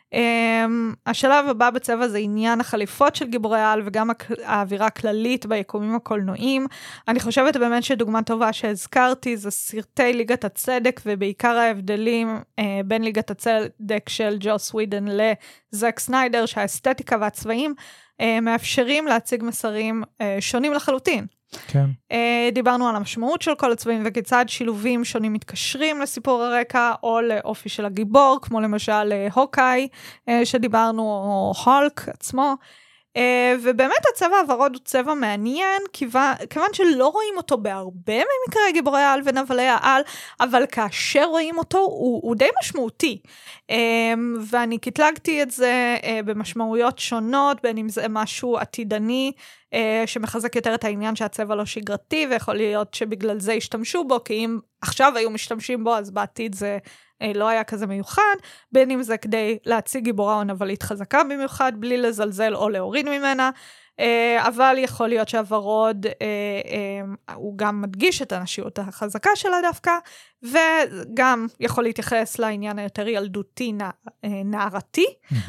השלב הבא בצבע זה עניין החליפות של גיבורי העל, וגם האווירה הכללית ביקומים הקולנועיים. אני חושבת באמת שדוגמה טובה שהזכרתי, זה סרטי ליגת הצדק, ובעיקר ההבדלים בין ליגת הצדק של ג'וס ווידן לזק סניידר, שהאסתטיקה והצבעים מאפשרים להציג מסרים שונים לחלוטין. כן. דיברנו על המשמעות של כל הצבעים, וכיצד שילובים שונים מתקשרים לסיפור הרקע, או לאופי של הגיבור, כמו למשל הוקאי, שדיברנו, או הולק עצמו. ובאמת הצבע הוורוד הוא צבע מעניין, כיוון שלא רואים אותו בהרבה ממקרי גיבורי העל ונבלי העל, אבל כאשר רואים אותו הוא די משמעותי. ואני קטלגתי את זה במשמעויות שונות, בין אם זה משהו עתידני, שמחזק יותר את העניין שהצבע לא שגרתי, ויכול להיות שבגלל זה השתמשו בו, כי אם עכשיו היו משתמשים בו, אז בעתיד זה לא היה כזה מיוחד, בין אם זה כדי להציג גיבורה או נבלית חזקה במיוחד, בלי לזלזל או להוריד ממנה, אבל יכול להיות שהוורוד הוא גם מדגיש את הנשיות החזקה שלה דווקא, וגם יכול להתייחס לעניין היותר ילדותי נערתי,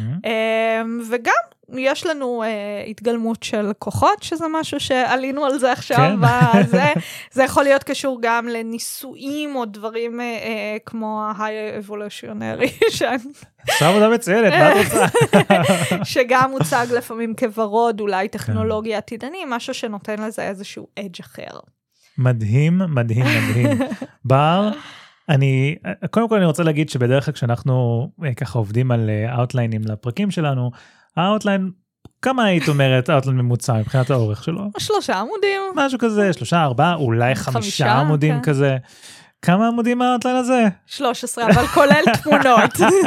וגם יש לנו התגלמות של כוחות, שזה משהו שעלינו על זה עכשיו, זה יכול להיות קשור גם לניסויים או דברים כמו האי-אבולוציונרי, עכשיו עבודה מצוינת, מה את רוצה? שגם מוצג לפעמים כוורוד, אולי טכנולוגיה עתידני, משהו שנותן לזה איזשהו אדג' אחר. מדהים, מדהים, מדהים. בר, קודם כל אני רוצה להגיד שבדרך כלל כשאנחנו ככה עובדים על אאוטליינים לפרקים שלנו, האוטליין, כמה היית אומרת האוטליין ממוצע מבחינת האורך שלו? 3 עמודים. משהו כזה, 3, 4, אולי 5 עמודים כזה. כמה עמודים האוטליין הזה? 13, אבל כולל תמונות.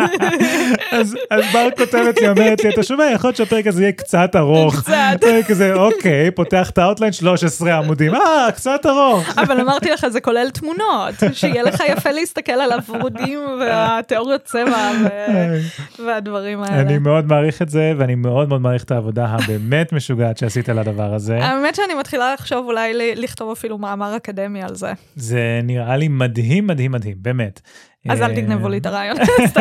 אז בר כותבת לי, אומרת לי, אתה שומע, יכול להיות שהפרק הזה יהיה קצת ארוך. קצת. כזה, אוקיי, פותח את האוטליין 13 עמודים, קצת ארוך. אבל אמרתי לך, זה כולל תמונות, שיהיה לך יפה להסתכל על הוורודים והתיאוריות צבע והדברים האלה. אני מאוד מעריך את זה, ואני מאוד מאוד מעריך את העבודה הבאמת משוגעת שעשית על הדבר הזה. האמת שאני מתחילה לחשוב אולי לכתוב אפילו מאמר אקדמי על זה. זה נראה לי מדהים, מדהים, מדהים, באמת. אז אל תגנבו לי את הרעיון.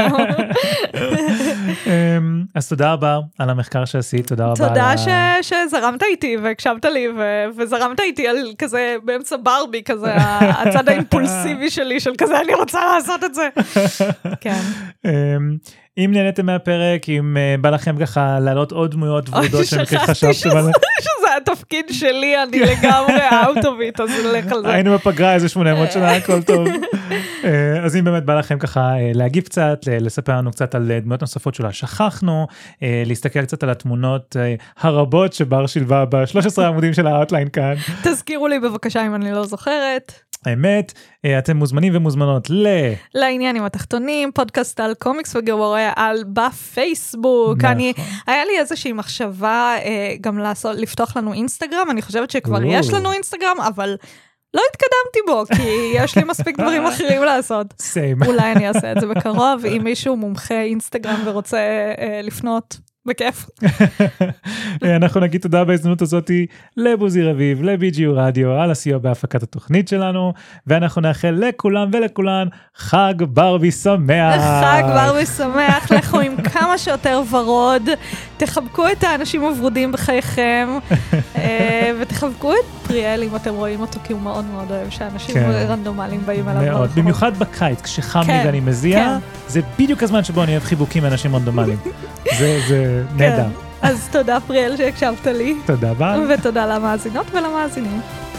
אז תודה רבה על המחקר שעשית, תודה רבה. תודה שזרמת איתי והקשבת לי, וזרמת איתי על כזה, באמצע ברבי, כזה, הצד האימפולסיבי שלי, של כזה, אני רוצה לעשות את זה. כן. אם נהניתם מהפרק, אם בא לכם ככה לעלות עוד דמויות ורודות שכחתי שזה התפקיד שלי, אני לגמרי אאוטוביט, אז נלך על זה. היינו בפגרה איזה 800 שנה, הכל טוב. אז אם באמת בא לכם ככה להגיב קצת, לספר לנו קצת על דמויות נוספות שאולי שכחנו, להסתכל קצת על התמונות הרבות שבר שילבה ב-13 העמודים של האוטליין כאן. תזכירו לי בבקשה אם אני לא זוכרת. האמת, אתם מוזמנים ומוזמנות לעניינים התחתונים, פודקאסט על קומיקס וגיבורי העל בפייסבוק. היה לי איזושהי מחשבה גם לפתוח לנו אינסטגרם, אני חושבת שכבר יש לנו אינסטגרם, אבל לא התקדמתי בו, כי יש לי מספיק דברים אחרים לעשות. אולי אני אעשה את זה בקרוב, אם מישהו מומחה אינסטגרם ורוצה לפנות. בכיף. אנחנו נגיד תודה בהזדמנות הזאת לבוזי רביב, ל-BGU רדיו, על הסיוע בהפקת התוכנית שלנו, ואנחנו נאחל לכולם ולכולן חג ברבי שמח. חג ברבי שמח, לכו עם כמה שיותר ורוד, תחבקו את האנשים הוורודים בחייכם, ותחבקו את פריאל אם אתם רואים אותו, כי הוא מאוד מאוד אוהב שאנשים רנדומליים באים אליו. מאוד, במיוחד בקיץ, כשחם לי ואני מזיע, זה בדיוק הזמן שבו אני אוהב חיבוקים מאנשים רנדומליים. זה נהדר. אז תודה פריאל שהקשבת לי. תודה בל. ותודה למאזינות ולמאזינים.